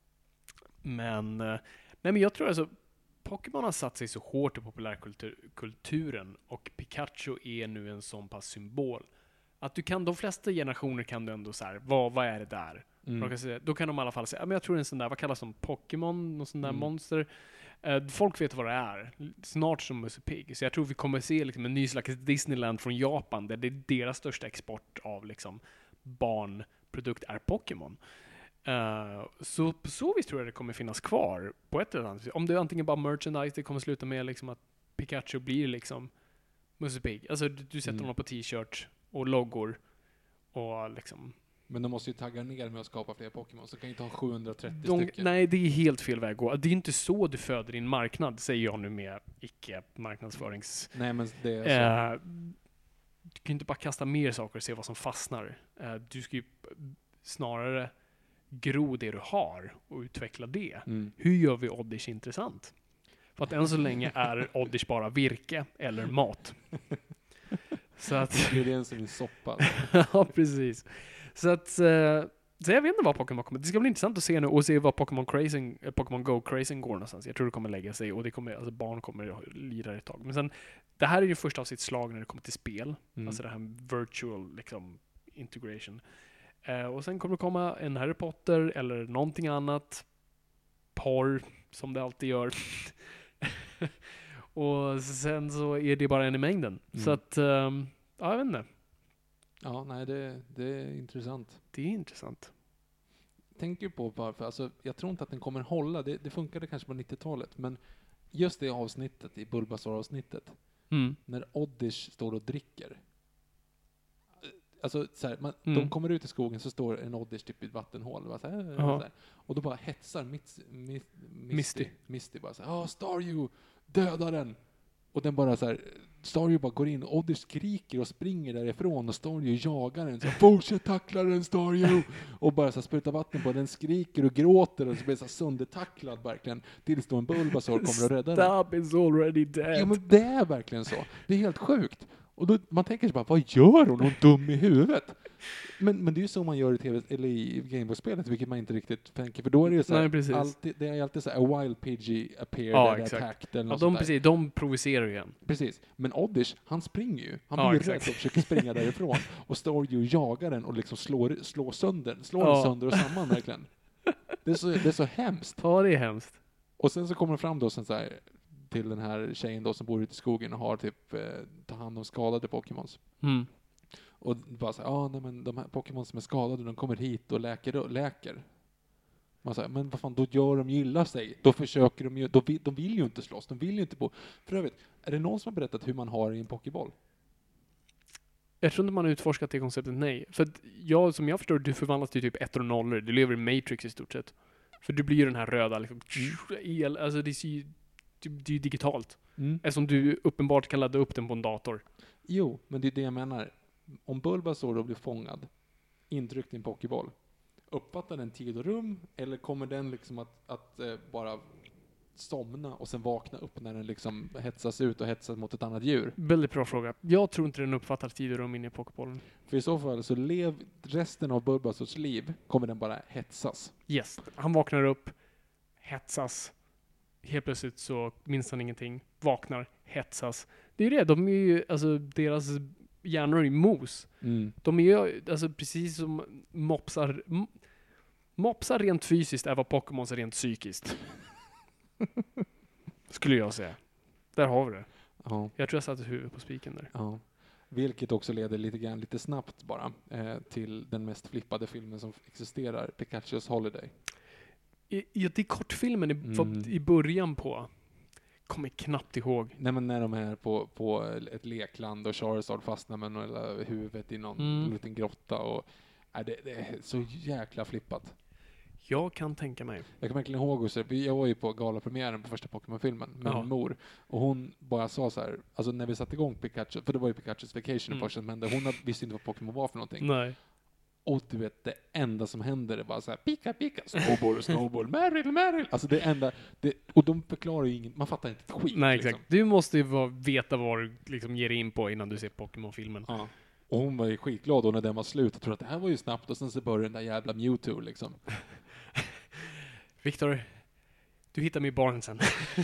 Men jag tror alltså Pokémon har satt sig så hårt i populärkulturen och Pikachu är nu en sån pass symbol att de flesta generationer kan du ändå så här, vad är det där? Då kan de i alla fall säga, men jag tror en sån där, vad kallas som Pokémon, någon sån där monster. Folk vet vad det är. Snart som Musse Pig. Så jag tror vi kommer se liksom en ny slags Disneyland från Japan där det är deras största export av liksom barnprodukt är Pokémon. Så på så vis tror jag det kommer finnas kvar på ett eller annat. Om det är antingen bara merchandise, det kommer sluta med liksom att Pikachu blir liksom Musse Pig. Alltså du sätter honom på t-shirt och loggor och liksom. Men de måste ju tagga ner med att skapa fler Pokémon, så kan ju ta 730 stycken. Nej, det är helt fel väg att gå. Det är inte så du föder din marknad, säger jag nu med icke-marknadsförings... Nej, men det är så. Du kan inte bara kasta mer saker och se vad som fastnar. Du ska ju snarare gro det du har och utveckla det. Hur gör vi Oddish intressant? För att än så länge är Oddish bara virke eller mat. Så att det är det som är soppa. Ja, precis. Så jag vet inte vad Pokémon kommer. Det ska bli intressant att se nu och se vad Pokémon Go Crazing går någonstans. Jag tror det kommer lägga sig och barn kommer lida ett tag. Men sen, det här är ju första av sitt slag när det kommer till spel. Alltså det här virtual liksom, integration. Och sen kommer det komma en Harry Potter eller någonting annat. Porr, som det alltid gör. Och sen så är det bara en i mängden. Så att, ja, jag vet inte. Ja, nej, det är intressant. Det är intressant. Tänker på varför, alltså jag tror inte att den kommer hålla. Det funkade kanske på 90-talet, men just det avsnittet, i Bulbasaur-avsnittet, när Oddish står och dricker. Alltså så här, de kommer ut i skogen så står en Oddish typ i ett vattenhål så här, och då bara hetsar Misty bara så här, Staryu, döda den. Och den bara så här, Staryu bara går in, Oddish skriker och springer därifrån och Staryu jagar den så här, fortsätt tackla den Staryu, och bara så här, sprutar vatten på den, skriker och gråter och så blir så här söndertacklad verkligen tills då en Bulbasaur kommer och räddar den. Stop is already dead. Ja, men det är verkligen så. Det är helt sjukt. Och då, man tänker sig bara, vad gör hon? Hon är dum i huvudet. Men det är ju så man gör i TV eller i Gameboy-spelet, vilket man inte riktigt tänker. För då är det ju så här, alltid, det är alltid så här, a wild Pidgey appeared and attacked. Eller de provocerar ju igen. Precis. Men Oddish, han springer ju. Han blir rädd och försöker springa därifrån. Och Staryu jagar den och liksom slår sönder och samman verkligen. Det är så hemskt. Ja, det är hemskt. Och sen så kommer det fram då så här, till den här tjejen då som bor ute i skogen och har typ tar hand om skadade Pokémons. Och bara så nej men de här Pokémon som är skadade, de kommer hit och läker. Man säger, men vad fan, då gör de illa sig. Då försöker de ju, de vill ju inte slåss, de vill ju inte bo. För övrigt, är det någon som har berättat hur man har i en Pokéboll? Jag tror inte man har utforskat det konceptet, nej. För att som jag förstår, du förvandlas till typ 1 och 0. Du lever i Matrix i stort sett. För du blir ju den här röda liksom, alltså det är ju digitalt. Eftersom du uppenbart kan ladda upp den på en dator. Jo, men det är det jag menar. Om Bulbasaur då blir fångad, intryckt i en Pokéboll, uppfattar den tid och rum, eller kommer den liksom att bara somna och sen vakna upp när den liksom hetsas ut och hetsas mot ett annat djur? Väldigt bra fråga. Jag tror inte den uppfattar tid och rum inne i Pokébollen. För i så fall så resten av Bulbasaurs liv kommer den bara hetsas. Yes. Han vaknar upp, hetsas. Helt plötsligt så minns han ingenting. Vaknar, hetsas. Det är ju det. De är ju, alltså deras hjärnor är mos. De är ju, alltså precis som mopsar. Mopsar rent fysiskt är vad Pokémon är rent psykiskt. Skulle jag säga. Där har vi det. Ja. Jag tror jag satte huvudet på spiken där. Ja. Vilket också leder lite snabbt bara till den mest flippade filmen som existerar, Pikachu's Holiday. Ja, det är kortfilmen i början på. Kommer knappt ihåg. Nej, men när de är på ett lekland och Charizard fastnar med huvudet i någon liten grotta och det är så jäkla flippat. Jag kan tänka mig. Jag kan verkligen ihåg också, jag var ju på galapremiären på första Pokémon-filmen med min mor, och hon bara sa så här, alltså när vi satte igång Pikachu, för det var ju Pikachu's Vacation först, men hon visste inte vad Pokémon var för någonting. Nej. Och du vet, det enda som händer är bara så här, Pika, Snowball, Meryl. Alltså det enda, och de förklarar ju inget, man fattar inte ett skit. Nej, liksom. exakt. Du måste ju veta vad du liksom ger in på innan du ser Pokémon-filmen. Ja. Och hon var ju skitglad då när den var slut och trodde att det här var ju snabbt, och sen så började den där jävla Mewtwo liksom. Viktor, du hittar mig i barnen sen.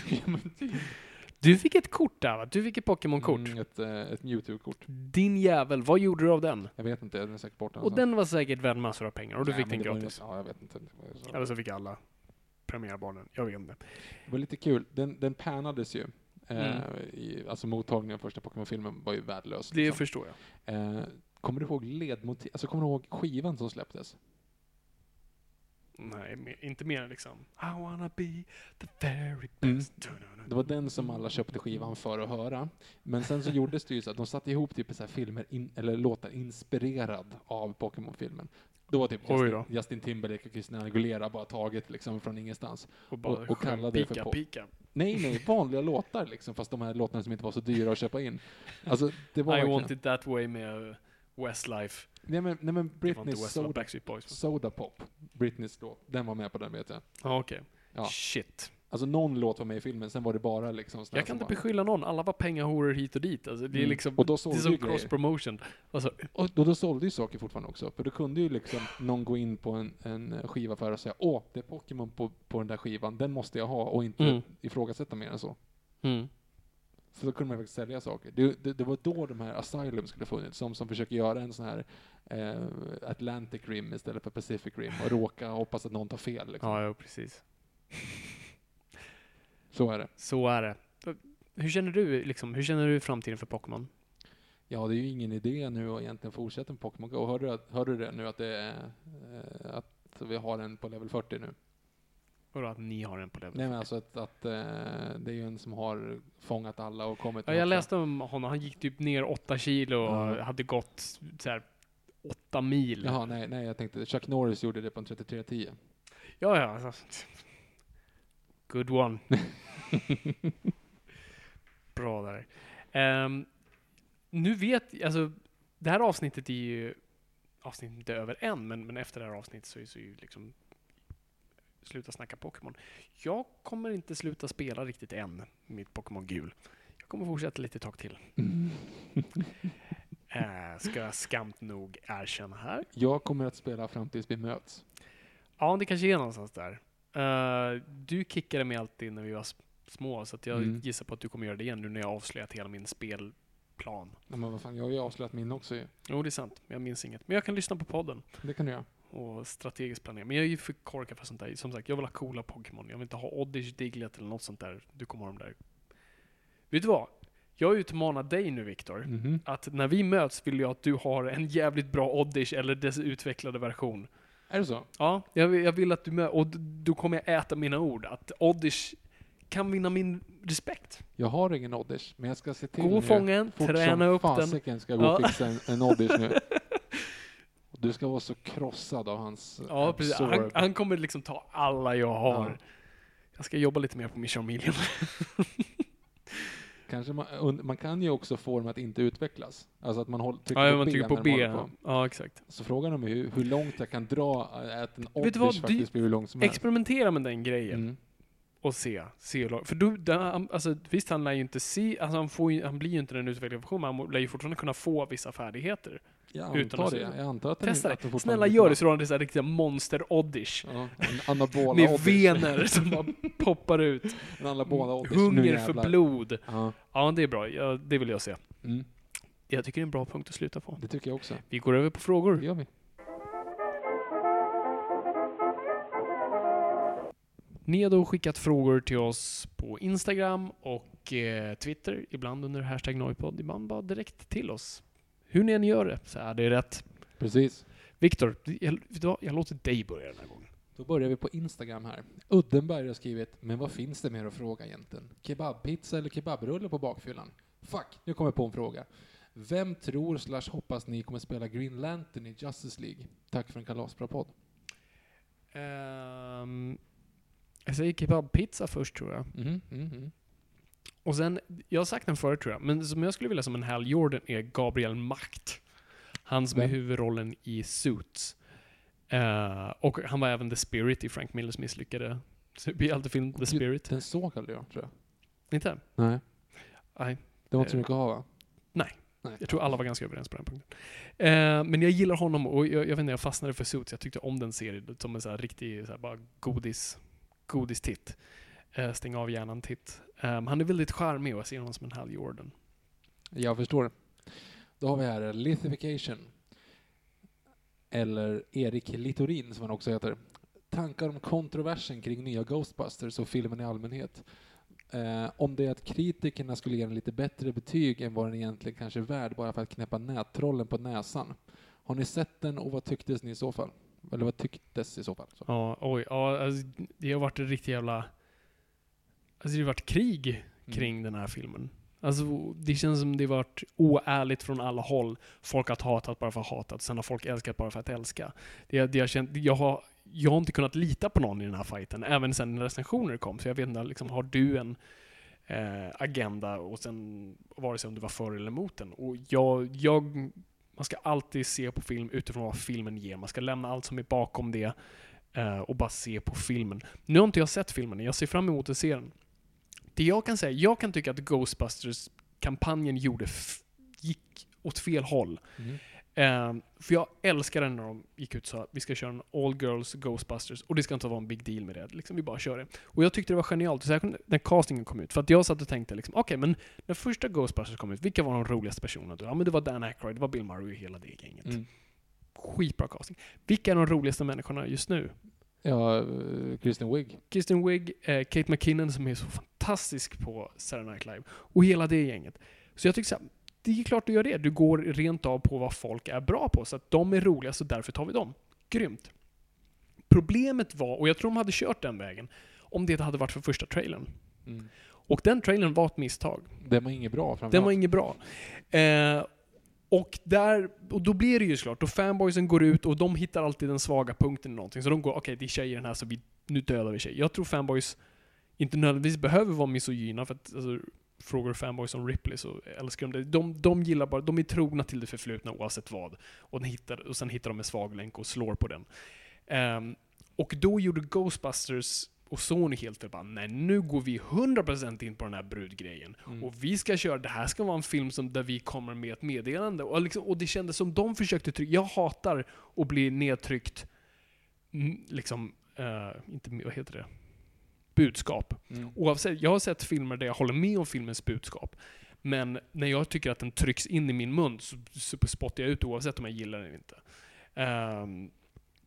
Du fick ett kort där, va? Du fick ett Pokémon-kort. Ett Mewtwo-kort. Din jävel, vad gjorde du av den? Jag vet inte, den är säkert borta. Och den var säkert värd massor av pengar, och du fick den gratis. Ja, jag vet inte. Eller så fick alla premiärbarnen, jag vet inte. Det var lite kul, den pannades ju. Alltså mottagningen av första Pokémon-filmen var ju värdelös. Det liksom. Förstår jag. Kommer du ihåg kommer du ihåg skivan som släpptes? Nej, inte mer liksom. I wanna be the very best. Det var den som alla köpte skivan för att höra. Men sen så gjordes det ju så att de satte ihop typ så här filmer eller låtar inspirerad av Pokémon-filmen. Då var typ Justin Timberlake och Christina Aguilera bara taget liksom från ingenstans. Och kallade det för Pika. Nej, vanliga låtar liksom, fast de här låtarna som inte var så dyra att köpa in. Alltså, det var I want it that way med Westlife. Nej men Britney's Soda Pop. Britney's låt, den var med på den, vet jag. Okej. Ja. Shit. Alltså någon låt var med i filmen, sen var det bara liksom... Jag kan inte beskylla någon, alla var pengahoror hit och dit. Alltså, det är liksom, och då det är som cross-promotion. Alltså. Och då sålde ju saker fortfarande också. För då kunde ju liksom någon gå in på en skivaffär och säga, det är Pokémon på den där skivan, den måste jag ha, och inte ifrågasätta mer än så. Så då kunde man faktiskt sälja saker. Det var då de här Asylum skulle funnits, som försöker göra en sån här Atlantic Rim istället för Pacific Rim, och råka hoppas att någon tar fel. Liksom. Ja, precis. Så är det. Hur känner du framtiden för Pokémon? Ja, det är ju ingen idé nu att egentligen fortsätta med Pokémon Go. Hörde du det nu, att det är att vi har en på level 40 nu? Vadå att ni har en på level 40? Nej, men alltså att det är ju en som har fångat alla och kommit... Ja, jag läste om honom. Han gick typ ner 8 kilo och hade gått så här 8 mil. Jaha, nej, jag tänkte Chuck Norris gjorde det på en 33:10. Ja. Alltså. Good one. Bra där. Nu vet, alltså det här avsnittet är ju inte över än, men efter det här avsnittet så är ju liksom sluta snacka Pokémon. Jag kommer inte sluta spela riktigt än mitt Pokémon Gul. Jag kommer fortsätta lite tag till. Ska jag skamt nog erkänna här. Jag kommer att spela fram tills vi möts. Ja, det kanske är någonstans där. Du kickade mig alltid när vi var små, så att jag gissar på att du kommer göra det igen nu när jag avslöjat hela min spelplan. Ja, men vad fan, jag har ju avslöjat min också ju. Jo, det är sant. Jag minns inget. Men jag kan lyssna på podden. Det kan du göra. Och strategiskt planera. Men jag är ju för korkad för sånt där. Som sagt, jag vill ha coola Pokémon. Jag vill inte ha Oddish, Diglett eller något sånt där. Du kommer ha de där Vet du vad? Jag utmanar dig nu, Viktor. Att när vi möts vill jag att du har en jävligt bra Oddish eller dess utvecklade version. Är det så? Ja, jag vill att du och då kommer jag äta mina ord. Att Oddish kan vinna min respekt. Jag har ingen Oddish, men jag ska se till gå och fånga en, träna upp den. Ska gå och fixa en Oddish nu. Och du ska vara så krossad av hans... Ja, precis. Han kommer liksom ta alla jag har. Ja. Jag ska jobba lite mer på min charmillion. Kanske man kan ju också få dem att inte utvecklas. Alltså att man trycker på B. Ja, exakt. Så frågan är hur långt jag kan dra att en Oddish faktiskt blir hur långt som helst. Experimentera med den grejen. Och se för då, alltså, visst, han lär ju inte se, alltså, han blir ju inte den utvecklade versionen, men han lär ju fortfarande kunna få vissa färdigheter. Jag antar att testa det. Snälla gör det så det är så här riktiga monster Oddish. Ja, en anabola med Oddish. Vener som bara poppar ut. En anabola Oddish. Hunger för blod. Ja. Ja, det är bra. Det vill jag se. Jag tycker det är en bra punkt att sluta på. Det tycker jag också. Vi går över på frågor. Det gör vi. Ni har då skickat frågor till oss på Instagram och Twitter, ibland under hashtag Noipod, ibland bara direkt till oss. Hur ni än gör det, så är det rätt. Precis. Viktor, jag låter dig börja den här gången. Då börjar vi på Instagram här. Uddenberg har skrivit, men vad finns det mer att fråga egentligen? Kebabpizza eller kebabrulle på bakfyllan? Fuck, nu kommer jag på en fråga. Vem tror / hoppas ni kommer spela Green Lantern i Justice League? Tack för en kalasbra podd. Jag säger kebabpizza först, tror jag. Och sen, jag har sagt den förut, tror jag, men som jag skulle vilja som en Hal Jordan är Gabriel Macht. Han som är huvudrollen i Suits. Och han var även The Spirit i Frank Millers misslyckade superhjältefilm The Spirit. Den såg aldrig jag, tror jag. Inte? Nej. Nej. Det var inte så mycket att ha, va? Nej. Jag tror alla var ganska överens på den punkten. Men jag gillar honom och jag vet inte, jag fastnade för Suits. Jag tyckte om den serien som en så här riktig så här, bara godis-titt. Stänga av hjärnan-titt. Han är väldigt charmig och jag ser honom som en Hal Jordan. Jag förstår. Då har vi här Lithification. Eller Erik Littorin som han också heter. Tankar om kontroversen kring nya Ghostbusters och filmen i allmänhet. Om det är att kritikerna skulle ge en lite bättre betyg än vad den egentligen kanske är värd bara för att knäppa nättrollen på näsan. Har ni sett den och vad tycktes ni i så fall? Eller vad tycktes i så fall? Så. Alltså, det har varit en riktigt jävla... Alltså det har varit krig kring den här filmen. Alltså det känns som det har varit oärligt från alla håll. Folk har hatat bara för att hata. Sen har folk älskat bara för att älska. Jag har inte kunnat lita på någon i den här fighten. Även sen när recensioner kom. Så jag vet inte, liksom, har du en agenda och sen vare sig om du var för eller emot den. Och man ska alltid se på film utifrån vad filmen ger. Man ska lämna allt som är bakom det och bara se på filmen. Nu har inte jag sett filmen. Jag ser fram emot att se den. Det jag kan säga, jag kan tycka att Ghostbusters-kampanjen gick åt fel håll. För jag älskar den när de gick ut och sa att vi ska köra en all girls Ghostbusters och det ska inte vara en big deal med det. Liksom, vi bara kör det. Och jag tyckte det var genialt, särskilt när castingen kom ut. För att jag satt och tänkte, liksom, okej, men när första Ghostbusters kom ut, vilka var de roligaste personerna då? Ja, men det var Dan Aykroyd, det var Bill Murray och hela det gänget. Skitbra casting. Vilka är de roligaste människorna just nu? Ja, Kristen Wiig, Kate McKinnon som är så fantastisk på Saturday Night Live och hela det gänget. Så jag tycker så här, det är klart du gör det. Du går rent av på vad folk är bra på så att de är roliga så därför tar vi dem. Grymt. Problemet var, och jag tror de hade kört den vägen, om det hade varit för första trailern. Och den trailern var ett misstag. Den var inget bra. Den var inget bra. Och då blir det ju klart, då fanboysen går ut och de hittar alltid den svaga punkten i någonting. Så de går, okej, det är tjejer den här så nu dödar vi tjejer. Jag tror fanboys inte nödvändigtvis behöver vara misogyna för att alltså, frågar fanboys om Ripley så älskar de det. De gillar bara, de är trogna till det förflutna oavsett vad. Och sen hittar de en svag länk och slår på den. Och då gjorde Ghostbusters och Sony helt för bara, nej, nu går vi 100% in på den här brudgrejen. Och vi ska köra, det här ska vara en film där vi kommer med ett meddelande. Och det kändes som de försökte trycka. Jag hatar att bli nedtryckt liksom, inte, vad heter det? Budskap. Oavsett, jag har sett filmer där jag håller med om filmens budskap. Men när jag tycker att den trycks in i min mun så spottar jag ut oavsett om jag gillar den eller inte.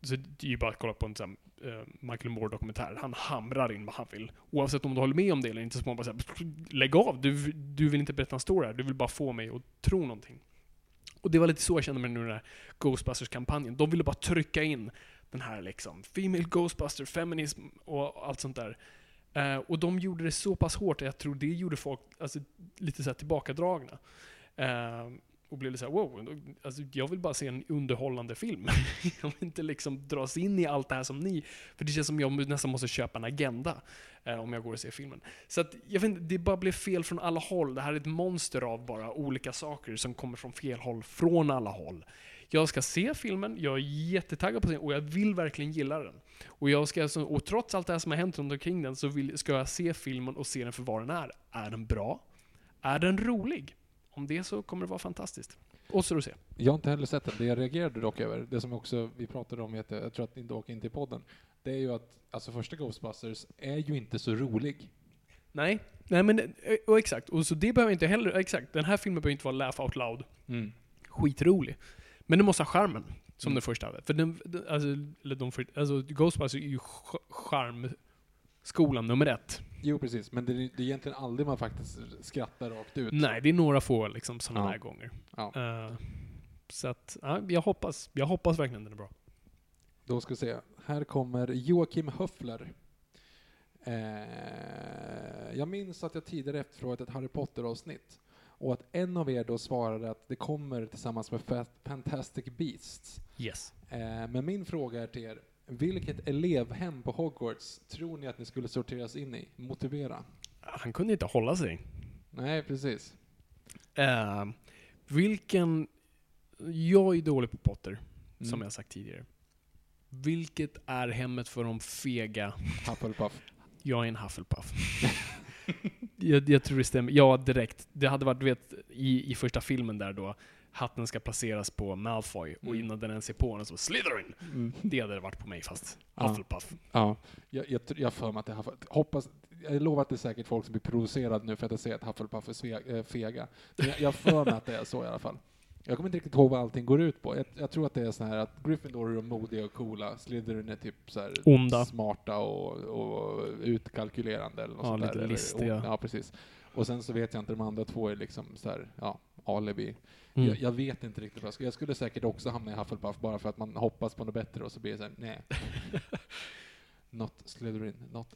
så det är ju bara att kolla på en sån Michael Moore-dokumentär. Han hamrar in vad han vill. Oavsett om du håller med om det eller inte, så man bara säga, lägg av, du vill inte berätta en story här, du vill bara få mig att tro någonting. Och det var lite så jag kände med den här Ghostbusters-kampanjen. De ville bara trycka in den här liksom female Ghostbuster, feminism och allt sånt där. Och de gjorde det så pass hårt att jag tror det gjorde folk alltså, lite så här tillbakadragna. Och blev det så här, wow, alltså, jag vill bara se en underhållande film. Jag vill inte liksom dras in i allt det här som ni. För det känns som jag nästan måste köpa en agenda om jag går och ser filmen. Så att, jag vet inte, det bara blev fel från alla håll. Det här är ett monster av bara olika saker som kommer från fel håll, från alla håll. Jag ska se filmen, jag är jättetaggad på den och jag vill verkligen gilla den. Och, och trots allt det här som har hänt runt omkring den så ska jag se filmen och se den för vad den är. Är den bra? Är den rolig? Om det så kommer det vara fantastiskt. Och så att se. Jag har inte heller sett den. Det jag reagerade dock över, det som också vi pratade om, jag tror att ni inte åker in till podden, det är ju att alltså första Ghostbusters är ju inte så rolig. Nej men och exakt. Och så det behöver inte heller, exakt. Den här filmen behöver inte vara laugh out loud. Skitrolig. Men det måste ha charmen som den första hade. För alltså Ghostbusters är ju charmskolan nummer 1. Jo, precis. Men det är egentligen aldrig man faktiskt skrattar rakt ut. Nej, det är några få liksom sådana här gånger. Ja. Så att, jag hoppas verkligen den är bra. Då ska vi se. Här kommer Joakim Höffler. Jag minns att jag tidigare efterfrågat ett Harry Potter-avsnitt. Och att en av er då svarade att det kommer tillsammans med Fantastic Beasts. Yes. Men min fråga är till er. Vilket elevhem på Hogwarts tror ni att ni skulle sorteras in i? Motivera. Han kunde inte hålla sig. Nej, precis. Jag är dålig på Potter, som jag sagt tidigare. Vilket är hemmet för de fega? Hufflepuff. Jag är en Hufflepuff. jag tror det stämmer. Ja, direkt. Det hade varit, du vet, i första filmen där då hatten ska placeras på Malfoy och innan den ens är på den så Slytherin. Det hade varit på mig fast Hufflepuff. Ja. Jag för mig att det hoppas. Jag lovar att det är säkert folk som blir provocerade nu för att jag säger att Hufflepuff är fega. Men jag för mig att det är så i alla fall. Jag kommer inte riktigt ihåg vad allting går ut på. Jag tror att det är så här att Gryffindor är modiga och coola. Slytherin är typ så här onda, smarta och utkalkylerande eller något sånt lite där. listiga. Ja, precis. Och sen så vet jag inte, de andra två är liksom så här, alibi. Jag vet inte riktigt vad jag skulle säkert också hamna i Hufflepuff bara för att man hoppas på något bättre och så blir det så här, nej. Not Slytherin.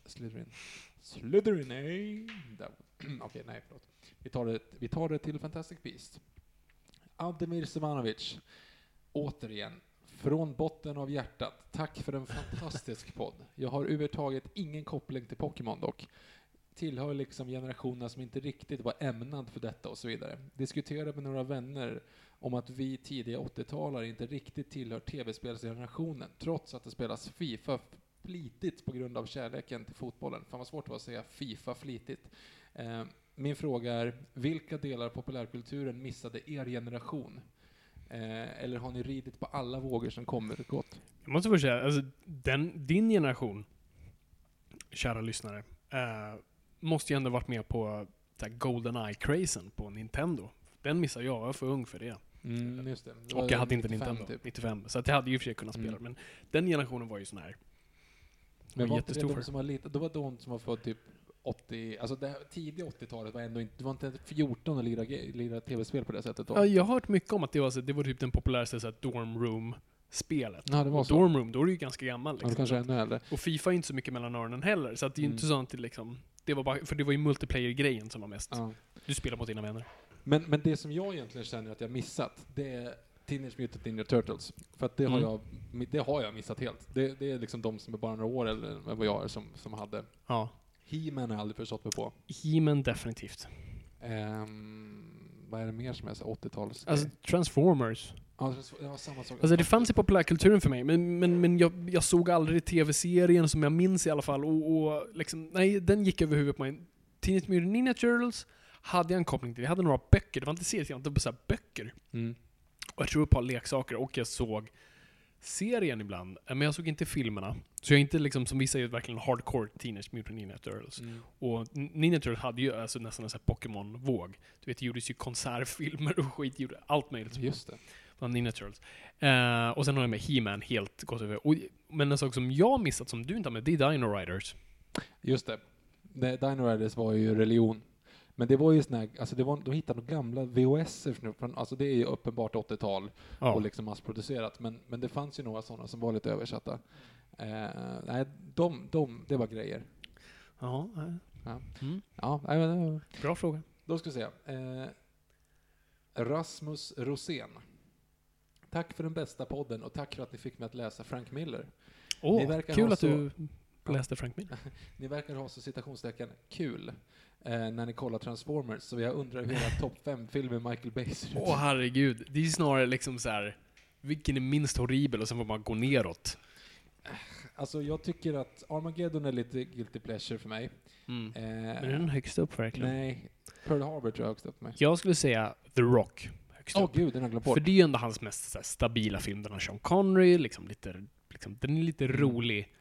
Slytherin, nej. Okej, nej, förlåt. Vi tar det till Fantastic Beast. Ademir Sevanovic, återigen, från botten av hjärtat, tack för en fantastisk podd. Jag har överhuvudtaget ingen koppling till Pokémon dock. Tillhör liksom generationerna som inte riktigt var ämnad för detta och så vidare. Diskuterade med några vänner om att vi tidiga 80-talare inte riktigt tillhör tv-spelsgenerationen, trots att det spelas FIFA flitigt på grund av kärleken till fotbollen. Fan vad svårt det var att säga FIFA flitigt. Min fråga är, vilka delar av populärkulturen missade er generation? Eller har ni ridit på alla vågor som kommer och gått? Jag måste först säga, alltså, din generation, kära lyssnare, måste ju ändå varit med på GoldenEye-crazen på Nintendo. Den missade jag var för ung för det. Just det. Och jag hade inte Nintendo, typ. 95. Så att jag hade ju för sig kunnat spela. Men den generationen var ju sån här. Men var inte det de som var lite, då var de som var för typ 80, alltså det tidiga 80-talet var ändå inte, det var inte 14 att lira tv-spel på det sättet då. Ja, jag har hört mycket om att det var typ den populäraste så här, Dorm Room-spelet. Ja, det var så. Dorm Room, då är det ju ganska gammal. Liksom. Ja, kanske ännu äldre. Och FIFA är inte så mycket mellan öronen heller, så att det är ju inte sånt till liksom, det var bara, för det var ju multiplayer-grejen som var mest. Ja. Du spelar mot dina vänner. Men det som jag egentligen känner att jag missat, det är Teenage Mutant Ninja Turtles. För att det har jag missat helt. Det är liksom de som är bara några år eller vad jag är som hade. Ja. He-Man har jag aldrig förstått mig på. He-Man definitivt. Vad är det mer som är så 80-tals? Alltså Transformers. Ja, samma sak. Alltså det fanns i populärkulturen för mig, men jag såg aldrig tv-serien som jag minns i alla fall. Och liksom, nej, den gick över huvudet på mig. Teenage Mutant Ninja Turtles hade jag en koppling till. Jag hade några böcker. Det var inte serier, det var så här böcker. Och jag tror ett par leksaker, och jag såg serien ibland, men jag såg inte filmerna. Så jag är inte liksom, som vi säger, verkligen hardcore Teenage Mutant Ninja Turtles. Och Ninja Turtles hade ju alltså nästan en sån här Pokémon-våg. Du vet, det gjordes ju konsertfilmer och skit, gjorde allt möjligt. Just det. Ninja Turtles. Och sen har jag med He-Man helt gått över. Men en sak som jag missat som du inte har med, det är Dino Riders. Just det. Dino Riders var ju religion. Men det var ju sån här, alltså de hittade gamla VHS-er från, alltså det är ju uppenbart 80-tal och liksom massproducerat, men det fanns ju några sådana som var lite översatta. Nej, det var grejer. Ja. Bra fråga. Då ska vi se. Rasmus Rosén. Tack för den bästa podden och tack för att ni fick mig att läsa Frank Miller. Kul att du läste Frank Miller. Ni verkar ha så citationstecken kul när ni kollar Transformers, så jag undrar hur era topp 5-filmer Michael Bay ser ut. Herregud. Det är snarare liksom så här, vilken är minst horribel och sen får man gå neråt. Alltså jag tycker att Armageddon är lite guilty pleasure för mig. Men är den högst upp verkligen? Nej, Pearl Harbor tror jag högst upp för mig. Jag skulle säga The Rock högst upp. Gud, den har glömt bort. För det är ju ändå hans mest så här, stabila film. Den har Sean Connery, den är lite rolig,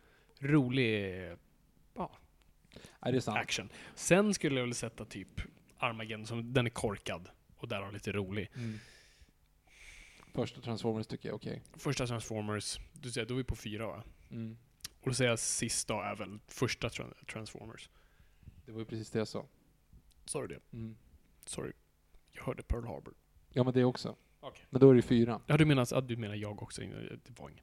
är det sant? action. Sen skulle jag väl sätta typ Armageddon, som den är korkad och där har lite rolig. Första Transformers tycker jag okej. Första Transformers, du säger då är vi på 4 va? Och då säger jag sista är väl första Transformers. Det var ju precis det jag sa. Sa du det? Sorry. Jag hörde Pearl Harbor. Ja, men det också. Okay. Men då är det 4. Ja, du menar jag också. Det var inget.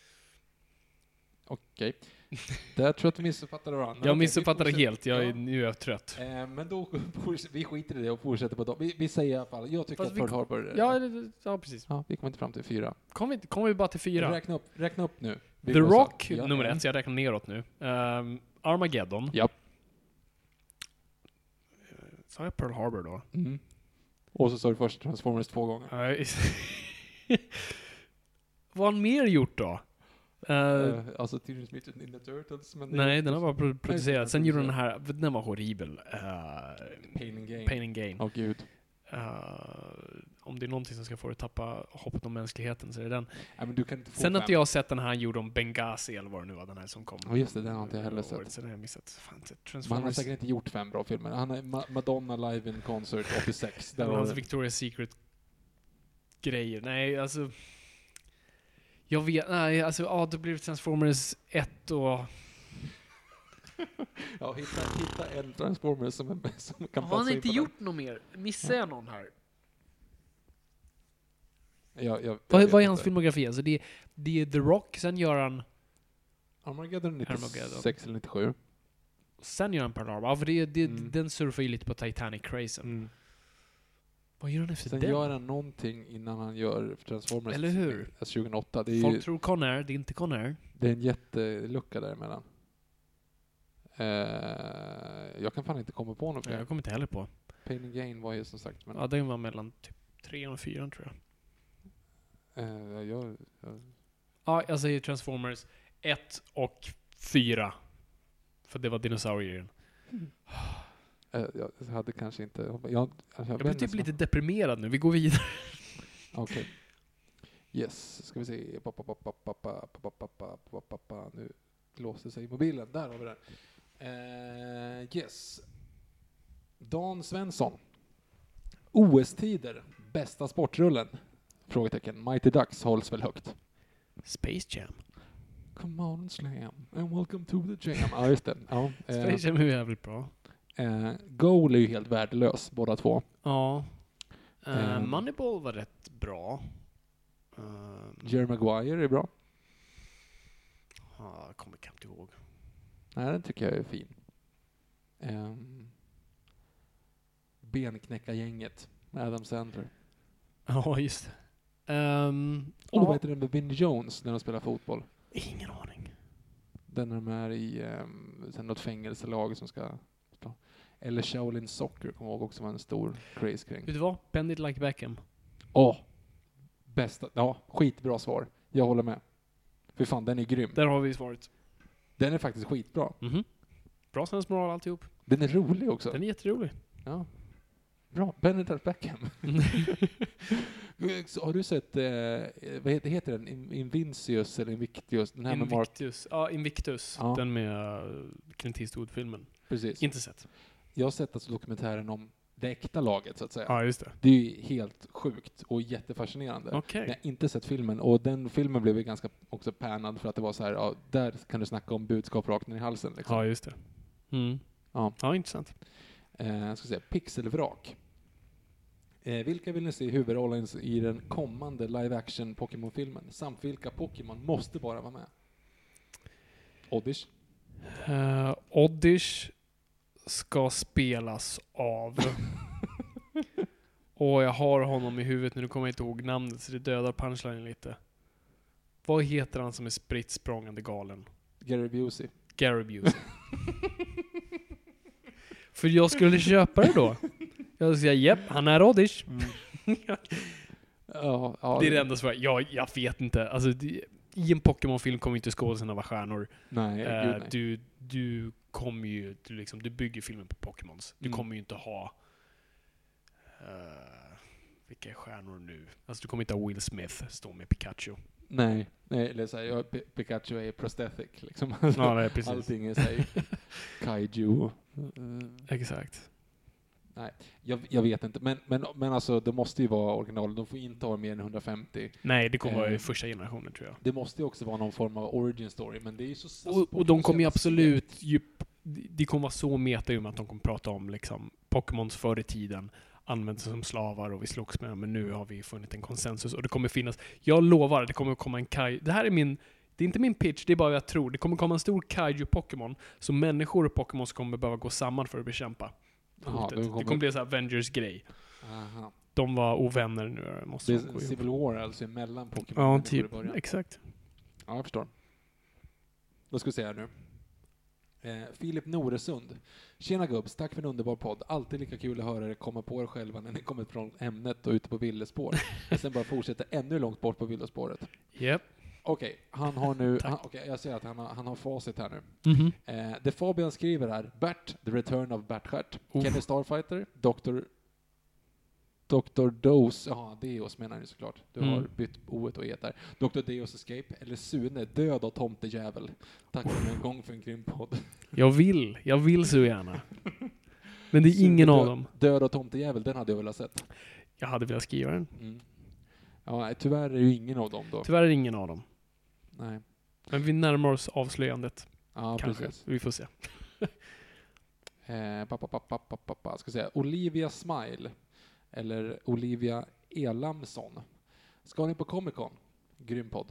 Okej. Där tror jag att du missuppfattade varandra. Jag missuppfattade helt. Nu är jag trött. Men då vi skiter i det och fortsätter på dem. Vi säger i alla fall. Jag tycker att Pearl Harbor... Ja, precis. Ja, vi kommer inte fram till 4. Kommer vi bara till 4? Räkna upp nu. The Rock, nummer 1. Så jag räknar neråt nu. Armageddon. Ja. Sa jag Pearl Harbor då? Och så sa du först Transformers 2 gånger. Vad har han mer gjort då? Alltså Teenage Mutant Ninja Turtles. Men nej, den har bara producerat. Sen gjorde den här, den var horribel. Pain and Gain. Åh gud. Om det är någonting som ska få dig tappa hoppet om mänskligheten så är det den. Ja, men du kan inte få sen har inte jag sett den här han gjorde om Benghazi eller vad det nu var, den här som kom. Ja just det, den har inte jag heller sett. Sen har jag missat. Fan, man har säkert inte gjort 5 bra filmer. Han är Madonna live in concert 86. Där var hans Victoria's Secret grejer. Nej, alltså jag vet, det blir Transformers 1 och... Ja, hitta en Transformers som kan passa in. Har han inte gjort något mer? Missar jag någon här? Vad är hans filmografi? Alltså det är The Rock, sen gör han... Armageddon 96 eller 97. Sen gör han Pearl Harbor. Ja, för den surfar ju lite på Titanic-crazen. Vad gör han efter sen den? Sen gör han någonting innan han gör Transformers. Eller hur? 2008. Det är folk tror Conair, det är inte Conair. Det är en jättelucka däremellan. Jag kan fan inte komma på något. Jag kommer inte heller på. Pain and Gain var ju som sagt. Men... Ja, den var mellan typ 3 och 4 tror jag. Ja, jag säger Transformers 1 och 4. För det var dinosaurier. Jag hade kanske inte... Jag blir typ lite deprimerad nu. Vi går vidare. Okej. Yes, ska vi se. Nu låser sig mobilen. Där har vi den. Yes. Dan Svensson. OS-tider. Bästa sportrullen? Frågetecken. Mighty Ducks hålls väl högt. Space Jam. Come on slam and welcome to the jam. Ja, just det. Ja, Space Jam är jävligt bra. Goal är ju helt värdelös, båda två. Ja. Moneyball var rätt bra. Jerry Maguire är bra. Jag kommer inte ihåg. Nej, den tycker jag är fin. Benknäckargänget med Adam Sandler. Ja, just det. Vad heter den med Vin Jones när de spelar fotboll? Ingen aning. Den är med i något fängelselag som ska... Eller Shaolin Soccer, kommer jag ihåg också var en stor craze kring. Vet du vad? Bend it like Beckham. Bästa. Ja, skitbra svar. Jag håller med. För fan, den är grym. Där har vi svaret. Den är faktiskt skitbra. Bra sensmoral alltihop. Den är rolig också. Den är jätterolig. Ja. Bra. Bend it like Beckham. Har du sett, vad heter den? Invincius eller Invictus? Den här Invictus. Ja, Invictus. Den med Clint Eastwood-filmen. Precis. Inte sett. Jag har sett alltså dokumentären om det äkta laget så att säga. Ja, just det. Det är ju helt sjukt och jättefascinerande. Okej. Jag har inte sett filmen, och den filmen blev ju ganska också pärnad för att det var så här, ja, där kan du snacka om budskap rakt ner i halsen liksom. Ja, just det. Mm. Ja, intressant. Jag ska säga pixelvrak. Vilka vill ni se huvudrollen i den kommande live-action Pokémon-filmen? Samt vilka Pokémon måste bara vara med? Oddish? Oddish ska spelas av... och jag har honom i huvudet, nu kommer jag inte ihåg namnet, så det dödar punchline lite. Vad heter han som är spritt språngande galen? Gary Busey. Gary Busey. För jag skulle köpa det då. Jag skulle säga, japp, han är Oddish. Ja, det är det enda svaret. Jag vet inte. Alltså, i en Pokémon-film kommer inte skådespelarna vara stjärnor. Nej, du kommer ju, du bygger filmen på Pokémons. Du kommer ju inte ha vilka är stjärnor nu? Alltså du kommer inte ha Will Smith stå med Pikachu. Nej, eller så här, Pikachu är prosthetic liksom. Ja, nej, precis. Allting är så här, kaiju. Exakt. Nej, jag vet inte. Men alltså, det måste ju vara original. De får inte ha mer än 150. Nej, det kommer vara i första generationen, tror jag. Det måste ju också vara någon form av origin story, men det är ju så... Och de kommer ju absolut... De kommer vara så meta i och med att de kommer prata om liksom, Pokémons förr i tiden används som slavar och vi slogs med dem, men nu har vi funnit en konsensus och det kommer finnas... Jag lovar, det kommer komma en kaiju... Det här är min... Det är inte min pitch, det är bara vad jag tror. Det kommer komma en stor kaiju-Pokémon, så människor och Pokémon kommer behöva gå samman för att bekämpa. Aha, det kommer bli en sån här Avengers-grej. Aha. De var ovänner nu. Måste det är Civil War alltså mellan Pokémon. Ja, typ. Exakt. Ja, jag förstår. Då ska vi se här nu. Filip Noresund. Tjena gubbs, tack för en underbar podd. Alltid lika kul att höra er komma på er själva när ni kommer från ämnet och ute på villespår. Sen bara fortsätta ännu långt bort på villespåret. Yep. Okej, han har nu... jag ser att han har facit här nu. Mm-hmm. Det Fabian skriver är Bert, The Return of Bertstjärt. Kenny Starfighter, Dr. Dose, Deos menar ni såklart. Du har bytt O-et och E där. Dr. Deos Escape, eller Sune, död av tomtejävel. Tack för en gång för en grym podd. Jag vill så gärna. Men det är Sune, ingen av dem. Död av tomtejävel, den hade jag velat sett. Jag hade velat skriva den. Ja, tyvärr är det ju ingen av dem då. Tyvärr är det ingen av dem. Nej. Men vi närmar oss avslöjandet. Ja, kanske. Precis. Vi får se. Ska säga Olivia Smile eller Olivia Elamsson. Ska ni på Comic Con? Grym podd.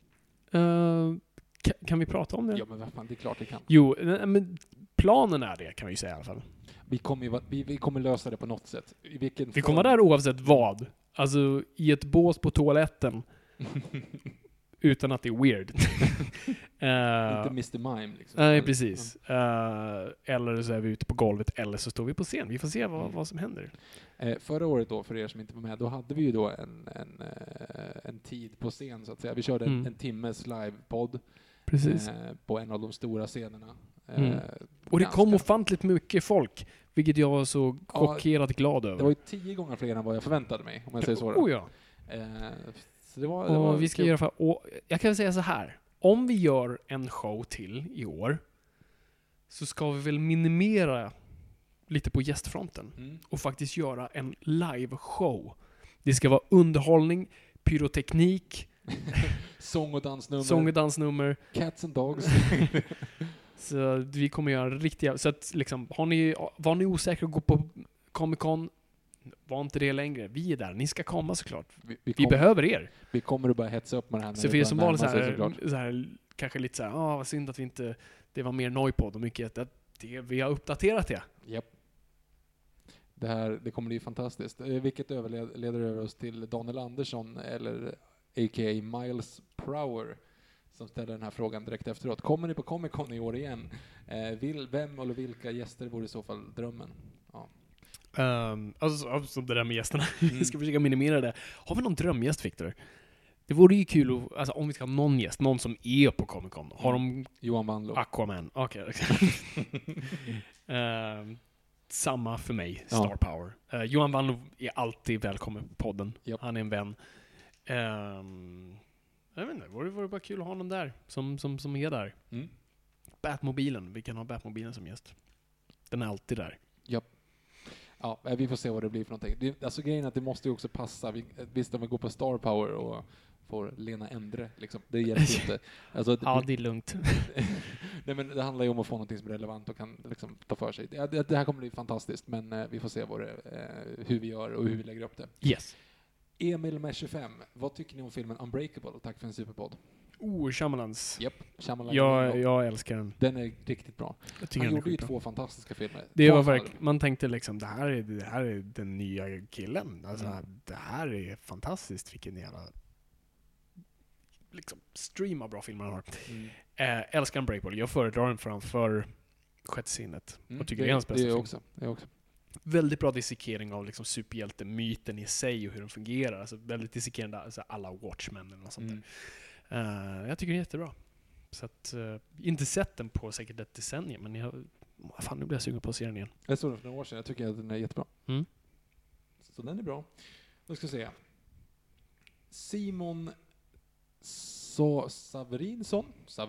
Kan vi prata om det? Ja, men vad fan, det är klart det kan. Jo, men planen är det, kan vi säga i alla fall. Vi kommer lösa det på något sätt. Vi kommer där oavsett vad. Alltså, i ett bås på toaletten. Utan att det är weird. Inte Mr. Mime liksom. Nej, precis. Eller så är vi ute på golvet, eller så står vi på scen. Vi får se vad som händer. Förra året då, för er som inte var med, då hade vi ju då en tid på scen så att säga. Vi körde en timmes livepodd på en av de stora scenerna. Och det kom ofantligt mycket folk, vilket jag var så chockerat glad över. Det var ju 10 gånger fler än vad jag förväntade mig, om jag säger så. Ja. Så det var vi ska göra jag kan säga så här. Om vi gör en show till i år, så ska vi väl minimera lite på gästfronten och faktiskt göra en live-show. Det ska vara underhållning, pyroteknik, sång och dansnummer. Cats and dogs. Så vi kommer göra riktiga... Så att liksom, var ni osäkra att gå på Comic Con, var inte det längre. Vi är där. Ni ska komma såklart. Vi behöver er. Vi kommer att bara hetsa upp med det här. Så för er som var så här, kanske lite så här, vad synd att vi inte... Det var mer Noipod och mycket vi har uppdaterat det. Japp. Det kommer bli fantastiskt. Vilket leder över oss till Daniel Andersson, eller a.k.a. Miles Prower, som ställer den här frågan direkt efteråt. Kommer ni på Comic Con i år igen? Vem eller vilka gäster vore i så fall drömmen? Ja. Alltså det där med gästerna. Vi ska försöka minimera det. Har vi någon drömgäst, Victor? Det vore ju kul alltså, om vi ska ha någon gäst, någon som är på Comic Con. Har de Johan Wanlo? Aquaman. Okej. Samma för mig, Star Power. Johan Wanlo är alltid välkommen på podden. Yep. Han är en vän. Jag vet inte, vore bara kul att ha någon där som är där. Batmobilen, vi kan ha Batmobilen som gäst. Den är alltid där. Japp. Ja, vi får se vad det blir för någonting. Alltså grejen är att det måste ju också passa. Visst, om vi går på Star Power och får Lena Endre, liksom. Det hjälper inte. Alltså, det är lugnt. Nej, men det handlar ju om att få någonting som är relevant och kan liksom ta för sig. Det här kommer bli fantastiskt, men vi får se hur vi gör och hur vi lägger upp det. Yes. Emil med 25. Vad tycker ni om filmen Unbreakable? Tack för en superpodd. Shyamalan's. Japp, Shyamalan. Jag älskar den. Den är riktigt bra. Han gjorde ju 2 fantastiska filmer. Det var verkligen, man tänkte liksom, det här är den nya killen. Alltså, det här är fantastiskt, vilken jävla liksom stream av bra filmer han har. Älskar Unbreakable. Jag föredrar den framför Sjätte sinnet. Och tycker det är hans bästa film. Det också. Väldigt bra dissekering av liksom superhjältemyten i sig och hur den fungerar. Alltså väldigt dissekerande, alltså alla Watchmen eller något sånt där. Jag tycker det är jättebra. Så att, inte sett den på säkert ett decennium, men nu blir jag sugen på att se den igen. Jag såg den för några år sedan. Jag tycker att den är jättebra. Så den är bra. Då ska vi se. Simon Saverinsson,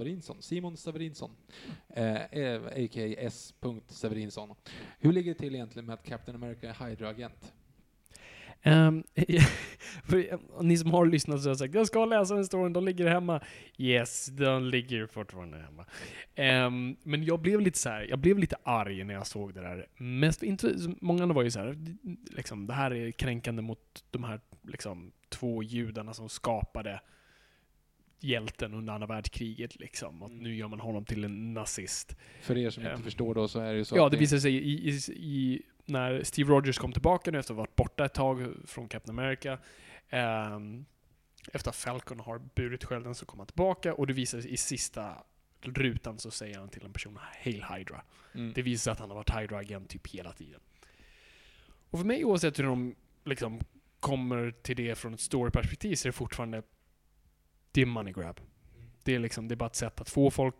a.k.a. S. Saverinsson. Hur ligger det till egentligen med att Captain America är Hydra-agent? För ni som har lyssnat så har sagt jag ska läsa den storyn, de ligger hemma. Yes, de ligger fortfarande hemma. Men jag blev lite arg när jag såg det där. Mest inte många var ju så här liksom, det här är kränkande mot de här liksom 2 judarna som skapade hjälten under andra världskriget liksom, och nu gör man honom till en nazist. För er som inte förstår då, så är det ju så. Ja, det visar sig i när Steve Rogers kom tillbaka nu efter att ha varit borta ett tag från Captain America, efter att Falcon har burit skölden, så kom han tillbaka, och det visar sig i sista rutan så säger han till en person Hail Hydra. Det visar att han har varit Hydra-agent typ hela tiden. Och för mig, oavsett hur de liksom kommer till det från ett story-perspektiv, så är det fortfarande det är money grab. Det är bara ett sätt att få folk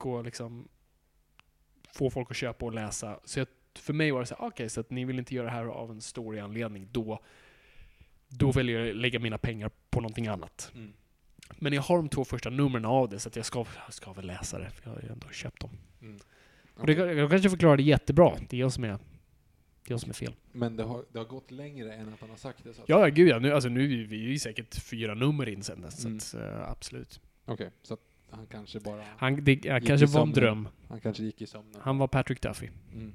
att köpa och läsa. Så för mig var det så här, okej, så att ni vill inte göra det här av en story-anledning, då väljer jag lägga mina pengar på någonting annat. Men jag har de 2 första numren av det, så att jag ska väl läsa det, för jag har ju ändå köpt dem. Och jag kanske förklarar det jättebra. Det är jag som är fel. Men det har gått längre än att han har sagt det. Så ja, gud ja. Nu är vi ju säkert 4 nummer in sen. Så att, absolut. Okej, så att han kanske bara... Det kanske var en dröm. Han kanske gick i sömnen. Han var Patrick Duffy.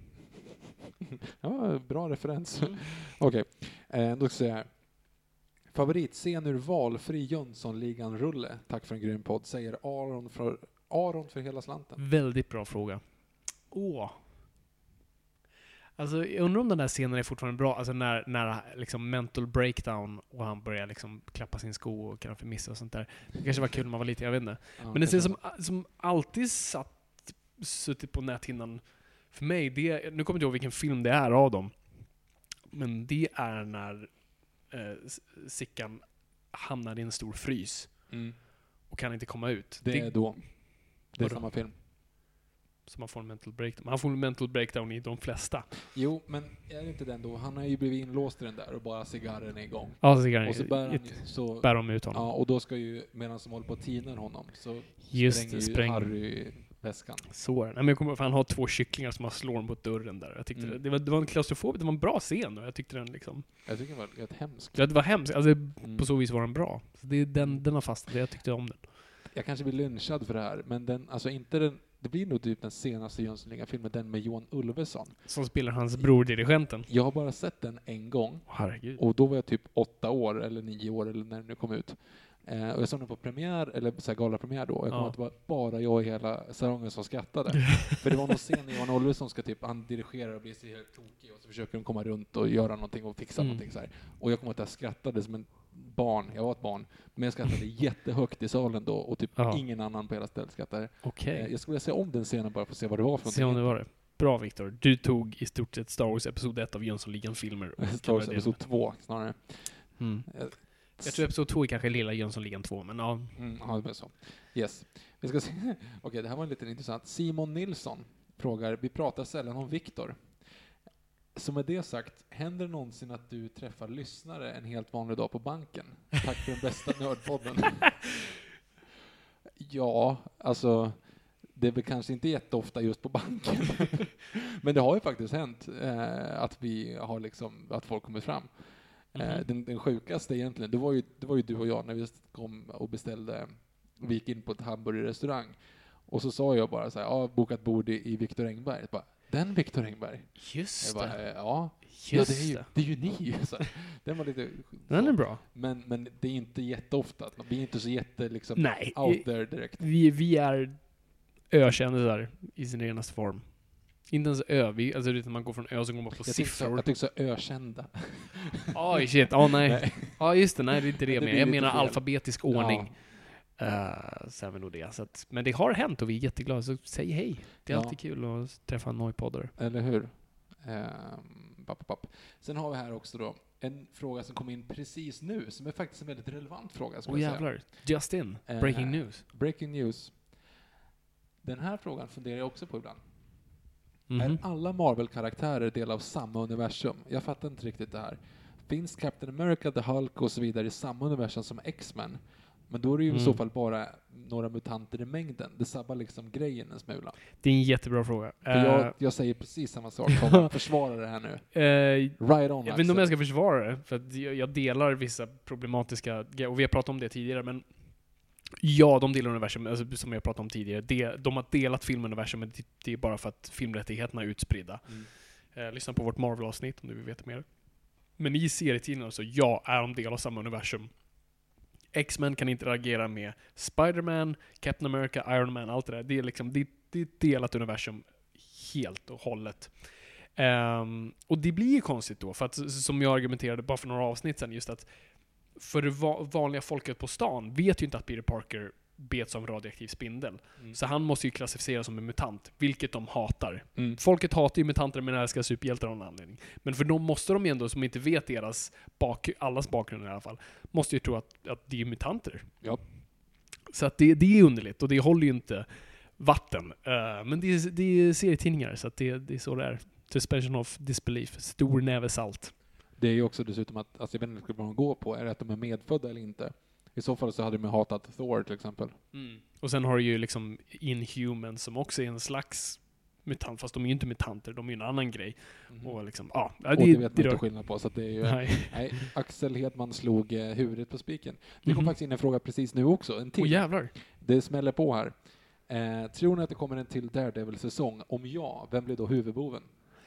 Ja, bra referens. Okej, då ska jag här. Favoritscen ur valfri Jönssonligan-rulle. Tack för en grym podd, säger Aron för hela slanten. Väldigt bra fråga. Alltså, jag undrar om den där scenen är fortfarande bra. Alltså när liksom mental breakdown och han börjar liksom klappa sin sko och kanske missa och sånt där. Det kanske var kul när man var lite, jag vet inte. Men den scen som alltid suttit på näthinnan för mig, nu kommer jag inte ihåg vilken film det är av dem. Men det är när Sickan hamnar i en stor frys och kan inte komma ut. Det är samma film. Så man får en mental breakdown. Han får en mental breakdown i de flesta. Jo, men är det inte den då? Han har ju blivit inlåst i den där och bara cigarren är igång. Ja, cigarren. Och så bär de ut honom. Ja, och då ska ju, medan de håller på att tina honom, så spränger Harry väskan. Så är det. Nej, men jag kommer, för han har 2 kycklingar som han slår dem på dörren där. Jag tyckte det var en klaustrofobik. Det var en bra scen och jag tyckte den liksom... Jag tycker den var rätt hemsk. Ja, det var hemskt. Alltså, på så vis var den bra. Så den har fastnat. Jag tyckte om den. Jag kanske blir lynchad för det här, men det blir nog typ den senaste Jönssonligan-filmen, den med Johan Ulveson. Som spelar hans bror, dirigenten. Jag har bara sett den en gång. Herregud. Och då var jag typ 8 år, eller 9 år, eller när den nu kom ut. Och jag såg den på premiär, eller så här galapremiär då. Jag kommer att det var bara jag i hela salongen som skrattade. För det var någon scen när Johan Ulveson ska typ, han dirigerar och blir så helt tokig och så försöker de komma runt och göra någonting och fixa någonting så här. Och jag kommer att jag skrattade som en barn. Jag var ett barn. Men jag skrattade jättehögt i salen då och typ ingen annan på hela stället skrattade. Okay. Jag skulle vilja se om den scenen bara för att se vad det var för någonting. Se om det var det. Bra, Viktor. Du tog i stort sett Star Wars episod 1 av Jönssonligan-filmer. Star Wars episod 2 snarare. Jag tror episod 2 är kanske lilla Jönssonligan 2, men ja. Ja, det är så. Yes. Vi ska se. Okej, det här var lite intressant. Simon Nilsson frågar, vi pratar sällan om Viktor. Så med det sagt, händer det någonsin att du träffar lyssnare en helt vanlig dag på banken? Tack för den bästa nördpodden. Ja, alltså det är väl kanske inte jätteofta just på banken. Men det har ju faktiskt hänt att vi har liksom, att folk kommer fram. Den sjukaste egentligen, det var ju du och jag när vi kom och beställde, vi gick in på ett hamburgerrestaurang. Och så sa jag bara så här, bokat bord i Viktor Engberg. Bara, den Viktor Engberg? Just bara, det. Det är ju ni. Så, den var lite... Den är bra. Men det är inte jätteofta. Vi är inte så jätte liksom, nej, out there direkt. Vi är ökändisar i sin renaste form. Inte ens alltså utan man går från ö så går man på siffror. Jag tycker så ökända. Oj, shit. Nej. Ja, just det. Nej, det är inte det. Jag menar alfabetisk ordning. Så är vi nog det. Så att, men det har hänt och vi är jätteglada. Så säg hej. Det är alltid kul att träffa en Noipodder. Eller hur? Sen har vi här också då en fråga som kom in precis nu, som är faktiskt en väldigt relevant fråga. Jävlar. Just in. Breaking news. Breaking news. Den här frågan funderar jag också på ibland. Är alla Marvel-karaktärer del av samma universum? Jag fattar inte riktigt det här. Finns Captain America, The Hulk och så vidare i samma universum som X-Men? Men då är det ju i så fall bara några mutanter i mängden. Det sabbar liksom grejen en smula. Det är en jättebra fråga. För jag säger precis samma sak. Kom, försvara det här nu. Right on. Jag vet inte om jag ska försvara det. För att jag delar vissa problematiska grejer. Och vi har pratat om det tidigare. Men ja, de delar universum. Alltså, som jag pratade om tidigare. De har delat filmuniversum. Men det är bara för att filmrättigheterna är utspridda. Lyssna på vårt Marvel-avsnitt om du vill veta mer. Men i serietidningarna så är de del av samma universum. X-Men kan interagera med Spider-Man, Captain America, Iron Man, allt det där. Det är liksom det är ett delat universum helt och hållet. Och det blir ju konstigt då, för att som jag argumenterade bara för några avsnitt sedan, just att för det vanliga folket på stan vet ju inte att Peter Parker bets som radioaktiv spindel. Så han måste ju klassificeras som en mutant, vilket de hatar. Folket hatar ju mutanter men älskar superhjältar av någon anledning. Men för dem måste de ju ändå, som inte vet allas bakgrund i alla fall, måste ju tro att det är mutanter. Ja. Så att det är underligt och det håller ju inte vatten. Men det är serietidningar så att det är så det är. Suspension of disbelief. Stor näve salt. Det är ju också dessutom att, alltså jag vet inte vad de går på, är det att de är medfödda eller inte? I så fall så hade de hatat Thor till exempel. Och sen har du ju liksom Inhumans som också är en slags mutant, fast de är ju inte mutanter, de är ju en annan grej. Och liksom, och det vet man inte skillnad på, så att det är ju... Nej, Axel Hedman slog huvudet på spiken. Det kom faktiskt in en fråga precis nu också, en till. Jävlar. Det smäller på här. Tror ni att det kommer en till Daredevil-säsong? Om ja, vem blir då huvudboven?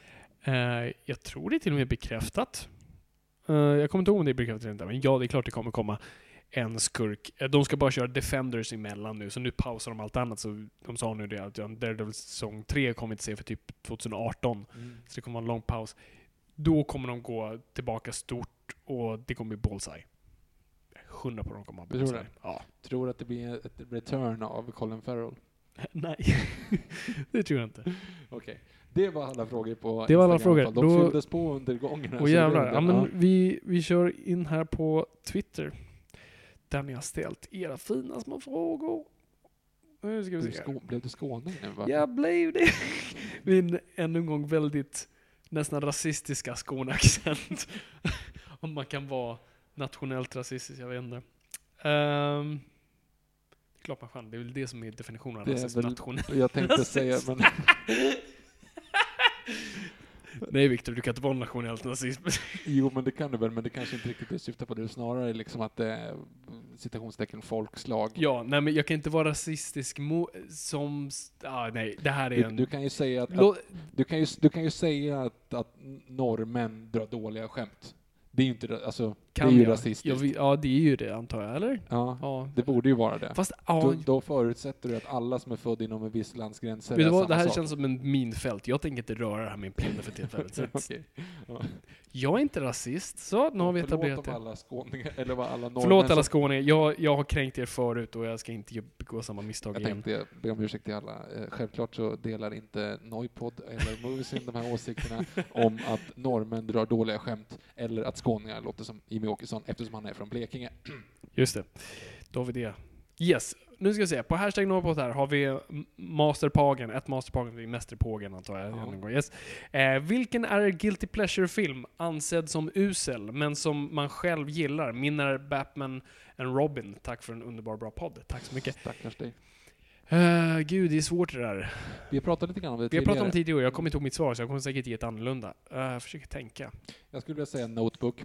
Jag tror det är till och med bekräftat. Jag kommer inte ihåg om det är bekräftat eller inte, men ja, det är klart det kommer komma en skurk. De ska bara köra Defenders emellan nu, så nu pausar de allt annat. Så de sa nu det att Daredevil säsong 3 kommer inte se för typ 2018. Så det kommer vara en lång paus. Då kommer de gå tillbaka stort och det kommer bli Bullseye. 100 på de kommer ha Bullseye. Tror du? Ja. Tror du att det blir ett return av Colin Farrell? Nej, det tror jag inte. Okej. Det var alla frågor på det var alla frågor. De fylldes på under gången. Och jävlar. Ja, men vi kör in här på Twitter. Där ni har ställt era fina små frågor. Nu ska vi se. Blev du skåning nu, va? Jag blev det. Min ännu en gång väldigt nästan rasistiska Skåneaccent. Om man kan vara nationellt rasistisk, jag vet inte. Klart man kan. Det är väl det som är definitionen av rasism. Nationellt. Jag tänkte säga, men... Nej, Victor, du kan inte vara nationellt nazism. Jo, men det kan du väl, men det kanske inte riktigt det syftar på det. Snarare liksom att det är citationstecken folkslag. Ja, nej, men jag kan inte vara rasistisk som... nej, det här är du kan ju säga att du kan ju säga att norrmän drar dåliga skämt. Det är ju inte, alltså, det är ju rasistiskt. Ja, det är ju det, antar jag, eller? Ja. Det borde ju vara det. Fast, då förutsätter du att alla som är födda inom en viss landsgränser är samma. Det här känns som en minfält. Jag tänker inte röra det här med en pinne för tillfället. Okay. Jag är inte rasist, så nu har vi etablerat det. Alla skåningar, eller vad alla norrmän. Förlåt alla skåningar. Jag har kränkt er förut och jag ska inte begå samma misstag igen. Jag tänkte be om ursäkt till alla. Självklart så delar inte Noipod eller Moviesin de här åsikterna om att norrmän drar dåliga skämt eller att skåningar låter som Jimmy Åkesson eftersom han är från Blekinge. Just det. Då har vi det. Yes. Nu ska vi se. På hashtag Noipod här har vi Masterpagen. Ett Masterpagen är Mästerpågen, antar jag. Ja. Yes. Vilken är Guilty Pleasure-film ansedd som usel men som man själv gillar? Min är Batman and Robin. Tack för en underbar bra podd. Tack så mycket. Stackars dig. Gud, det är svårt det där. Vi har pratat lite grann om det Vi tidigare. har pratat om tidigare, jag kommer inte ihåg mitt svar så jag kommer säkert ge ett annorlunda. Jag försöker tänka. Jag skulle vilja säga Notebook.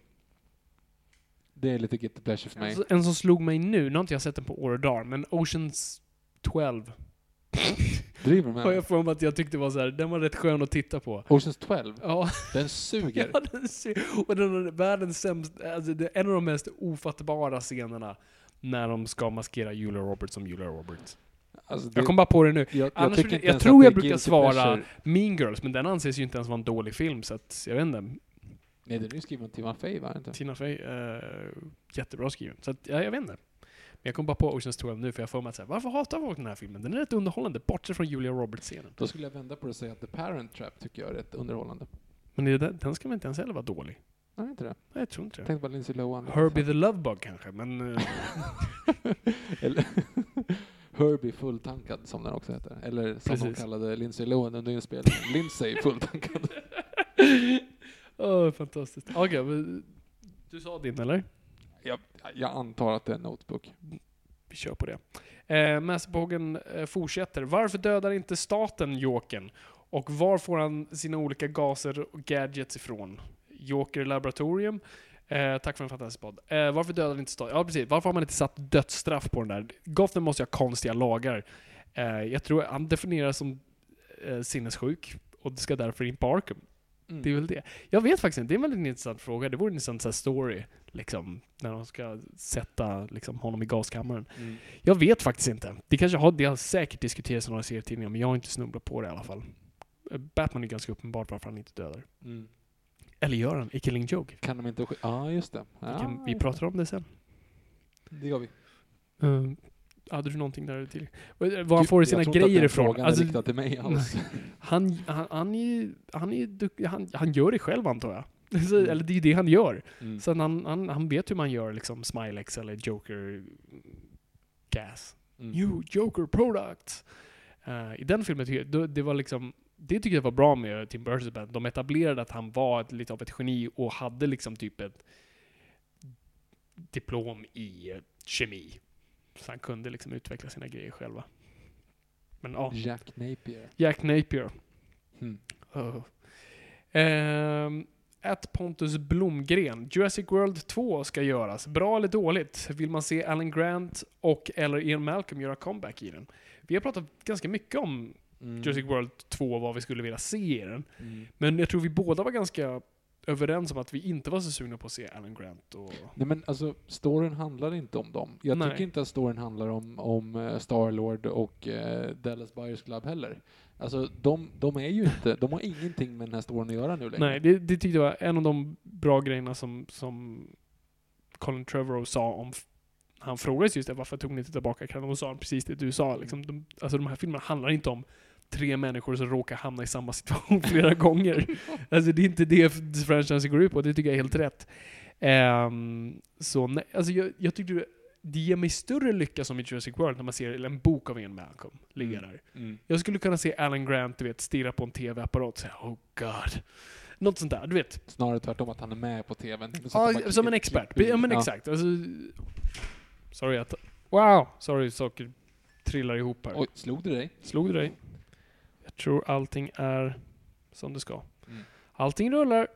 Det är lite guilty pleasure för mig. Alltså, en som slog mig nu har inte jag sett den på år och dagar, men Oceans 12. Driver med Har mig. jag för mig att jag tyckte var så här, den var rätt skön att titta på. Oceans 12? Ja. Den suger. Ja, och den är världens sämsta, alltså det är en av de mest ofattbara scenerna när de ska maskera Julia Roberts som Julia Roberts. Alltså Jag kom bara på det nu. Annars, tycker inte jag ens tror att jag det är brukar guilty svara pleasure. Mean Girls, men den anses ju inte ens vara en dålig film, så att jag vet inte. Nej, den är ju skriven av Tina Fey, va? Inte? Tina Fey, jättebra skriven. Så att, jag vet inte. Men jag kom bara på Oceans 12 nu, för jag får mig att säga, varför hatar folk den här filmen? Den är rätt underhållande, bortsett från Julia Roberts-scenen. Då skulle jag vända på det och säga att The Parent Trap tycker jag är rätt underhållande. Men den ska väl inte ens heller vara dålig? Nej, inte det. Nej, jag tror inte det. Tänk på Lindsay Lohan. Herbie the Lovebug kanske, men... Eller Herbie fulltankad, som den också heter. Eller som Precis. de kallade Lindsay Lohan under inspelningen. Lindsay fulltankad. Fantastiskt. Okej, du sa din, eller? Jag antar att det är Notebook. Vi kör på det. Mästerbogen fortsätter. Varför dödar inte staten Jokern? Och var får han sina olika gaser och gadgets ifrån? Joker Laboratorium. Tack för en fantastisk podd. Varför dödar inte staten? Ja, precis. Varför har man inte satt dödsstraff på den där? Gotham måste ha konstiga lagar. Jag tror han definieras som sinnessjuk och det ska därför in på Arkham. Mm. Det är väl det. Jag vet faktiskt inte. Det är en väldigt intressant fråga. Det vore en intressant så här story liksom, när de ska sätta liksom, honom i gaskammaren. Mm. Jag vet faktiskt inte. Det har säkert diskuterats i några serietidningar, men jag har inte snubblat på det i alla fall. Batman är ganska uppenbart varför han inte dödar. Mm. Eller gör han? I Killing Joke. Kan de inte... Ja, just det. Vi pratar om det sen. Det gör vi. Hade du någonting där till? Var han får sina grejer ifrån? Alltså, är till mig alls. Han gör det själv, antar jag. Eller det är det han gör. Mm. Så han vet hur man gör liksom Smilex eller Joker gas. New Joker product. I den filmen det var liksom, det tycker jag var bra med Tim Burton's Batman. De etablerade att han var lite av ett geni och hade liksom typ ett diplom i kemi. Så han kunde liksom utveckla sina grejer själva. Men ja. Jack Napier. Pontus Blomgren. Jurassic World 2 ska göras. Bra eller dåligt? Vill man se Alan Grant eller Ian Malcolm göra comeback i den? Vi har pratat ganska mycket om Jurassic World 2 och vad vi skulle vilja se i den. Men jag tror vi båda var ganska överens om att vi inte var så sugna på att se Alan Grant. Nej, men alltså, storyn handlar inte om dem. Jag tycker inte att storyn handlar om Star-Lord och Dallas Buyers Club heller. Alltså, de är ju inte, de har ingenting med den här storyn att göra nu längre. Nej, det tyckte jag var en av de bra grejerna som Colin Trevorrow sa om. Han frågade just det, varför tog ni inte tillbaka kan och sa precis det du sa. Liksom, de här filmerna handlar inte om 3 människor som råkar hamna i samma situation flera gånger. Alltså det är inte det franchise går ut på, det tycker jag är helt rätt. Så nej, alltså jag tyckte det ger mig större lycka som i Jurassic World när man ser en bok av Ian Malcolm ligga där. Jag skulle kunna se Alan Grant, du vet, stirra på en tv-apparat och säga, oh god. Något sånt där, du vet. Snarare tvärtom att han är med på tvn. Ja, som en expert. Ja, men exakt. Alltså, sorry, saker trillar ihop här. Oj, slog du dig? Slog du dig? Jag tror allting är som det ska. Allting rullar.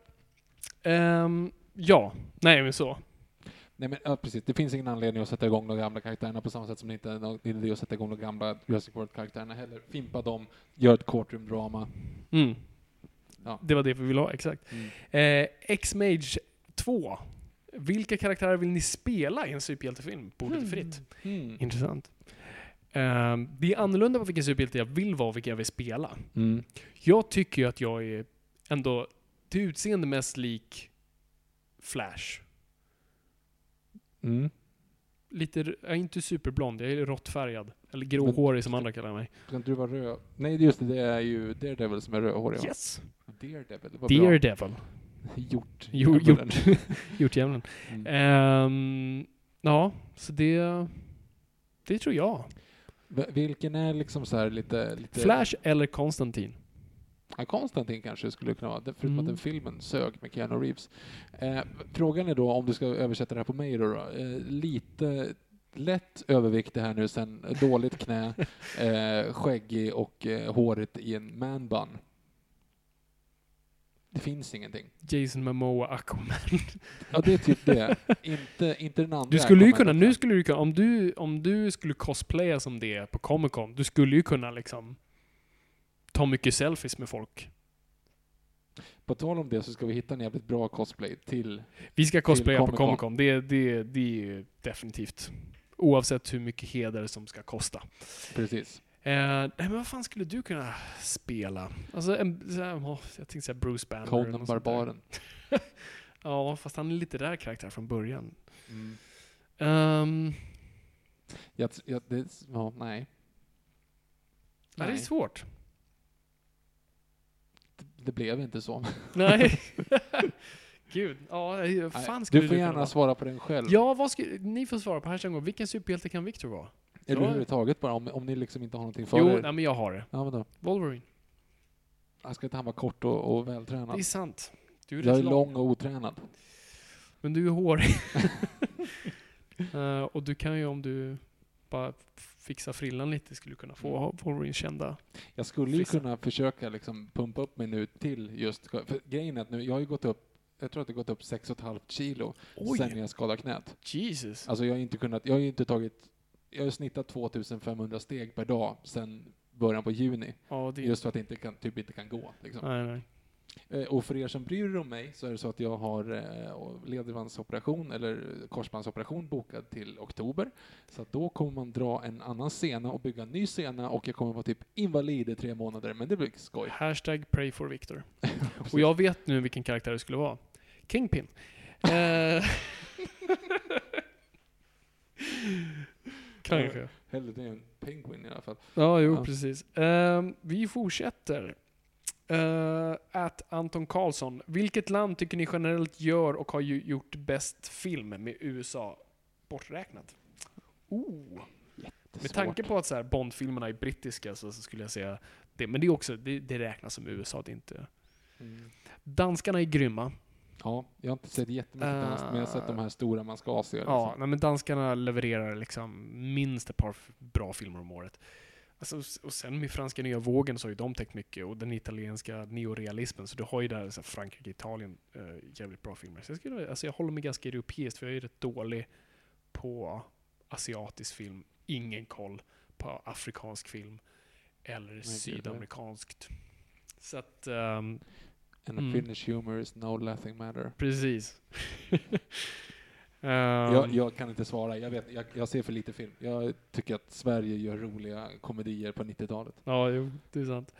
Ja, nej men så. Nej, men ja, precis. Det finns ingen anledning att sätta igång de gamla karaktärerna på samma sätt som det inte är någon idé att sätta igång de gamla Jurassic World-karaktärerna heller. Fimpa dem, gör ett courtroom-drama. Ja. Det var det vi ville ha, exakt. X-Mage 2. Vilka karaktärer vill ni spela i en superhjältefilm? Bordet är fritt. Intressant. Det är annorlunda på vilken superhjälte jag vill vara och vilka jag vill spela. Jag tycker ju att jag är ändå till utseende mest lik Flash. Lite, jag är inte superblond, jag är råttfärgad. Eller gråhårig som andra kallar mig. Kan inte du vara röd? Nej, just det är ju Daredevil som är rödhårig. Yes. Daredevil. Hjortjävlen. Ja, så det tror jag. Vilken är liksom så här lite... Flash eller Konstantin? Ja, Konstantin kanske skulle kunna vara. Förutom att den filmen sög med Keanu Reeves. Frågan är då, om du ska översätta det här på mig då. Lite lätt övervikt det här nu sen, dåligt knä, skäggig och håret i en man-bun. Det finns ingenting. Jason Momoa, Aquaman. Ja, det är typ det. Inte den andra. Du skulle ju kunna, nu skulle du kunna, om du skulle cosplaya som det på Comic-Con, du skulle ju kunna liksom ta mycket selfies med folk. På tal om det så ska vi hitta en jävligt bra cosplay till. Vi ska cosplaya till på Comic-Con. Det är definitivt. Oavsett hur mycket heder som ska kosta. Precis. Nej, men vad fan skulle du kunna spela? Alltså, jag tänkte säga Bruce Banner. Conan Barbaren. Ja, fast han är lite där karaktär från början. Nej. Det är svårt. Det blev inte så. Nej. Gud. Ja, fan skulle du får gärna svara på den själv. Ja, ni får svara på här sen. Vilken superhjälte kan Victor vara? Eller överhuvudtaget bara, om ni liksom inte har någonting för er. Nej, men jag har det. Ja, vadå? Wolverine. Jag ska inte han vara kort och vältränad. Det är sant. Du är jag är lång och otränad. Men du är hårig. Och du kan ju, om du bara fixar frillan lite, skulle du kunna få Wolverine kända. Jag skulle ju kunna försöka liksom pumpa upp mig nu till just, för grejen är att nu, jag har ju gått upp, jag tror att det gått upp 6,5 kilo sen jag skadade knät. Jesus. Alltså jag har snittat 2500 steg per dag sen början på juni. Ja, just för att jag inte kan gå. Liksom. Nej. Och för er som bryr er om mig så är det så att jag har ledbandsoperation eller korsbandsoperation bokad till oktober. Så att då kommer man dra en annan scena och bygga en ny scena och jag kommer vara typ invalid i 3 månader, men det blir skoj. #pray for Victor. Och jag vet nu vilken karaktär det skulle vara. Kingpin. Kanske. Hellre det är en penguin i alla fall. Ja, precis. Vi fortsätter. Anton Karlsson. Vilket land tycker ni generellt gör och har gjort bäst film med USA borträknat? Med tanke på att så här, Bond-filmerna är brittiska så skulle jag säga det. Men det är också, det räknas som USA, det är inte. Danskarna är grymma. Ja, jag har inte sett jättemycket dans, men jag har sett de här stora man ska se. Liksom. Ja, men danskarna levererar liksom minst ett par bra filmer om året. Alltså, och sen med franska nya vågen så har ju de täckt mycket, och den italienska neorealismen, så du har ju där så Frankrike, Italien, jävligt bra filmer. Så jag håller mig ganska europeiskt, för jag är rätt dålig på asiatisk film, ingen koll på afrikansk film eller sydamerikanskt. Så att and a Finnish humor is no laughing matter. Precis. Jag kan inte svara. Jag ser för lite film. Jag tycker att Sverige gör roliga komedier på 90-talet. Ja, jo, det är sant.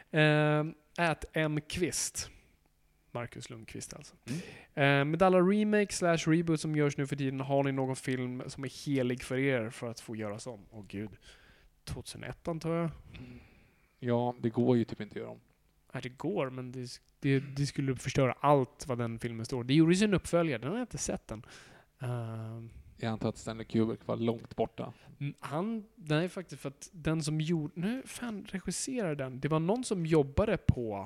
M. Kvist. Marcus Lundqvist alltså. Med alla remake/reboot som görs nu för tiden, har ni någon film som är helig för er för att få göras om? Åh gud. 2001 antar jag. Ja, det går ju typ inte att göra om. Nej, det går, men det skulle förstöra allt vad den filmen står. Det gjorde ju en uppföljare, den har jag inte sett den. Jag antar att Stanley Kubrick var långt borta. Nej, faktiskt, för att den som gjorde... Nu fan regisserar den. Det var någon som jobbade på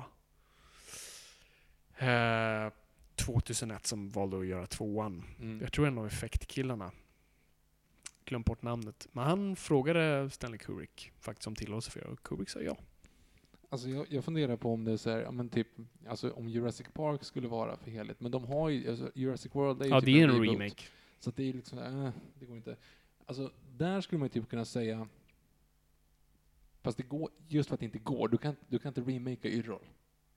2001 som valde att göra 2:an. Jag tror en av effektkillarna. Glöm bort namnet. Men han frågade Stanley Kubrick faktiskt om tillåtelse för det, och Kubrick sa ja. Alltså jag funderar på om det är så här, men typ, alltså om Jurassic Park skulle vara för helhet, men de har ju, alltså Jurassic World är ju typ det är en reboot. remake. Så det är liksom, det går inte. Alltså där skulle man typ kunna säga, fast det går, just för att det inte går, du kan inte remakea Yrrol.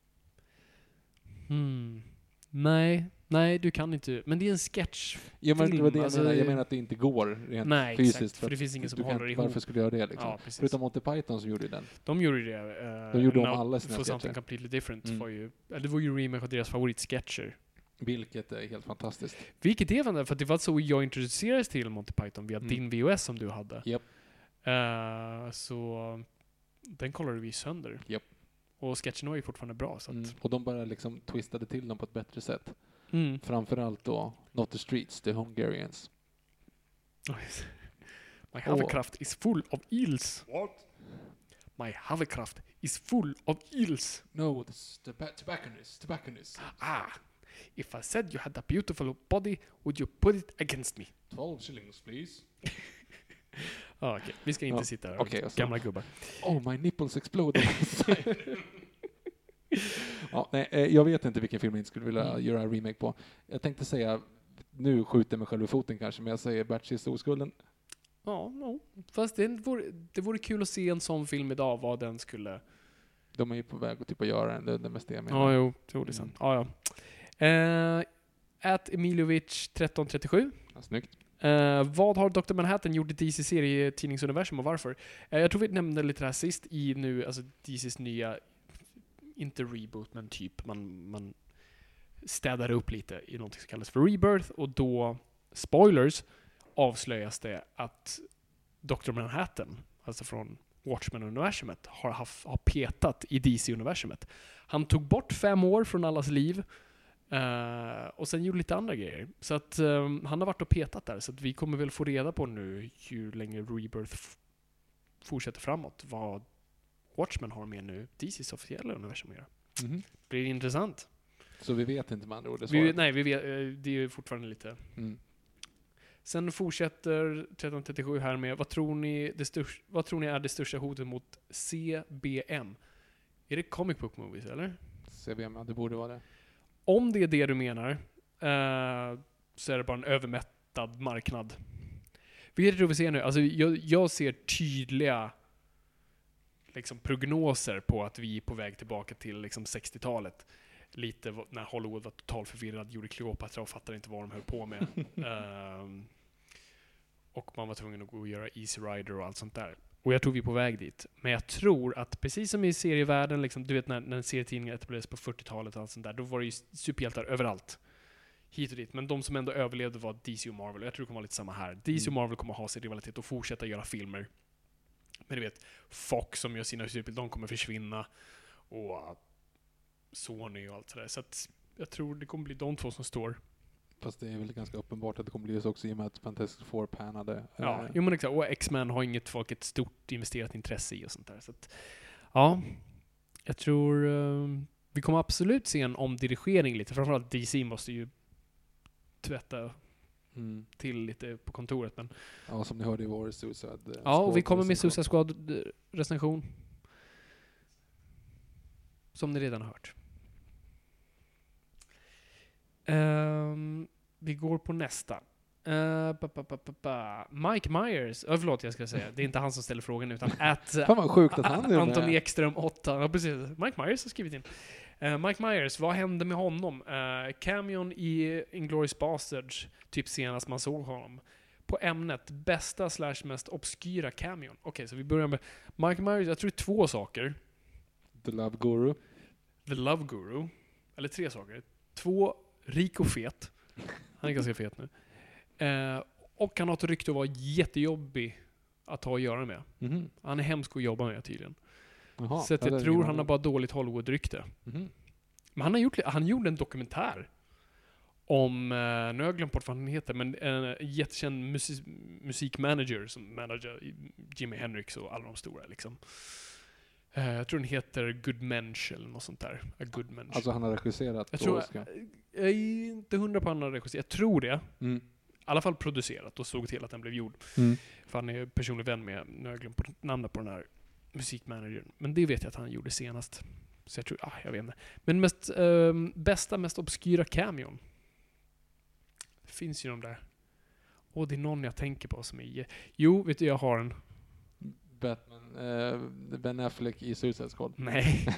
Nej, du kan inte. Men det är en sketch. Jag menar att det inte går rent fysiskt. Exakt, för det finns ingen som håller ihop. Varför skulle jag göra det liksom? Ja, förutom Monty Python som gjorde den. De gjorde det. De gjorde om alla sina For sketcher. Something Completely Different det var ju remake av deras favoritsketcher. Vilket är helt fantastiskt. Vilket är för att det var så jag introducerades till Monty Python via din VHS som du hade. Yep. Så den kollade vi sönder. Yep. Och sketchen var ju fortfarande bra. Så att och de bara liksom twistade till dem på ett bättre sätt. Framförallt då Not the Streets, the Hungarians. My hovercraft is full of eels. What? My hovercraft is full of eels. No, the tobacconist. If I said you had a beautiful body, would you put it against me? 12 shillings, please. Okej. Vi ska inte sitta här och gamla gubbar. Oh, my nipples exploded. Jag vet inte vilken film jag inte skulle vilja göra en remake på. Jag tänkte säga, nu skjuter jag mig själv i foten kanske, men jag säger Bert sista oskulden. Ja, fast det vore kul att se en sån film idag, vad den skulle... De är ju på väg att typ göra den mest det. Ja, det är sant. Ja. Emiliovic 1337. Ja, snyggt. Vad har Dr. Manhattan gjort i DC-serietidningsuniversum och varför? Jag tror vi nämnde lite det här sist i nu, alltså DCs nya, inte reboot, men typ man städar upp lite i något som kallas för Rebirth, och då, spoilers, avslöjas det att Dr. Manhattan, alltså från Watchmen-universumet, har petat i DC-universumet. Han tog bort 5 år från allas liv och sen gjorde lite andra grejer. Så att han har varit och petat där, så att vi kommer väl få reda på nu hur länge Rebirth fortsätter framåt, vad Watchmen har med nu DCs officiella universum att göra. Mm-hmm. Blir det intressant. Så vi vet inte med andra ord. Nej, vi vet, det är ju fortfarande lite... Sen fortsätter 1337 här med, vad tror ni är det största hotet mot CBM? Är det comic book movies, eller? CBM, ja, det borde vara det. Om det är det du menar, så är det bara en övermättad marknad. Vilket tror vi ser nu? Alltså, jag ser tydliga liksom, prognoser på att vi är på väg tillbaka till liksom, 60-talet. Lite när Hollywood var totalt förvirrad, gjorde Cleopatra och fattade inte vad de höll på med. Och man var tvungen att gå och göra Easy Rider och allt sånt där. Och jag tror vi är på väg dit. Men jag tror att precis som i serievärlden, liksom, du vet när serietidningar etablerades på 40-talet och allt sånt där, då var det ju superhjältar överallt. Hit och dit. Men de som ändå överlevde var DC och Marvel. Jag tror det kommer vara lite samma här. DC och Marvel kommer ha sin rivalitet och fortsätta göra filmer. Men du vet, Fox som gör sina superhjältar, de kommer försvinna. Och Sony och allt sådär. Så att jag tror det kommer bli de två som står. Fast det är väl ganska uppenbart att det kommer bli så också i och med att Fantastic Four panade. Ja, men exakt. Och X-Men har inget folk ett stort investerat intresse i och sånt där. Så att, ja, jag tror vi kommer absolut se en omdirigering lite. Framförallt DC måste ju tvätta till lite på kontoret. Men... Ja, som ni hörde i vår Suicide Squad. Ja, och vi kommer med Suicide Squad-recension. Som ni redan har hört. Vi går på nästa. Mike Myers. Förlåt, jag ska säga. Det är inte han som ställer frågan, utan Fan vad sjukt att han är Anton Ekström 8. Ja, precis. Mike Myers har skrivit in. Mike Myers, vad hände med honom? Cameon i Inglourious Basterds, typ senast man såg honom. På ämnet bästa / mest obskyra cameon. Okej, så vi börjar med Mike Myers. Jag tror det är 2 saker. The Love Guru. The Love Guru. Eller 3 saker. 2, rik och fet. Han är ganska fet nu. Och han har ett rykte att vara jättejobbig att ha att göra med. Mm-hmm. Han är hemsk att jobba med tydligen. Jaha, så att jag tror han har bara dåligt Hollywood-rykte. Mm-hmm. Men han gjorde en dokumentär om, nu har jag glömt bort vad han heter, men en jättekänd musikmanager som manager Jimi Hendrix och alla de stora liksom. Jag tror den heter Good Mensch eller något sånt där. A Good Mensch. Alltså han har regisserat? Jag är inte 100 på han har regisserat. Jag tror det. I alla fall producerat och såg till att den blev gjord. För han är personlig vän med, nu har jag glömt namnet på den här musikmanagern. Men det vet jag att han gjorde senast. Så jag tror, jag vet inte. Men mest obskyra cameon. Det finns ju de där. Det är någon jag tänker på som är... Jo, vet du, jag har en... Batman, Ben Affleck i Suicide Squad. Nej.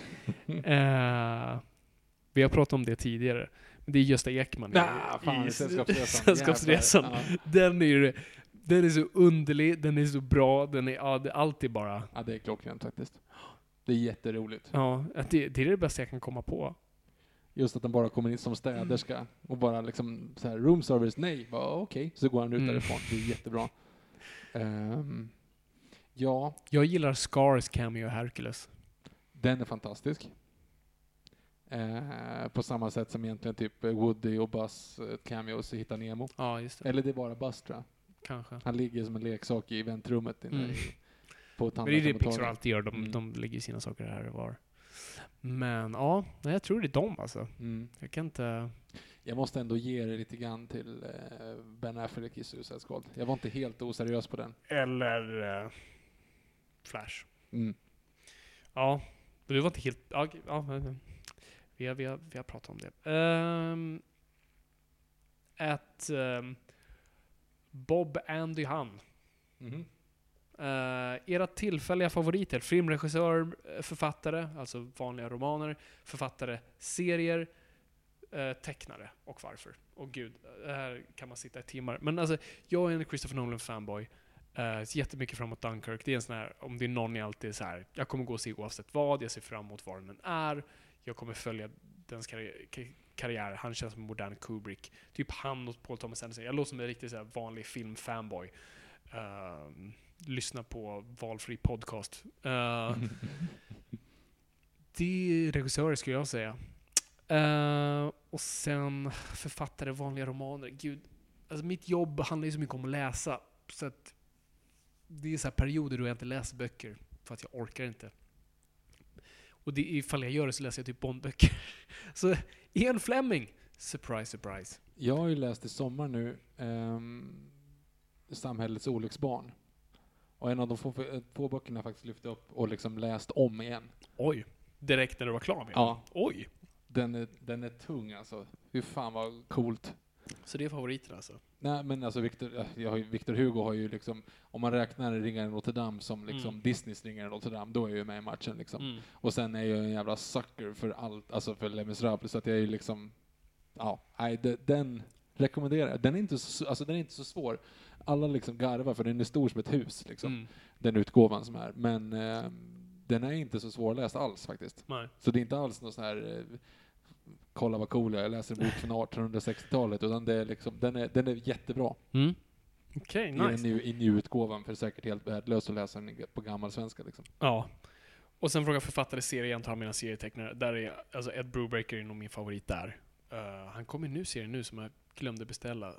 Vi har pratat om det tidigare. Men det är Gösta Ekman i Sällskapsresan. Den är så underlig, den är så bra, allt är bara... Ja, det är klockrent faktiskt. Det är jätteroligt. Ja, det är det bästa jag kan komma på. Just att den bara kommer in som städerska och bara liksom så här, room service, nej, okej. Så går han ut därifrån. Det är jättebra. Ja. Jag gillar Scars cameo i Hercules. Den är fantastisk. På samma sätt som egentligen typ Woody och Buzz cameos i Hitta Nemo. Ja, just det. Eller det är bara Buzz, tror jag. Kanske. Han ligger som en leksak i väntrummet inne på men det är det Pixar alltid gör. De lägger i sina saker här och var. Men ja, jag tror det är dem alltså. Jag kan inte... Jag måste ändå ge det lite grann till Ben Affleck i Suicide Squad. Jag var inte helt oseriös på den. Eller Flash. Mm. Ja, du var inte helt... Ja, vi har pratat om det. Bob Andy Han. Mm. Era tillfälliga favoriter, filmregissör, författare, alltså vanliga romaner, författare, serier, tecknare och varför. Och gud, det här kan man sitta i timmar. Men alltså, jag är en Christopher Nolan fanboy. Jättemycket fram emot Dunkirk. Det är en sån här, om det är någon jag alltid så här, jag kommer gå och se oavsett vad, jag ser fram emot vad den är, jag kommer följa dens karriär. Han känns som en modern Kubrick. Typ han och Paul Thomas Anderson. Jag låter som en riktigt så här vanlig filmfanboy. Lyssna på valfri podcast. Det är regissörer skulle jag säga. Och sen författare, vanliga romaner. Gud, alltså mitt jobb handlar ju så mycket om att läsa. Så att det är så här perioder då jag inte läser böcker. För att jag orkar inte. Och det, ifall jag gör det så läser jag typ Bondböcker. Så Ian Fleming. Surprise, surprise. Jag har ju läst i sommar nu Samhällets olycksbarn. Och en av de få böckerna jag faktiskt lyft upp och liksom läst om igen. Oj, direkt när du var klar med ja. Oj. Den är tung alltså. Hur fan vad coolt. Så det är favoriter alltså? Nej, men alltså Victor Hugo har ju liksom, om man räknar Ringaren i Notre Dame som liksom Disneys Ringaren i Notre Dame, då är jag ju med i matchen liksom. Och sen är jag en jävla sucker för allt, alltså för Les Misérables, så att jag är ju liksom, den rekommenderar jag. Den är inte så svår. Alla liksom garvar för den är stor som ett hus liksom. Den utgåvan som är, men den är inte så svårläst alls faktiskt. Nej. Så det är inte alls något sån här kolla vad cool jag läser en bok från 1860-talet, utan det är liksom, den är jättebra. Okej, nice. I nyutgåvan, för det är säkert helt värdelöst att läsa den på gammal svenska liksom. Ja. Och sen frågar författare serie, jag tar mina serietecknare. Där är alltså Ed Brubaker är nog min favorit där. Han kommer i serien nu som jag glömde beställa.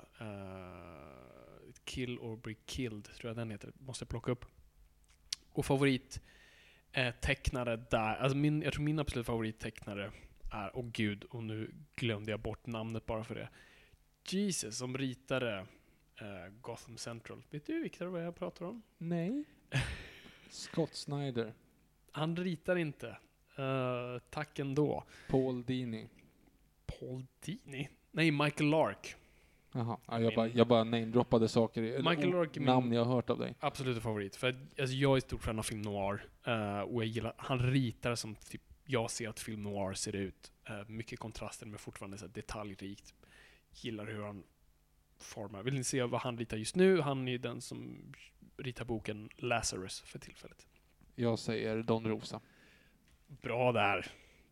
Kill or Be Killed tror jag den heter. Måste jag plocka upp. Och favorit tecknare där. Alltså jag tror min absolut favorittecknare är, gud, och nu glömde jag bort namnet bara för det. Jesus, som ritade Gotham Central. Vet du, Victor, vad jag pratar om? Nej. Scott Snyder. Han ritar inte. Tack ändå. Paul Dini? Nej, Michael Lark. Jaha, jag bara namedroppade saker. Michael Lark är namn jag har hört av dig. Absolut favorit. För alltså, jag är stor fan av film noir. Och jag gillar, han ritar som typ jag ser att film noir ser ut. Mycket kontraster men fortfarande så detaljrikt. Gillar hur han formar. Vill ni se vad han ritar just nu? Han är den som ritar boken Lazarus för tillfället. Jag säger Don Rosa. Bra där.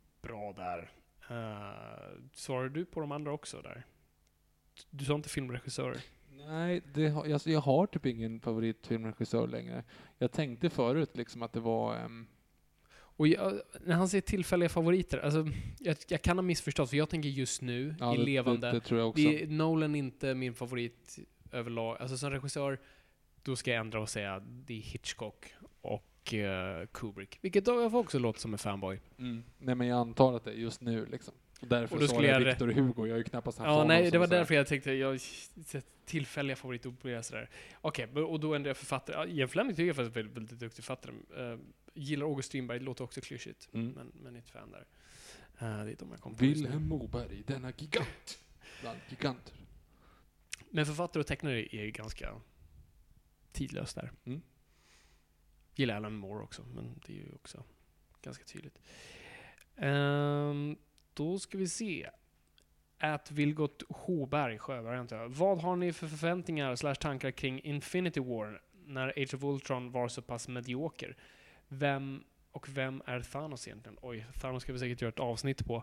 Svarar du på de andra också där? Du sa inte filmregissörer. Nej, jag har typ ingen favoritfilmregissör längre. Jag tänkte förut liksom att det var... Och när han säger tillfälliga favoriter, alltså, jag kan ha missförstått, för jag tänker just nu i levande. Det tror jag också. Det är Nolan inte min favorit överlag. Alltså som regissör, då ska jag ändra och säga det är Hitchcock och Kubrick. Vilket jag också låter som en fanboy. Nej, men jag antar att det är just nu liksom. Därför och då sa jag Victor Hugo. Jag har ju knappast haft honom. Nej, det var därför jag tänkte tillfälliga favoriter sådär. Okej, och då ändrar jag författare. Ian Fleming tycker jag faktiskt är väldigt duktig författare. Gillar August Strindberg, det låter också klyschigt. Men inte fan där. Det är de jag kom på. Wilhelm Moberg, denna gigant. Bland giganter. Men författare och tecknare är ganska tidlöst där. Gillar Alan Moore också, men det är ju också ganska tydligt. Då ska vi se. Vilgot Sjöberg, antar jag. Vad har ni för förväntningar / tankar kring Infinity War när Age of Ultron var så pass medioker? Vem är Thanos egentligen? Oj, Thanos ska vi säkert göra ett avsnitt på.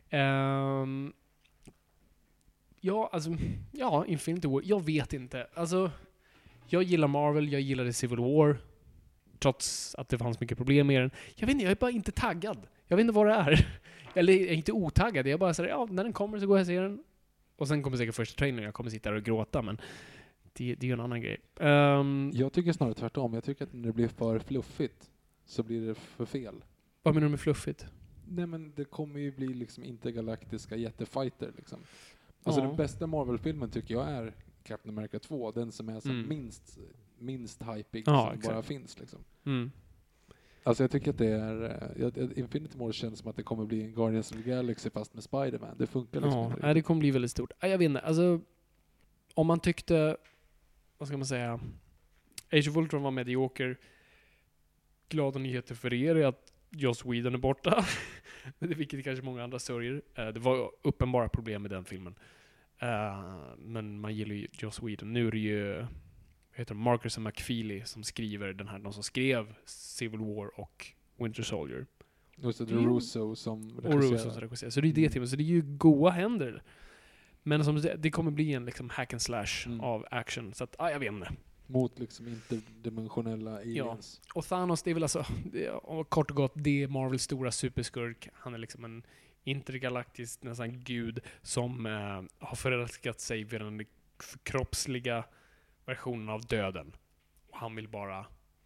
Infinity War. Jag vet inte. Alltså, jag gillar Marvel, jag gillade Civil War. Trots att det fanns mycket problem med den. Jag vet inte, jag är bara inte taggad. Jag vet inte vad det är. Eller jag är inte otaggad. Jag bara säger, när den kommer så går jag och ser den. Och sen kommer säkert första trailern. Jag kommer sitta där och gråta, men det är ju en annan grej. Jag tycker snarare tvärtom. Jag tycker att när det blir för fluffigt så blir det för fel. Vad menar du med fluffigt? Nej, men det kommer ju bli liksom intergalaktiska jättefighter liksom. Alltså den bästa Marvel-filmen tycker jag är Captain America 2. Den som är så minst hypig som bara finns liksom. Alltså jag tycker att det är Infinity War känns som att det kommer bli en Guardians of the Galaxy fast med Spider-Man. Det funkar liksom. Ja, det kommer bli väldigt stort. Jag vet inte, alltså om man tyckte, vad ska man säga, Age of Ultron var medioker. Glada nyheter för er är att Joss Whedon är borta. Vilket kanske många andra sörjer. Det var uppenbara problem med den filmen. Men man gillar ju Joss Whedon. Nu är det ju Marcus McFeely som skriver de som skrev Civil War och Winter Soldier. Och så Russo som regisserar. Så det är det teamet. Så det är ju goda händer. Men som det kommer bli en liksom hack and slash av action. Så att, jag vet inte. Mot liksom interdimensionella aliens. Ja. Och Thanos, det är väl alltså, kort och gott, det är Marvels stora superskurk. Han är liksom en intergalaktisk nästan gud som har förälskat sig vid den kroppsliga versionen av döden. Och han vill bara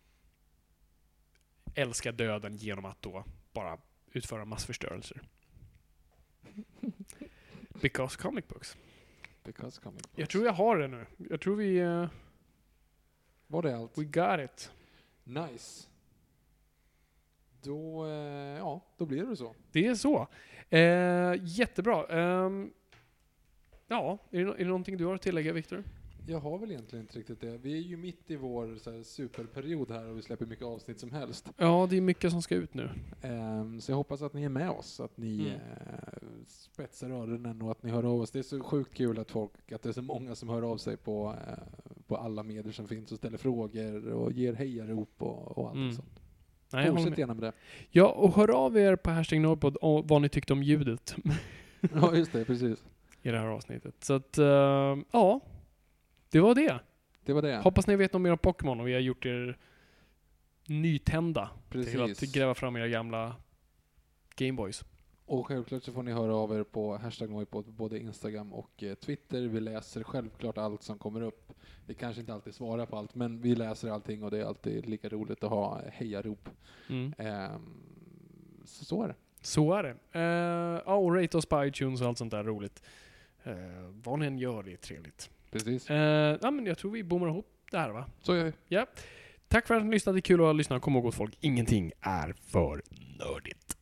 älska döden genom att då bara utföra massförstörelser. Because comic books. Jag tror jag har det nu. Jag tror vi... Var det allt? We got it. Nice. Då blir det så. Det är så. Jättebra. Är det någonting du har att tillägga, Victor? Jag har väl egentligen inte riktigt det. Vi är ju mitt i vår så här, superperiod här och vi släpper mycket avsnitt som helst. Ja, det är mycket som ska ut nu. Så jag hoppas att ni är med oss, att ni spetsar öronen och att ni hör av oss. Det är så sjukt kul att det är så många som hör av sig på alla medier som finns och ställer frågor och ger hejarop och allt sånt. Fortsätt gärna med det. Ja, och hör av er på #Nordpod och vad ni tyckte om ljudet. Ja, just det, precis. I det här avsnittet. Så att, det var det. Det var det. Hoppas ni vet något mer om Pokémon och vi har gjort er nytända till att gräva fram era gamla Gameboys. Och självklart så får ni höra av er på #Nordpod på både Instagram och Twitter. Vi läser självklart allt som kommer upp. Vi kanske inte alltid svarar på allt, men vi läser allting och det är alltid lika roligt att ha hejarop. Så är det. Så är det. Och rate oss på iTunes och allt sånt där roligt. Vad ni än gör, det är trevligt. Precis. Men jag tror vi bommar ihop det här, va? Så gör vi. Ja. Tack för att ni lyssnade. Kul att lyssna. Kom ihåg, folk. Ingenting är för nördigt.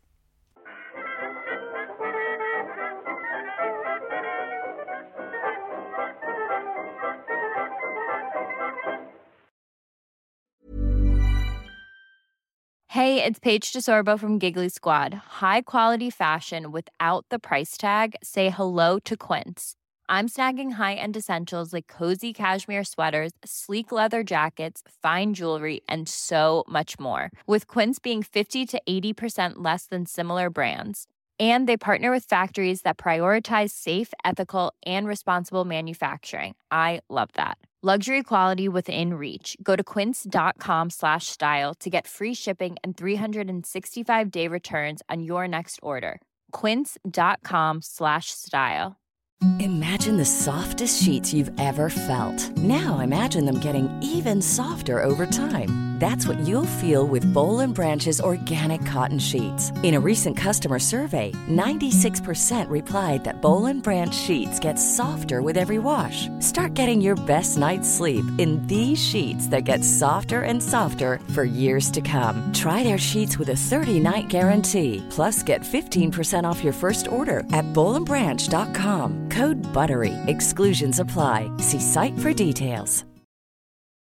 Hey, it's Paige DeSorbo from Giggly Squad. High quality fashion without the price tag. Say hello to Quince. I'm snagging high-end essentials like cozy cashmere sweaters, sleek leather jackets, fine jewelry, and so much more. With Quince being 50 to 80% less than similar brands. And they partner with factories that prioritize safe, ethical, and responsible manufacturing. I love that. Luxury quality within reach. Go to quince.com/style to get free shipping and 365-day returns on your next order. Quince.com/style. Imagine the softest sheets you've ever felt. Now imagine them getting even softer over time. That's what you'll feel with Boll & Branch's organic cotton sheets. In a recent customer survey, 96% replied that Boll & Branch sheets get softer with every wash. Start getting your best night's sleep in these sheets that get softer and softer for years to come. Try their sheets with a 30-night guarantee. Plus, get 15% off your first order at bollandbranch.com. Code BUTTERY. Exclusions apply. See site for details.